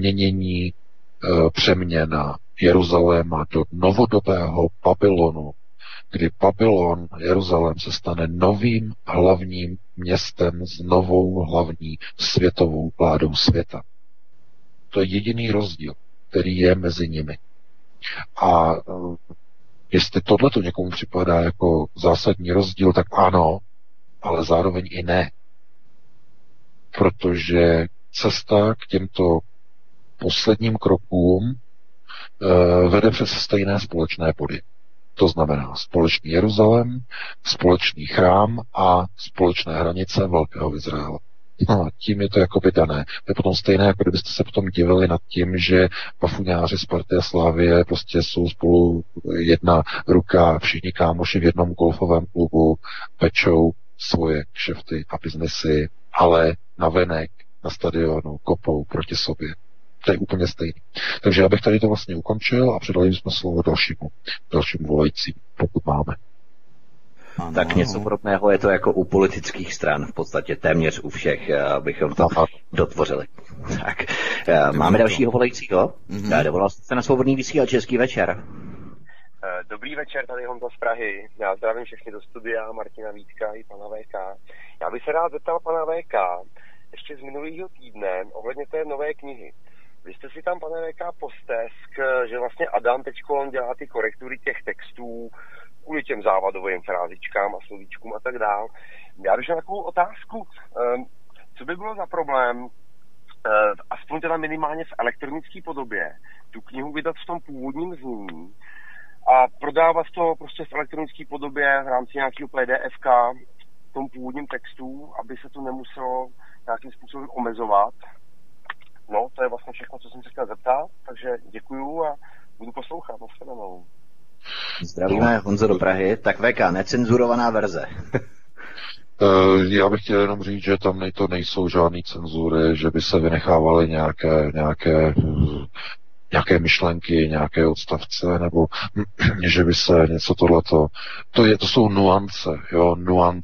přeměna Jeruzaléma do novodobého Babylonu, kdy Babylon, Jeruzalém, se stane novým hlavním městem s novou hlavní světovou vládou světa. To je jediný rozdíl, který je mezi nimi. A jestli tohleto někomu připadá jako zásadní rozdíl, tak ano, ale zároveň i ne. Protože cesta k těmto posledním krokům vede přes stejné společné body. To znamená společný Jeruzalém, společný chrám a společné hranice Velkého Izraele. No, tím je to jakoby dané. To je potom stejné, jako kdybyste se potom divili nad tím, že pafuňáři Sparty a Slávie prostě jsou spolu jedna ruka, všichni kámoši v jednom golfovém klubu, pečou svoje kšefty a biznesy, ale navenek na stadionu kopou proti sobě. To je úplně stejný. Takže já bych tady to vlastně ukončil a předali jsme slovo dalšímu volajícím, pokud máme. Ano. Tak něco podobného je to jako u politických stran, v podstatě téměř u všech, abychom to dotvořili. Tak, máme dalšího volajícího. Dovolal jste se na Svobodný vysílač, hezký večer. Dobrý večer, tady Honza z Prahy. Já zdravím všechny do studia, Martina Vítka i pana VK. Já bych se rád zeptal pana VK, ještě z minulého týdne, ohledně té nové knihy. Vy jste si tam, pane VK, postesk, že vlastně Adam teďko dělá ty korektury těch textů kvůli těm závadovým frázičkám a slovíčkům a tak dál. Já bych měl takovou otázku, co by bylo za problém, aspoň teda minimálně v elektronické podobě, tu knihu vydat v tom původním znění a prodávat to prostě v elektronické podobě v rámci nějakého PDFka v tom původním textu, aby se to nemuselo nějakým způsobem omezovat. No, to je vlastně všechno, co jsem se chtěl zeptat, takže děkuju a budu poslouchat. Nashledanou. Zdravíme Honzo do Prahy. Tak VK, necenzurovaná verze. Já bych chtěl jenom říct, že tam to nejsou žádný cenzury, že by se vynechávaly nějaké myšlenky, nějaké odstavce, nebo že by se něco tohleto. To jsou nuance, jo,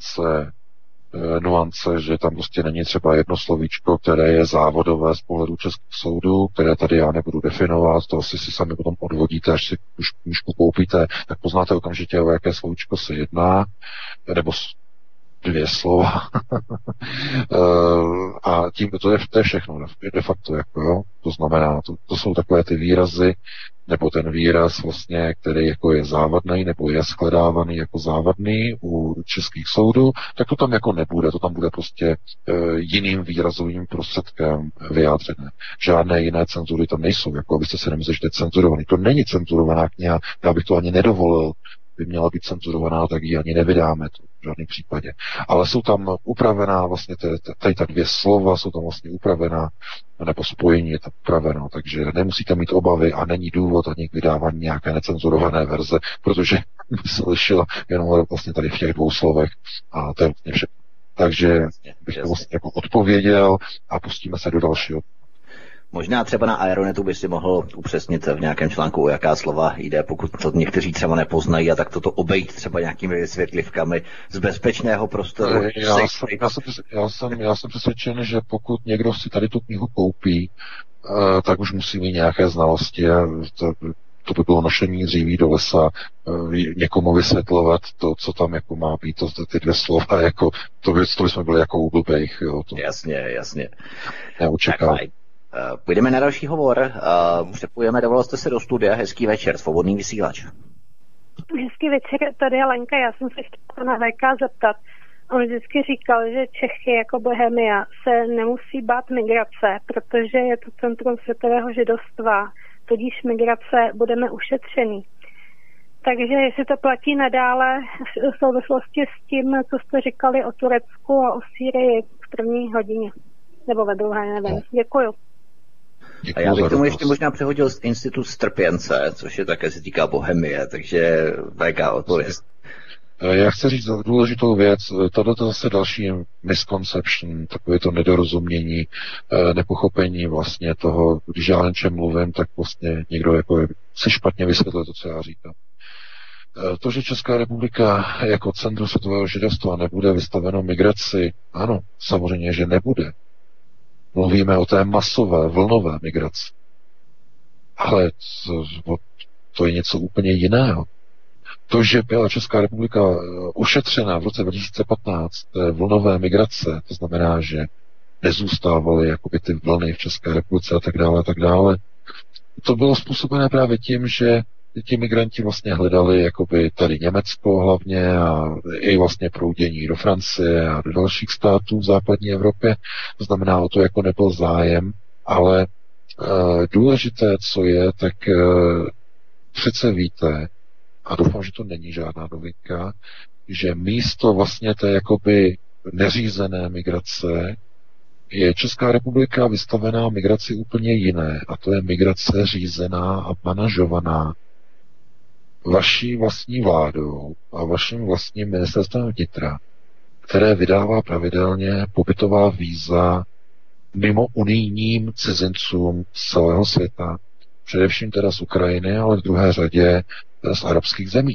nuance, že tam prostě není třeba jedno slovíčko, které je závodové z pohledu českých soudů, které tady já nebudu definovat, to asi si sami potom odvodíte, až si knížku koupíte, tak poznáte okamžitě, o jaké slovíčko se jedná, nebo dvě slova. A tím to je všechno, de facto, jako jo. To znamená, to jsou takové ty výrazy, nebo ten výraz vlastně, který jako je závadný, nebo je shledávaný jako závadný u českých soudů, tak to tam jako nebude, to tam bude prostě jiným výrazovým prostředkem vyjádřené. Žádné jiné cenzury tam nejsou, jako abyste si nemysleli, že to je cenzurovaný. To není cenzurovaná kniha, já bych to ani nedovolil, by měla být cenzurovaná, tak ji ani nevydáme, to v žádném případě. Ale jsou tam upravená vlastně tady ta dvě slova, jsou tam vlastně upravená, nebo spojení je tam upraveno, takže nemusíte mít obavy a není důvod ani k vydávání nějaké necenzurované verze, protože se lišila jenom vlastně tady v těch dvou slovech a to je vlastně všechno. Takže bych to vlastně jako odpověděl a pustíme se do dalšího. Možná třeba na Aeronetu by si mohl upřesnit v nějakém článku, o jaká slova jde, pokud to někteří třeba nepoznají, a tak toto obejít třeba nějakými vysvětlivkami z bezpečného prostoru. Já jsem přesvědčen, že pokud někdo si tady tu knihu koupí, tak už musí mít nějaké znalosti a to by bylo nošení dříví do lesa, někomu vysvětlovat to, co tam jako má být, ty dvě slova, jako, to bychom byli jako u blbejch. Jo, to Jasně. Neočekal. Půjdeme na další hovor. Přepojeme, dovolal jste se do studia. Hezký večer, Svobodný vysílač. Hezký večer, tady je Lenka. Já jsem se chtěla na VK zeptat. On vždycky říkal, že Čechy jako Bohemia se nemusí bát migrace, protože je to centrum světového židovstva, tudíž migrace budeme ušetřený. Takže jestli to platí nadále v souvislosti s tím, co jste říkali o Turecku a o Sýrii v první hodině, nebo ve druhé, nevím. Děkuju. A já bych tomu ještě možná přehodil institut strpěnce, což je také se týká Bohemie, takže VK odpověď. Já chci říct důležitou věc, tohle je zase další misconception, takové to nedorozumění, nepochopení vlastně toho, když já o něčem mluvím, tak vlastně někdo jako si špatně vysvětluje to, co já říkám. To, že Česká republika jako centrum světového židovstva nebude vystaveno migraci, ano, samozřejmě, že nebude. Mluvíme o té masové, vlnové migraci. Ale to je něco úplně jiného. To, že byla Česká republika ušetřena v roce 2015 vlnové migrace, to znamená, že nezůstávaly jakoby ty vlny v České republice a tak dále, to bylo způsobené právě tím, že ti migranti vlastně hledali jakoby tady Německo hlavně a i vlastně proudění do Francie a do dalších států v západní Evropě. To znamená, o to jako nebyl zájem, ale důležité, co je, tak přece víte, a doufám, že to není žádná novinka, že místo vlastně té jakoby neřízené migrace je Česká republika vystavená migraci úplně jiné, a to je migrace řízená a manažovaná vaší vlastní vládou a vaším vlastním ministerstvem vnitra, které vydává pravidelně pobytová víza mimo unijním cizincům z celého světa, především teda z Ukrajiny, ale v druhé řadě z arabských zemí.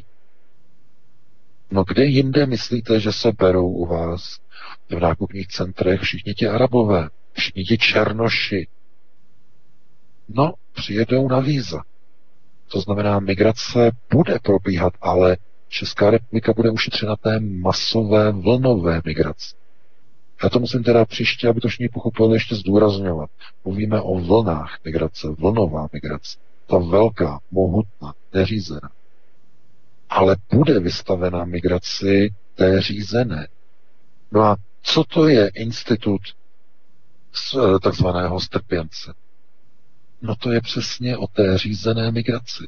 No kde jinde myslíte, že se berou u vás v nákupních centrech všichni ti Arabové, všichni ti černoši? No, přijedou na víza. To znamená, migrace bude probíhat, ale Česká republika bude ušetřena té masové vlnové migraci. Já to musím teda příště, aby to všichni pochopili, ještě zdůrazňovat. Mluvíme o vlnách migrace, vlnová migrace. Ta velká, mohutná, neřízená. Ale bude vystavena migraci té řízené. No a co to je institut takzvaného strpěnce? No to je přesně o té řízené migraci.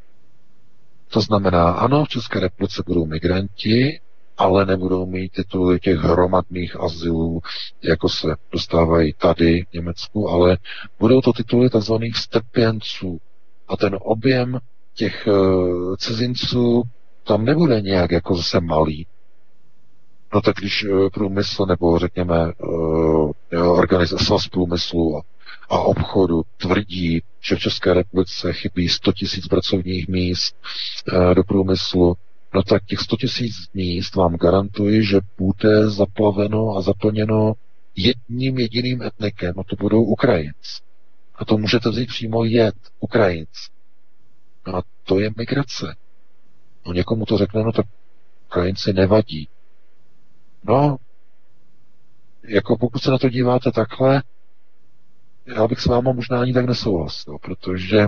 To znamená, ano, v České republice budou migranti, ale nebudou mít tituly těch hromadných azylů, jako se dostávají tady v Německu, ale budou to tituly takzvaných strpěnců. A ten objem těch cizinců tam nebude nějak jako zase malý. No tak když průmysl, nebo řekněme organizace Svaz průmyslu a obchodu tvrdí, že v České republice chybí 100 000 pracovních míst do průmyslu, no tak těch 100 000 míst vám garantuji, že bude zaplaveno a zaplněno jedním jediným etnikem, a to budou Ukrajinci. A to můžete vzít přímo Ukrajinci. No a to je migrace. No někomu to řekne, no tak Ukrajinci nevadí. No, jako pokud se na to díváte takhle, já bych s váma možná ani tak nesouhlasil, protože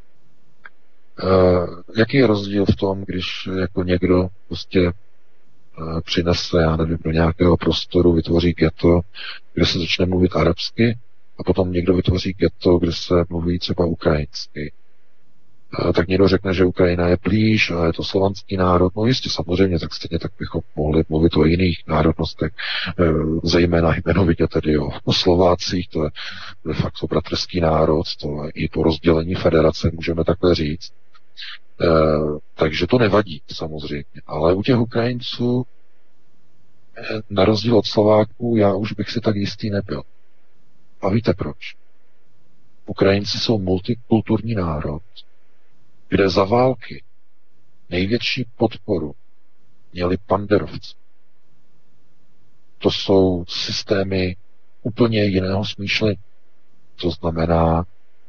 jaký je rozdíl v tom, když jako někdo prostě přinese, já nevím, do nějakého prostoru, vytvoří ghetto, kde se začne mluvit arabsky, a potom někdo vytvoří ghetto, kde se mluví třeba ukrajinsky. Tak někdo řekne, že Ukrajina je blíž a je to slovanský národ. No jistě, samozřejmě, tak stejně tak bychom mohli mluvit o jiných národnostech, zejména jmenovitě tedy o Slovácích, to je de facto bratrský národ, to i po rozdělení federace můžeme takhle říct. Takže to nevadí, samozřejmě. Ale u těch Ukrajinců, na rozdíl od Slováků, já už bych si tak jistý nebyl. A víte proč? Ukrajinci jsou multikulturní národ, kde za války největší podporu měli banderovci. To jsou systémy úplně jiného smýšlení. To znamená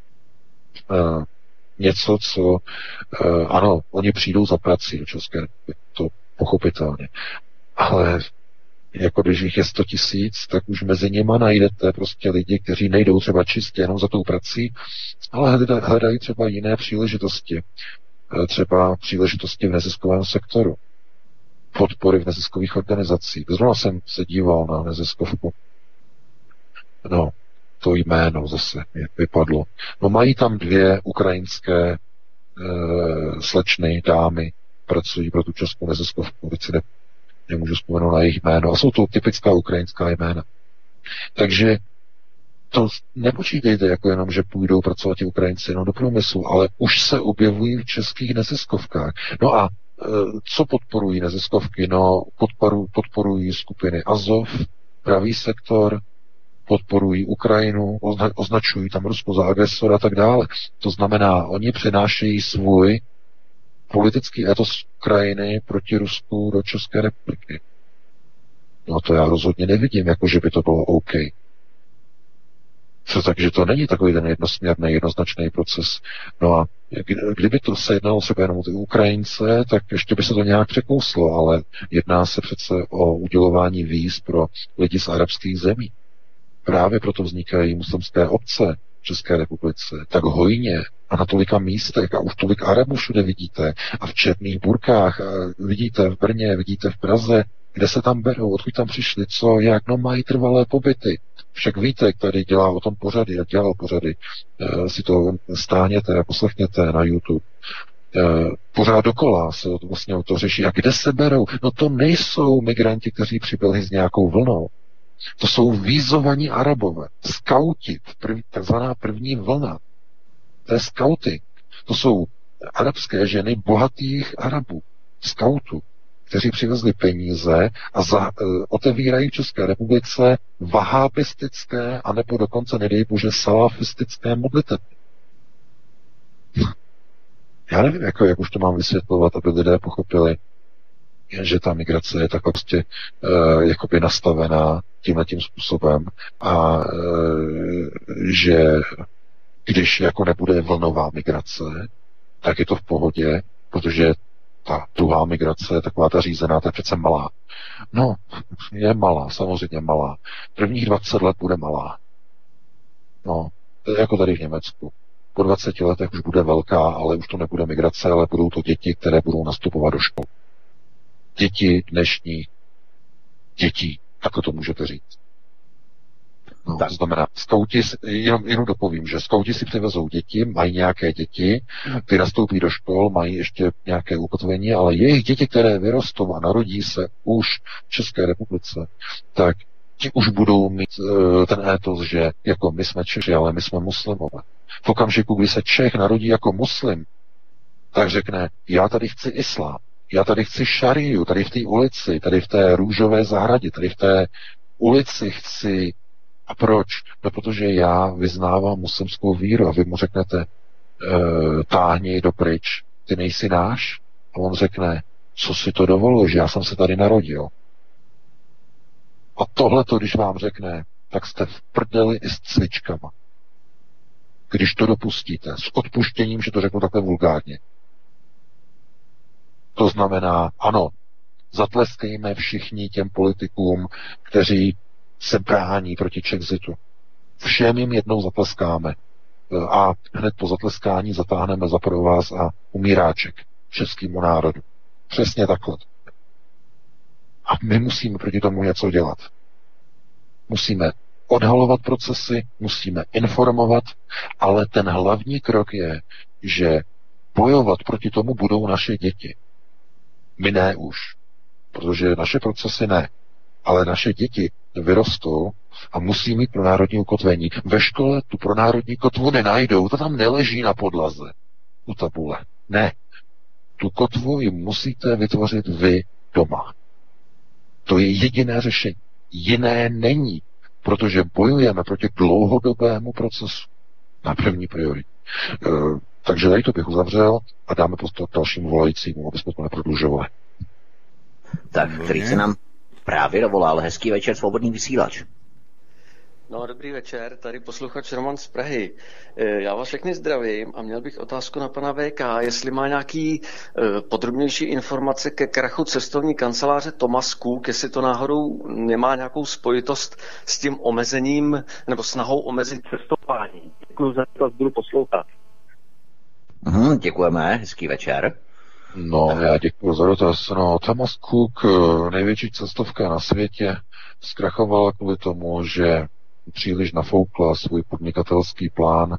něco, co ano, oni přijdou za prací do České republiky, to pochopitelně. Ale jako když jich je 100 000, tak už mezi nimi najdete prostě lidi, kteří nejdou třeba čistě jenom za tou prací, ale hledají třeba jiné příležitosti. Třeba příležitosti v neziskovém sektoru. podpory v neziskových organizacích. Zrovna jsem se díval na neziskovku. No, to jméno zase vypadlo. No mají tam 2 ukrajinské slečny, dámy, pracují pro tu českou neziskovku, teď si nemůžu vzpomenout na jejich jméno, a jsou to typická ukrajinská jména. Takže to nepočítejte jako jenom, že půjdou pracovat ti Ukrajinci jenom do průmyslu, ale už se objevují v českých neziskovkách. No a co podporují neziskovky? No, podporují skupiny Azov, pravý sektor, podporují Ukrajinu, označují tam Rusko za agresora a tak dále. To znamená, oni přenášejí svůj politický etos Ukrajiny proti Rusku do České republiky. No to já rozhodně nevidím, jako že by to bylo OK. Takže to není takový ten jednosměrný, jednoznačný proces. No a kdyby to se jednalo třeba jenom o ty Ukrajince, tak ještě by se to nějak překouslo, ale jedná se přece o udělování víz pro lidi z arabských zemí. Právě proto vznikají muslimské obce v České republice tak hojně a na tolika místech a už tolik Arabů všude vidíte a v černých burkách a vidíte v Brně, vidíte v Praze, kde se tam berou, odkud tam přišli, co, jak, no mají trvalé pobyty. Však Vítek tady dělá o tom pořady, jak dělal pořady, si to stáhněte a poslechněte na YouTube. Pořád dokola se vlastně o to řeší. A kde se berou? No to nejsou migranti, kteří přibyli s nějakou vlnou. To jsou vízovaní Arabové, skauti, takzvaná první vlna. To je skauty. To jsou arabské ženy bohatých Arabů, skautů, kteří přivezli peníze a otevírají v České republice vahábistické anebo dokonce, nedej bože, salafistické modliteby. Já nevím, jak už to mám vysvětlovat, aby lidé pochopili, že ta migrace je tak prostě jakoby nastavená tímhletím způsobem a že když jako nebude vlnová migrace, tak je to v pohodě, protože ta druhá migrace, taková ta řízená, ta je přece malá. No, je malá, samozřejmě malá. Prvních 20 let bude malá. No, to je jako tady v Německu. Po 20 letech už bude velká, ale už to nebude migrace, ale budou to děti, které budou nastupovat do škol. Děti dnešní dětí, jako to můžete říct. No, to znamená, skauti, jenom dopovím, že skauti si přivezou děti, mají nějaké děti, ty nastoupí do škol, mají ještě nějaké ukotvení, ale jejich děti, které vyrostou a narodí se už v České republice, tak ti už budou mít ten étos, že jako my jsme Češi, ale my jsme muslimové. V okamžiku, kdy se Čech narodí jako muslim, tak řekne, já tady chci islám, já tady chci šariu, tady v té ulici, tady v té růžové zahradě, tady v té ulici chci. A proč? No, protože já vyznávám muslimskou víru a vy mu řeknete, táhni dopryč, ty nejsi náš? A on řekne, co si to dovoluješ, já jsem se tady narodil. A tohleto, když vám řekne, tak jste v prdeli i s cvičkama. Když to dopustíte, s odpuštěním, že to řeknu takhle vulgárně. To znamená, ano, zatleskejme všichni těm politikům, kteří se brání proti Chexitu. Všem jim jednou zatleskáme a hned po zatleskání zatáhneme za provaz a umíráček českému národu. Přesně takhle. A my musíme proti tomu něco dělat. Musíme odhalovat procesy, musíme informovat, ale ten hlavní krok je, že bojovat proti tomu budou naše děti. My ne už, protože naše procesy ne, ale naše děti vyrostou a musí mít pronárodní ukotvení. Ve škole tu pronárodní kotvu nenajdou, to tam neleží na podlaze u tabule. Ne. Tu kotvu ji musíte vytvořit vy doma. To je jediné řešení. Jiné není, protože bojujeme proti dlouhodobému procesu na první prioritě. Takže tady to bych uzavřel a dáme prostor dalšímu volajícímu, aby jsme to neprodlužovali. Tak, který se nám právě dovolal. Hezký večer, svobodný vysílač. No, dobrý večer, tady posluchač Roman z Prahy. Já vás všechny zdravím a měl bych otázku na pana VK, jestli má nějaký podrobnější informace ke krachu cestovní kanceláře Thomas Cook, jestli to náhodou nemá nějakou spojitost s tím omezením nebo snahou omezit cestování. Děkuji za to, budu poslouchat. Děkujeme, hezký večer. No, já děkuji za dotaz. No, Thomas Cook, největší cestovka na světě, zkrachovala kvůli tomu, že příliš nafoukla svůj podnikatelský plán.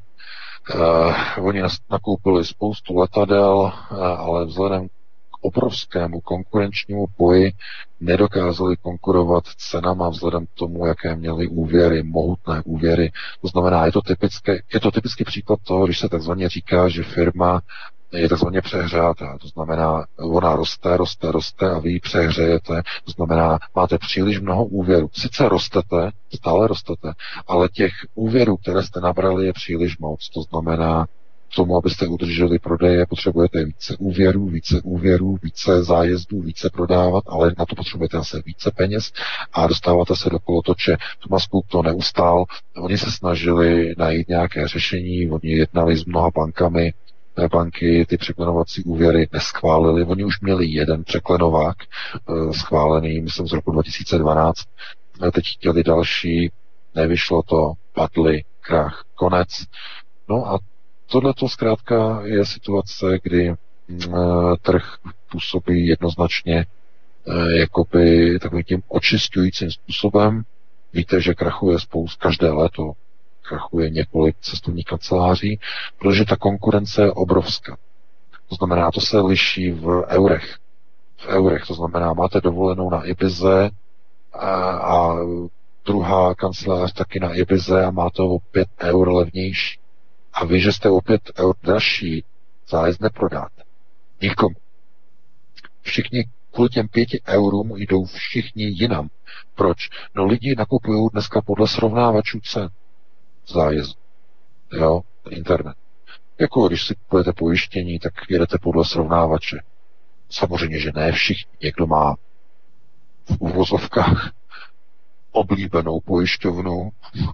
Oni nakoupili spoustu letadel, ale vzhledem k obrovskému konkurenčnímu boji nedokázali konkurovat cenama vzhledem k tomu, jaké měli úvěry, mohutné úvěry. To znamená, je to typický příklad toho, když se takzvaně říká, že firma je takzvaně přehřátá. To znamená, ona roste a vy ji přehřejete. To znamená, máte příliš mnoho úvěrů. Sice stále rostete, ale těch úvěrů, které jste nabrali, je příliš moc. To znamená, k tomu, abyste udrželi prodeje, potřebujete více úvěrů, více zájezdů, více prodávat, ale na to potřebujete zase více peněz a dostáváte se do kolotoče. Thomas Cook to neustál. Oni se snažili najít nějaké řešení, oni jednali s mnoha bankami, banky ty překlenovací úvěry neschválili. Oni už měli jeden překlenovák schválený, myslím z roku 2012. Teď chtěli další, nevyšlo to, padli, krach, konec. No a tohleto zkrátka je situace, kdy trh působí jednoznačně jakoby takovým tím očišťujícím způsobem. Víte, že krachuje každé léto krachuje několik cestovních kanceláří, protože ta konkurence je obrovská. To znamená, to se liší v eurech. To znamená, máte dovolenou na Ibize a druhá kancelář taky na Ibize a má to o 5 eur levnější. A vy, že jste o 5 eur dražší, zájezd neprodáte. Nikomu. Všichni kvůli těm 5 eurům jdou všichni jinam. Proč? No lidi nakupují dneska podle srovnávačů cen zájezdu. Jo, internet. Jako když si kupujete pojištění, tak jedete podle srovnávače. Samozřejmě, že ne všichni. Někdo má v uvozovkách oblíbenou pojišťovnu.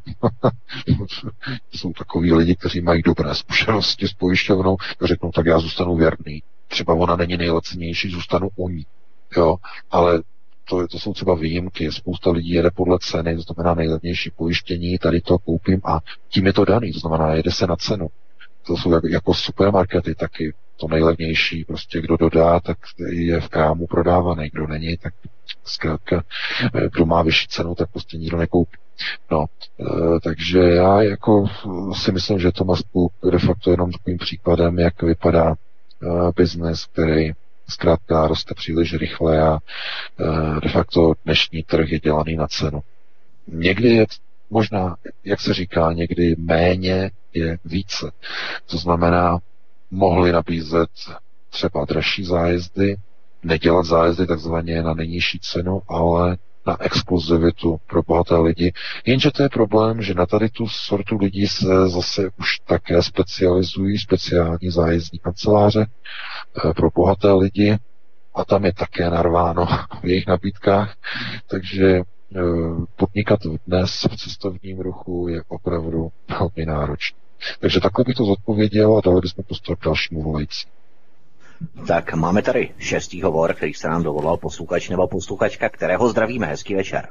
Jsou takový lidi, kteří mají dobré zkušenosti s pojišťovnou a řeknou, tak já zůstanu věrný. Třeba ona není nejlacenější, zůstanu u ní. Jo, ale to jsou třeba výjimky. Spousta lidí jede podle ceny, to znamená nejlevnější pojištění, tady to koupím a tím je to daný, to znamená jede se na cenu. To jsou jako supermarkety taky to nejlevnější, prostě kdo dodá, tak je v krámu prodávaný, kdo není, tak zkrátka, kdo má vyšší cenu, tak prostě nikdo nekoupí. No, takže já jako si myslím, že Thomas Cook de facto jenom takovým příkladem, jak vypadá biznes, který zkrátka roste příliš rychle a de facto dnešní trh je dělaný na cenu. Někdy je možná, jak se říká, někdy méně je více. To znamená, mohli nabízet třeba dražší zájezdy, nedělat zájezdy takzvaně na nejnižší cenu, ale na exkluzivitu pro bohaté lidi. Jenže to je problém, že na tady tu sortu lidí se zase už také specializují speciální zájezdní kanceláře pro bohaté lidi a tam je také narváno v jejich nabídkách, takže podnikat dnes v cestovním ruchu je opravdu velmi náročné. Takže takhle bych to zodpověděl a dali bychom prostor k dalšímu volající. Tak máme tady 6. hovor, který se nám dovolal posluchač nebo posluchačka, kterého zdravíme. Hezký večer.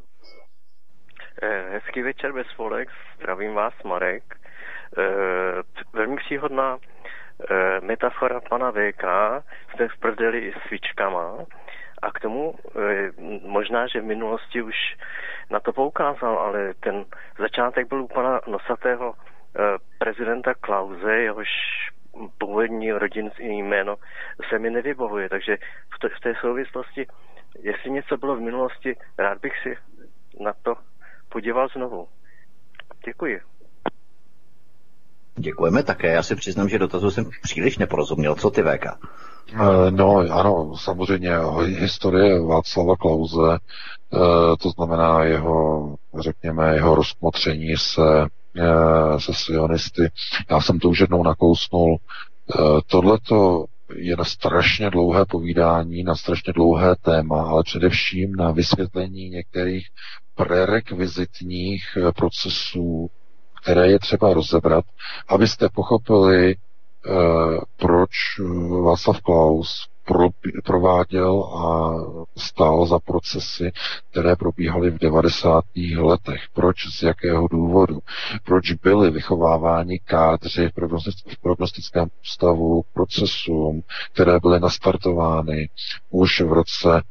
Hezký večer bez Folex, zdravím vás Marek. Velmi příhodná metafora pana VK, jste v prdeli s svíčkama a k tomu možná, že v minulosti už na to poukázal, ale ten začátek byl u pana nosatého prezidenta Klause, jehož původní rodinné jméno se mi nevybavuje, takže v té souvislosti, jestli něco bylo v minulosti, rád bych si na to podíval znovu. Děkuji. Děkujeme také. Já si přiznám, že dotazu jsem příliš neporozuměl. Co ty, VK? No, ano, samozřejmě historie Václava Klause, to znamená jeho, řekněme, jeho rozkmotření se sionisty. Já jsem to už jednou nakousnul. Tohleto je na strašně dlouhé povídání, na strašně dlouhé téma, ale především na vysvětlení některých prerekvizitních procesů, které je třeba rozebrat, abyste pochopili, proč Václav Klaus prováděl a stál za procesy, které probíhaly v 90. letech. Proč, z jakého důvodu? Proč byli vychováváni kádři v prognostickém ústavu k procesům, které byly nastartovány už v roce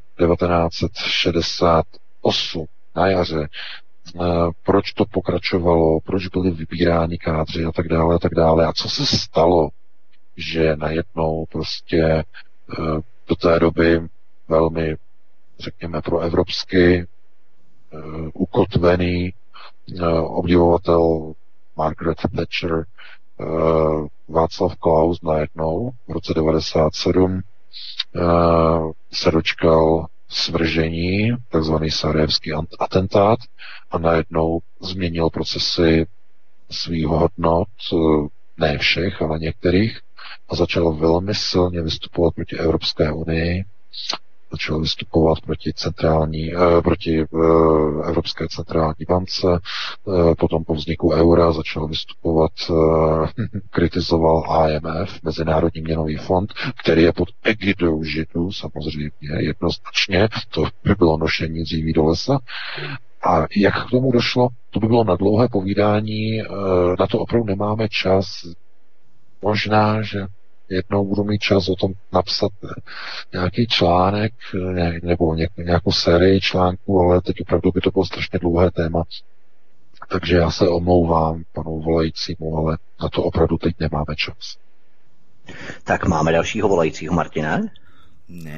1968 na jaře? Proč to pokračovalo, proč byli vybíráni kádři a tak dále a tak dále. A co se stalo, že najednou prostě do té doby velmi, řekněme, proevropsky ukotvený obdivovatel Margaret Thatcher Václav Klaus najednou v roce 1997 se dočkal svržení, takzvaný sarajevský atentát, a najednou změnil procesy svých hodnot, ne všech, ale některých, a začal velmi silně vystupovat proti Evropské unii, začal vystupovat proti Evropské centrální bance, potom po vzniku eura začal vystupovat, kritizoval IMF, Mezinárodní měnový fond, který je pod egidou Židů, samozřejmě, jednoznačně, to by bylo nošení dříví do lesa. A jak k tomu došlo? To by bylo na dlouhé povídání, na to opravdu nemáme čas. Možná, že jednou budu mít čas o tom napsat nějaký článek nebo nějakou sérii článků, ale teď opravdu by to bylo strašně dlouhé téma. Takže já se omlouvám panu volajícímu, ale na to opravdu teď nemáme čas. Tak máme dalšího volajícího, Martina? Ne.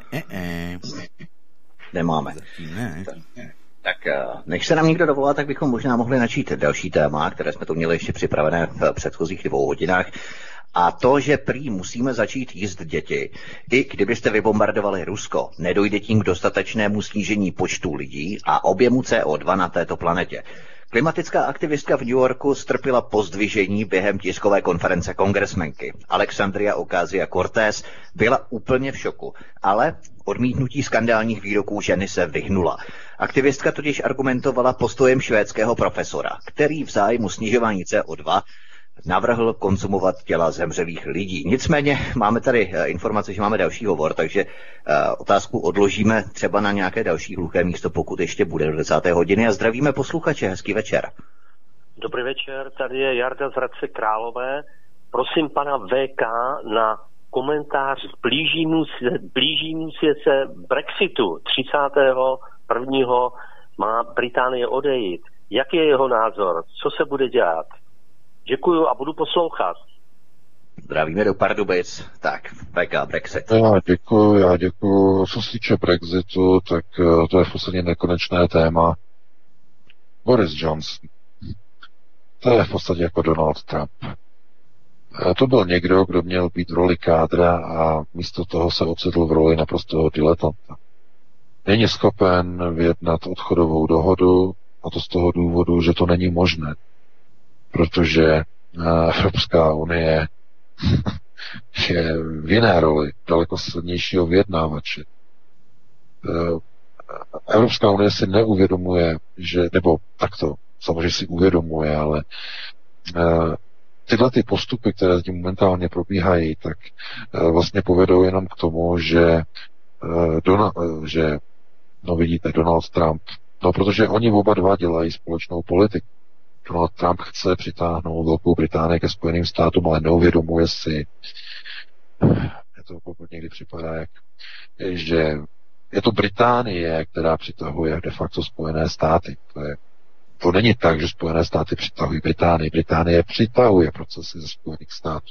Nemáme. Ne. Tak než se nám někdo dovolá, tak bychom možná mohli načít další téma, které jsme tu měli ještě připravené v předchozích 2 hodinách. A to, že prý musíme začít jíst děti. I kdybyste vybombardovali Rusko, nedojde tím k dostatečnému snížení počtu lidí a objemu CO2 na této planetě. Klimatická aktivistka v New Yorku strpěla pozdvižení během tiskové konference kongresmenky. Alexandria Ocasio-Cortez byla úplně v šoku, ale odmítnutí skandálních výroků ženy se vyhnula. Aktivistka totiž argumentovala postojem švédského profesora, který v zájmu snižování CO2 navrhl konzumovat těla zemřelých lidí. Nicméně máme tady informace, že máme další hovor, takže otázku odložíme třeba na nějaké další hluché místo, pokud ještě bude do 10. hodiny. A zdravíme posluchače, hezký večer. Dobrý večer, tady je Jarda z Hradce Králové. Prosím pana VK na komentář k blížímu se Brexitu. 31. má Británie odejít. Jaký je jeho názor? Co se bude dělat? Děkuju a budu poslouchat. Zdravíme do Pardubic. Tak, VK, Brexit. Já děkuju. Co se týče Brexitu, tak to je v podstatě nekonečné téma. Boris Johnson. To je v podstatě jako Donald Trump. To byl někdo, kdo měl být v roli kádra a místo toho se ocitl v roli naprostého diletanta. Není schopen vyjednat odchodovou dohodu, a to z toho důvodu, že to není možné. Protože Evropská unie je v jiné roli, daleko silnějšího vyjednávače. Evropská unie si neuvědomuje, nebo takto, samozřejmě si uvědomuje, ale tyhle ty postupy, které tím momentálně probíhají, tak vlastně povedou jenom k tomu, že vidíte, Donald Trump, protože oni oba dva dělají společnou politiku. Donald Trump chce přitáhnout Velkou Británii ke Spojeným státům, ale neuvědomuje si, mě to někdy připadá, že je to Británie, která přitahuje de facto Spojené státy. To není tak, že Spojené státy přitahují Británii. Británie přitahuje procesy ze Spojených států.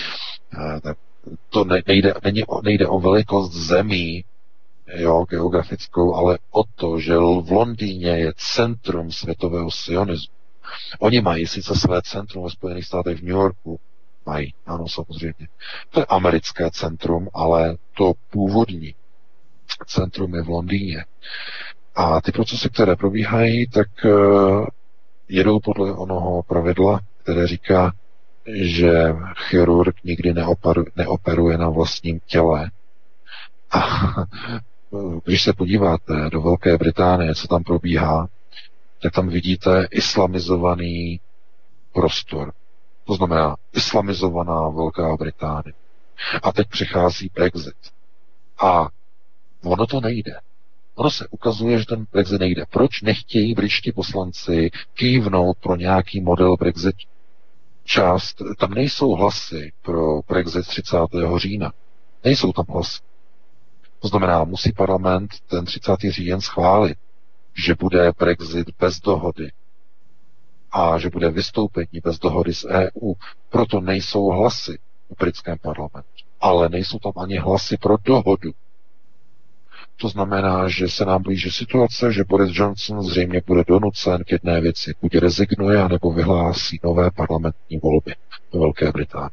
To nejde o velikost zemí, geografickou, ale o to, že v Londýně je centrum světového sionismu. Oni mají sice své centrum ve Spojených státech v New Yorku, mají, ano, samozřejmě. To je americké centrum, ale to původní centrum je v Londýně. A ty procesy, které probíhají, tak jedou podle onoho pravidla, které říká, že chirurg nikdy neoperuje na vlastním těle. A když se podíváte do Velké Británie, co tam probíhá, tak tam vidíte islamizovaný prostor. To znamená islamizovaná Velká Británie. A teď přichází Brexit. A ono to nejde. Ono se ukazuje, že ten Brexit nejde. Proč nechtějí britští poslanci kývnout pro nějaký model Brexit? Tam nejsou hlasy pro Brexit 30. října. Nejsou tam hlasy. To znamená, musí parlament ten 30. říjen schválit, že bude Brexit bez dohody a že bude vystoupení bez dohody s EU. Proto nejsou hlasy v britském parlamentu. Ale nejsou tam ani hlasy pro dohodu. To znamená, že se nám blíží situace, že Boris Johnson zřejmě bude donucen k jedné věci. Buď rezignuje, anebo vyhlásí nové parlamentní volby do Velké Británie.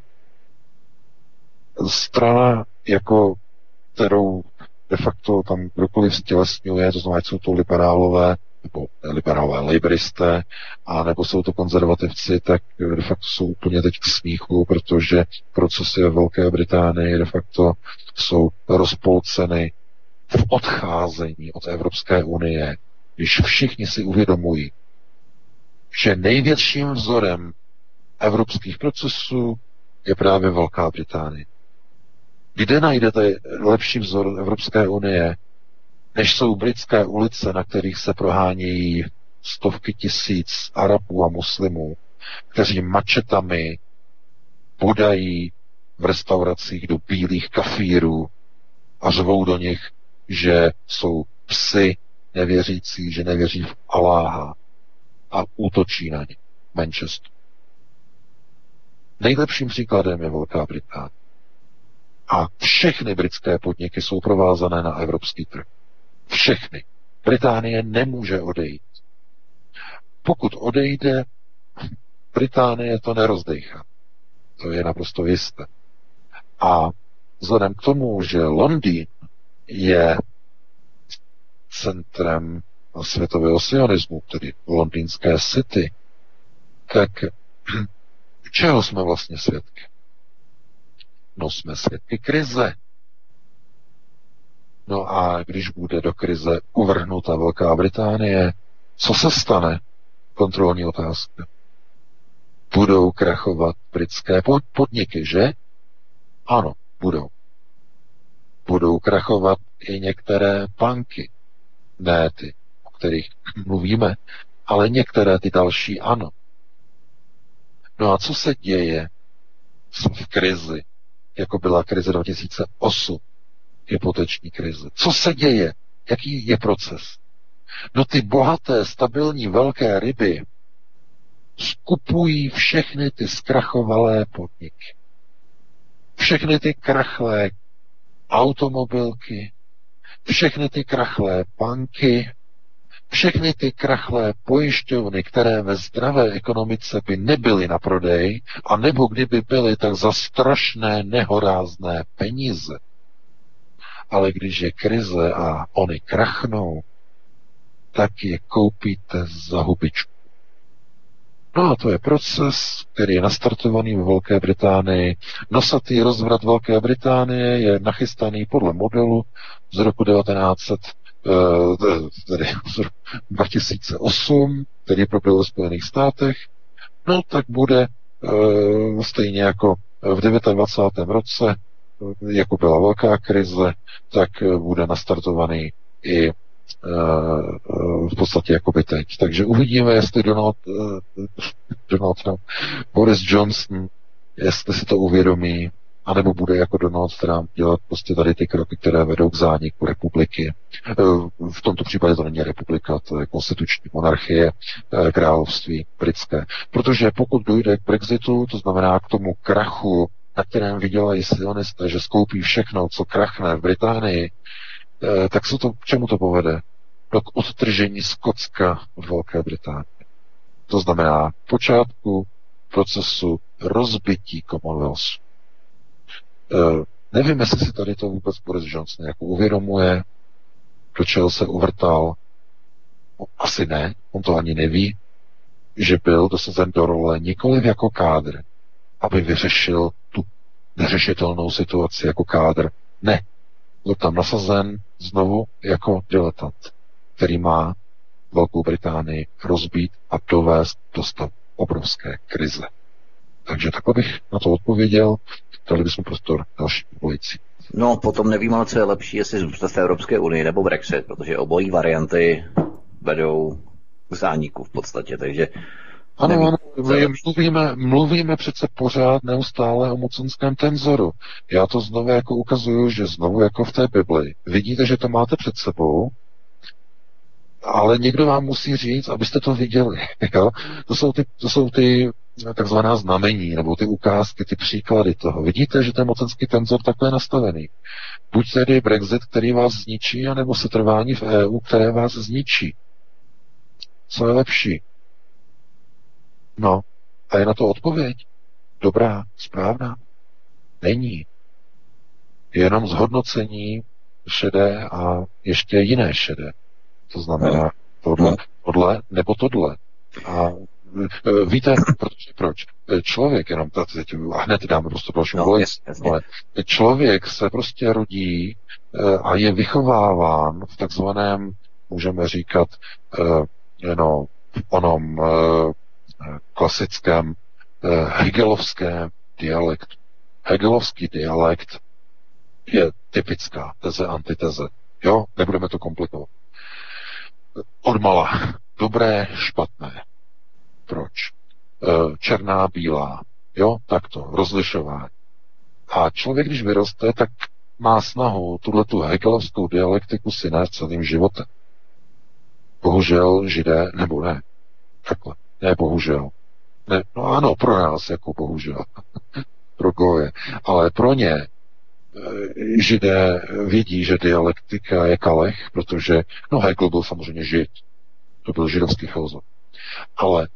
Strana, jako kterou de facto tam kdokoliv stělesňuje, to znamená, jsou to liberálové, nebo liberálové laboristé, a nebo jsou to konzervativci, tak de facto jsou úplně teď k smíchu, protože procesy ve Velké Británii de facto jsou rozpolceny v odcházení od Evropské unie, když všichni si uvědomují, že největším vzorem evropských procesů je právě Velká Británie. Kde najdete lepší vzor Evropské unie, než jsou britské ulice, na kterých se prohánějí stovky tisíc Arabů a muslimů, kteří mačetami bodají v restauracích do bílých kafírů a řvou do nich, že jsou psi nevěřící, že nevěří v Aláha a útočí na ně. Manchester. Nejlepším příkladem je Velká Británie. A všechny britské podniky jsou provázané na evropský trh. Všechny. Británie nemůže odejít. Pokud odejde, Británie to nerozdejchá. To je naprosto jisté. A vzhledem k tomu, že Londýn je centrem světového sionismu, tedy londýnské city, tak čeho jsme vlastně svědky? No, jsme svědky krize. No a když bude do krize uvrhnuta Velká Británie, co se stane? Kontrolní otázka. Budou krachovat britské podniky, že? Ano, budou. Budou krachovat i některé banky. Ne ty, o kterých mluvíme, ale některé ty další ano. No a co se děje v krizi, jako byla krize 2008, hypoteční krize? Co se děje? Jaký je proces? No ty bohaté, stabilní, velké ryby skupují všechny ty zkrachovalé podniky. Všechny ty krachlé automobilky, všechny ty krachlé banky, všechny ty krachlé pojišťovny, které ve zdravé ekonomice by nebyly na prodej, a nebo kdyby byly, tak za strašné nehorázné peníze. Ale když je krize a oni krachnou, tak je koupíte za hubičku. No a to je proces, který je nastartovaný ve Velké Británii. Nosatý rozvrat Velké Británie je nachystaný podle modelu z roku 2008, který proběhl ve Spojených státech. No tak bude stejně jako v 29. roce, jako byla velká krize, tak bude nastartovaný i v podstatě jako by teď. Takže uvidíme, jestli Donald Trump, Boris Johnson, jestli si to uvědomí, anebo bude jako Donald Trump dělat prostě tady ty kroky, které vedou k zániku republiky. V tomto případě to není republika, to je konstituční monarchie, království britské. Protože pokud dojde k Brexitu, to znamená k tomu krachu, na kterém vydělají sionisté, že skoupí všechno, co krachne v Británii, tak se to, k čemu to povede? No k odtržení Skotska od Velké Británie. To znamená počátku procesu rozbití Commonwealthu. Nevím, jestli si tady to vůbec Boris Johnson jako uvědomuje, do čeho se uvrtal. Asi ne, on to ani neví, že byl dosazen do role nikoliv jako kádr, aby vyřešil tu neřešitelnou situaci jako kádr. Ne, byl tam nasazen znovu jako diletant, který má Velkou Británii rozbít a dovést do stavu obrovské krize. Takže takhle bych na to odpověděl. Dali bychom prostor další volající. No, potom nevím, ale co je lepší, jestli zůstat v Evropské unii nebo Brexit, protože obojí varianty vedou k zániku v podstatě, takže ano, mluvíme přece pořád neustále o mocenském tenzoru. Já to znovu jako ukazuju, že znovu jako v té Bibli. Vidíte, že to máte před sebou, ale někdo vám musí říct, abyste to viděli. Jo? To jsou ty takzvaná znamení, nebo ty ukázky, ty příklady toho. Vidíte, že ten mocenský tenzor takhle je nastavený. Buď tedy Brexit, který vás zničí, anebo setrvání v EU, které vás zničí. Co je lepší? No, a je na to odpověď? Dobrá, správná? Není. Je jenom zhodnocení šedé a ještě jiné šedé. To znamená tohle nebo tohle. A víte, proč? Člověk, jenom teď hned dáme prostě další ale člověk se prostě rodí a je vychováván v takzvaném, můžeme říkat, v onom klasickém hegelovském dialektu. Hegelovský dialekt je typická teze, antiteze. Jo, nebudeme to komplikovat. Odmala. Dobré, špatné. Proč? Černá, bílá. Jo, takto. Rozlišování. A člověk, když vyroste, tak má snahu tuhletu hegelovskou dialektiku si nést celým životem. Bohužel Židé, nebo ne. Takhle. Ne, bohužel. Ne, no ano, pro nás jako bohužel. Pro goje. Ale pro ně Židé vědí, že dialektika je kalech, protože, Hegel byl samozřejmě Žid. To byl židovský filozof. Ale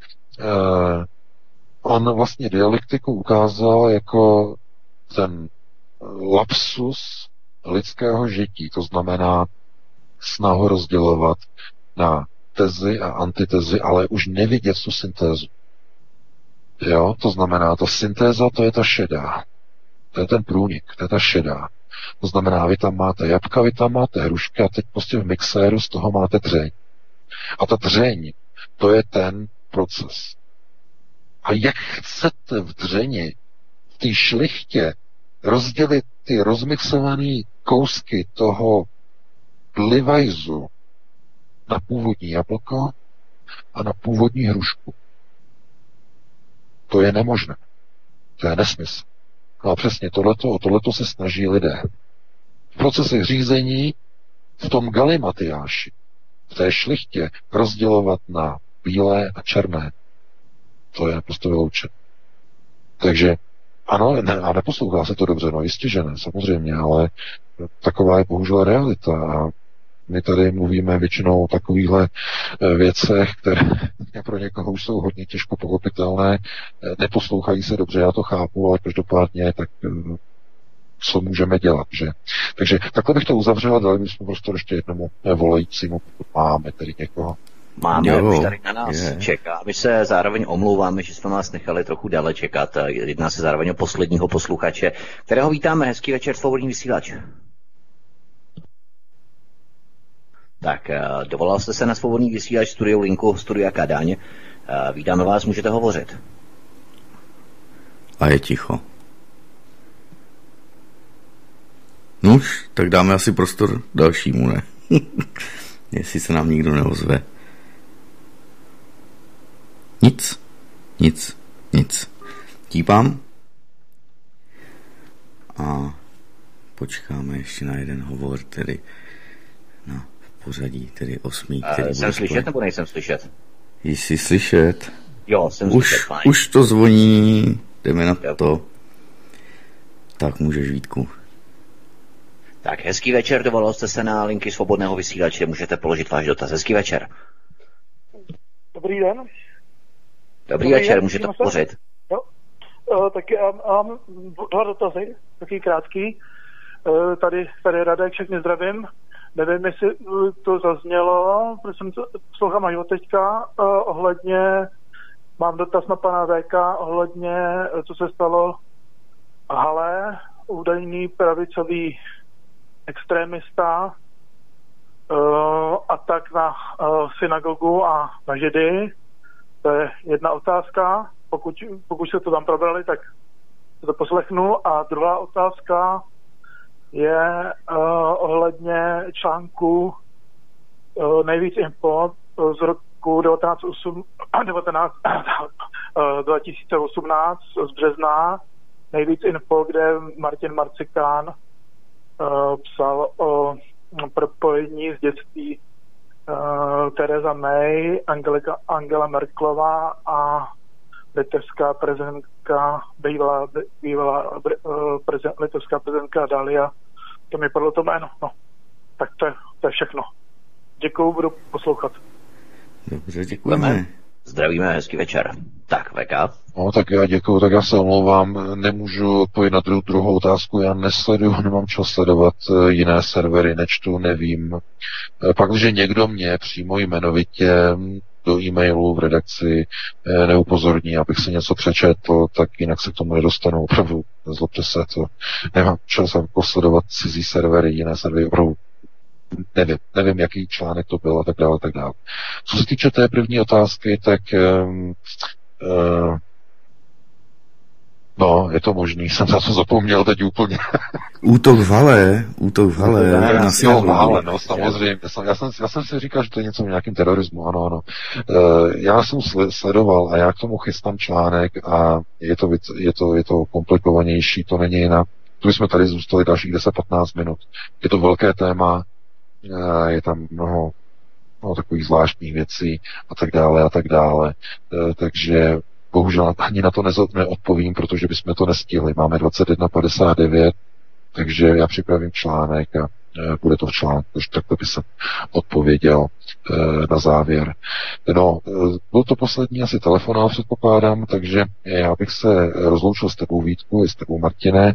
on vlastně dialektiku ukázal jako ten lapsus lidského žití, to znamená snahu rozdělovat na tezi a antitezi, ale už nevidět tu syntézu. Jo, to znamená, ta syntéza, to je ta šedá. To je ten průnik, to je ta šedá. To znamená, vy tam máte jabka, vy tam máte hrušky a teď prostě v mixéru z toho máte dřeň. A ta dřeň, to je ten proces. A jak chcete v dřeni, v té šlichtě, rozdělit ty rozmixované kousky toho glivajzu na původní jablko a na původní hrušku? To je nemožné. To je nesmysl. No a přesně tohleto se snaží lidé. V procesech řízení v tom galimatiáši, v té šlichtě rozdělovat na bílé a černé. To je prostě vyloučeno. Takže ano, a neposlouchá se to dobře, jistě, že ne, samozřejmě, ale taková je bohužel realita. A my tady mluvíme většinou o takovýchhle věcech, které pro někoho už jsou hodně těžko pochopitelné, neposlouchají se dobře, já to chápu, ale každopádně tak co můžeme dělat, že? Takže takhle bych to uzavřel a dali bychom prostě ještě jednomu volajícímu, pokud máme tedy někoho. Máme, už tady na nás čeká. My se zároveň omlouváme, že jsme vás nechali trochu déle čekat. Jedná se zároveň o posledního posluchače, kterého vítáme. Hezký večer, svobodný vysílač. Tak, dovolal jste se na svobodný vysílač Studio Linku, Studia Kadaň. Vítáme vás, můžete hovořit. A je ticho. Nuž, tak dáme asi prostor dalšímu, ne? Jestli se nám nikdo neozve. Nic. Típám. A počkáme ještě na jeden hovor, tedy na pořadí, tedy 8. Jsem slyšet nebo nejsem slyšet? Jsi slyšet? Jo, jsem slyšet, fajn. Už to zvoní, jdeme na to. Tak můžeš, Vítku. Tak, hezký večer, dovolal jste se na linky svobodného vysílače, můžete položit váš dotaz. Hezký večer. Dobrý den. Dobrý večer, můžete hovořit. Jo. Tak já mám 2 dotazy, taky krátký. Tady Radek, všechny zdravím. Nevím, jestli to zaznělo, protože jsem to poslouchám až od teďka, mám dotaz na pana VK ohledně, co se stalo v Hale, údajný pravicový extrémista, atak na synagogu a na Židy. To je jedna otázka. Pokud se to tam probrali, tak se to poslechnu. A druhá otázka, je ohledně článku Nejvíc info z roku 2018 z března. Nejvíc info, kde Martin Marcikán psal o propojení z dětství Theresa May, Angela Merkelová a litevská prezidentka, bývalá litevská prezidentka Dalia. To mi padlo to jméno. No, tak to je všechno. Děkuju, budu poslouchat. Dobře, děkujeme. Zdravíme, hezký večer. Tak, VK. No, tak já děkuju, tak já se omlouvám, nemůžu odpovědět na druhou otázku, já nesleduju, nemám čas sledovat jiné servery, nečtu, nevím. Pak, když někdo mě přímo jmenovitě do e-mailu v redakci neupozorní, abych si něco přečetl, tak jinak se k tomu nedostanu, opravdu, nezlobte se, to nemám čas posledovat cizí servery, jiné servery, opravdu nevím, jaký článek to byl a tak dále. Co se týče té první otázky, tak no, je to možný, jsem za to zapomněl teď úplně. Útok v hale na synagogu. No, samozřejmě. Já jsem si říkal, že to je něco o nějakým terorismu, ano. Já jsem sledoval a já k tomu chystám článek a je to komplikovanější, to není jinak. Tu jsme tady zůstali dalších 10-15 minut. Je to velké téma, je tam mnoho takových zvláštních věcí a tak dále. Takže bohužel ani na to neodpovím, protože bychom to nestihli. Máme 21:59, takže já připravím článek a bude to v článku, takže takto by jsem odpověděl na závěr. No, byl to poslední asi telefonát, předpokládám, takže já bych se rozloučil s tebou, Vítku, i s tebou, Martine.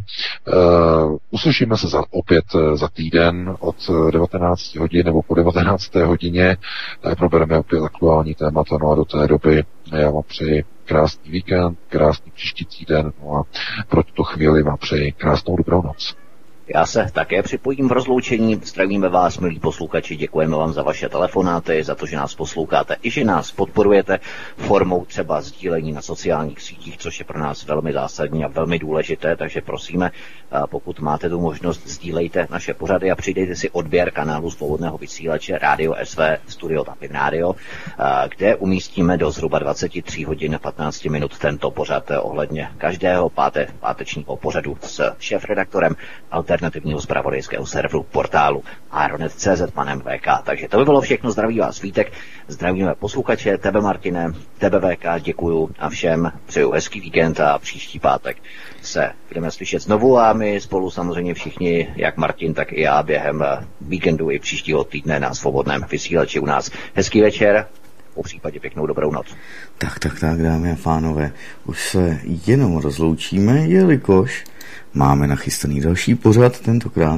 Uslyšíme se opět za týden od 19 hodin nebo po 19. hodině. Probereme opět aktuální témata, no a do té doby já vám přeji krásný víkend, krásný příští týden, no a pro tuto chvíli vám přeji krásnou dobrou noc. Já se také připojím v rozloučení. Zdravíme vás, milí posluchači, děkujeme vám za vaše telefonáty, za to, že nás posloucháte i že nás podporujete formou třeba sdílení na sociálních sítích, což je pro nás velmi zásadní a velmi důležité, takže prosíme, pokud máte tu možnost, sdílejte naše pořady a přidejte si odběr kanálu Svobodného vysílače Rádio SV Studio Tapin Radio, kde umístíme do zhruba 23 hodin 15 minut tento pořad ohledně každého pátečního pořadu s šéfredaktorem alternativního zpravodajského serveru portálu Aeronet.cz panem VK. Takže to by bylo všechno. Zdraví vás Vítek, zdravíme posluchače, tebe Martine, tebe VK, děkuju a všem přeju hezký víkend a příští pátek se budeme slyšet znovu a my spolu samozřejmě všichni, jak Martin, tak i já během víkendu i příštího týdne na Svobodném vysílači u nás. Hezký večer, po případě pěknou dobrou noc. Tak, dámy a pánové, už se jenom rozloučíme, jelikož máme nachystaný další pořad, tentokrát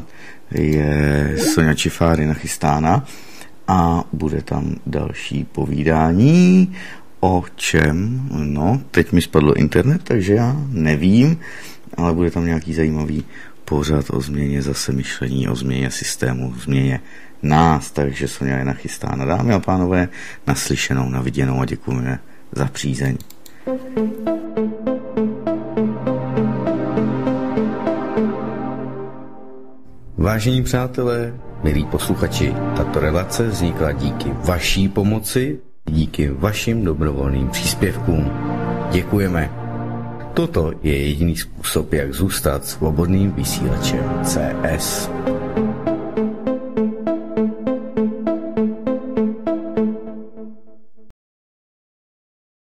je Sonja Čifáry nachystána a bude tam další povídání. O čem? No, teď mi spadlo internet, takže já nevím, ale bude tam nějaký zajímavý pořad o změně zase myšlení, o změně systému, změně nás, takže Sonja je nachystána. Dámy a pánové, naslyšenou, naviděnou a děkujeme za přízeň. Vážení přátelé, milí posluchači, tato relace vznikla díky vaší pomoci, díky vašim dobrovolným příspěvkům. Děkujeme. Toto je jediný způsob, jak zůstat svobodným vysílačem CS.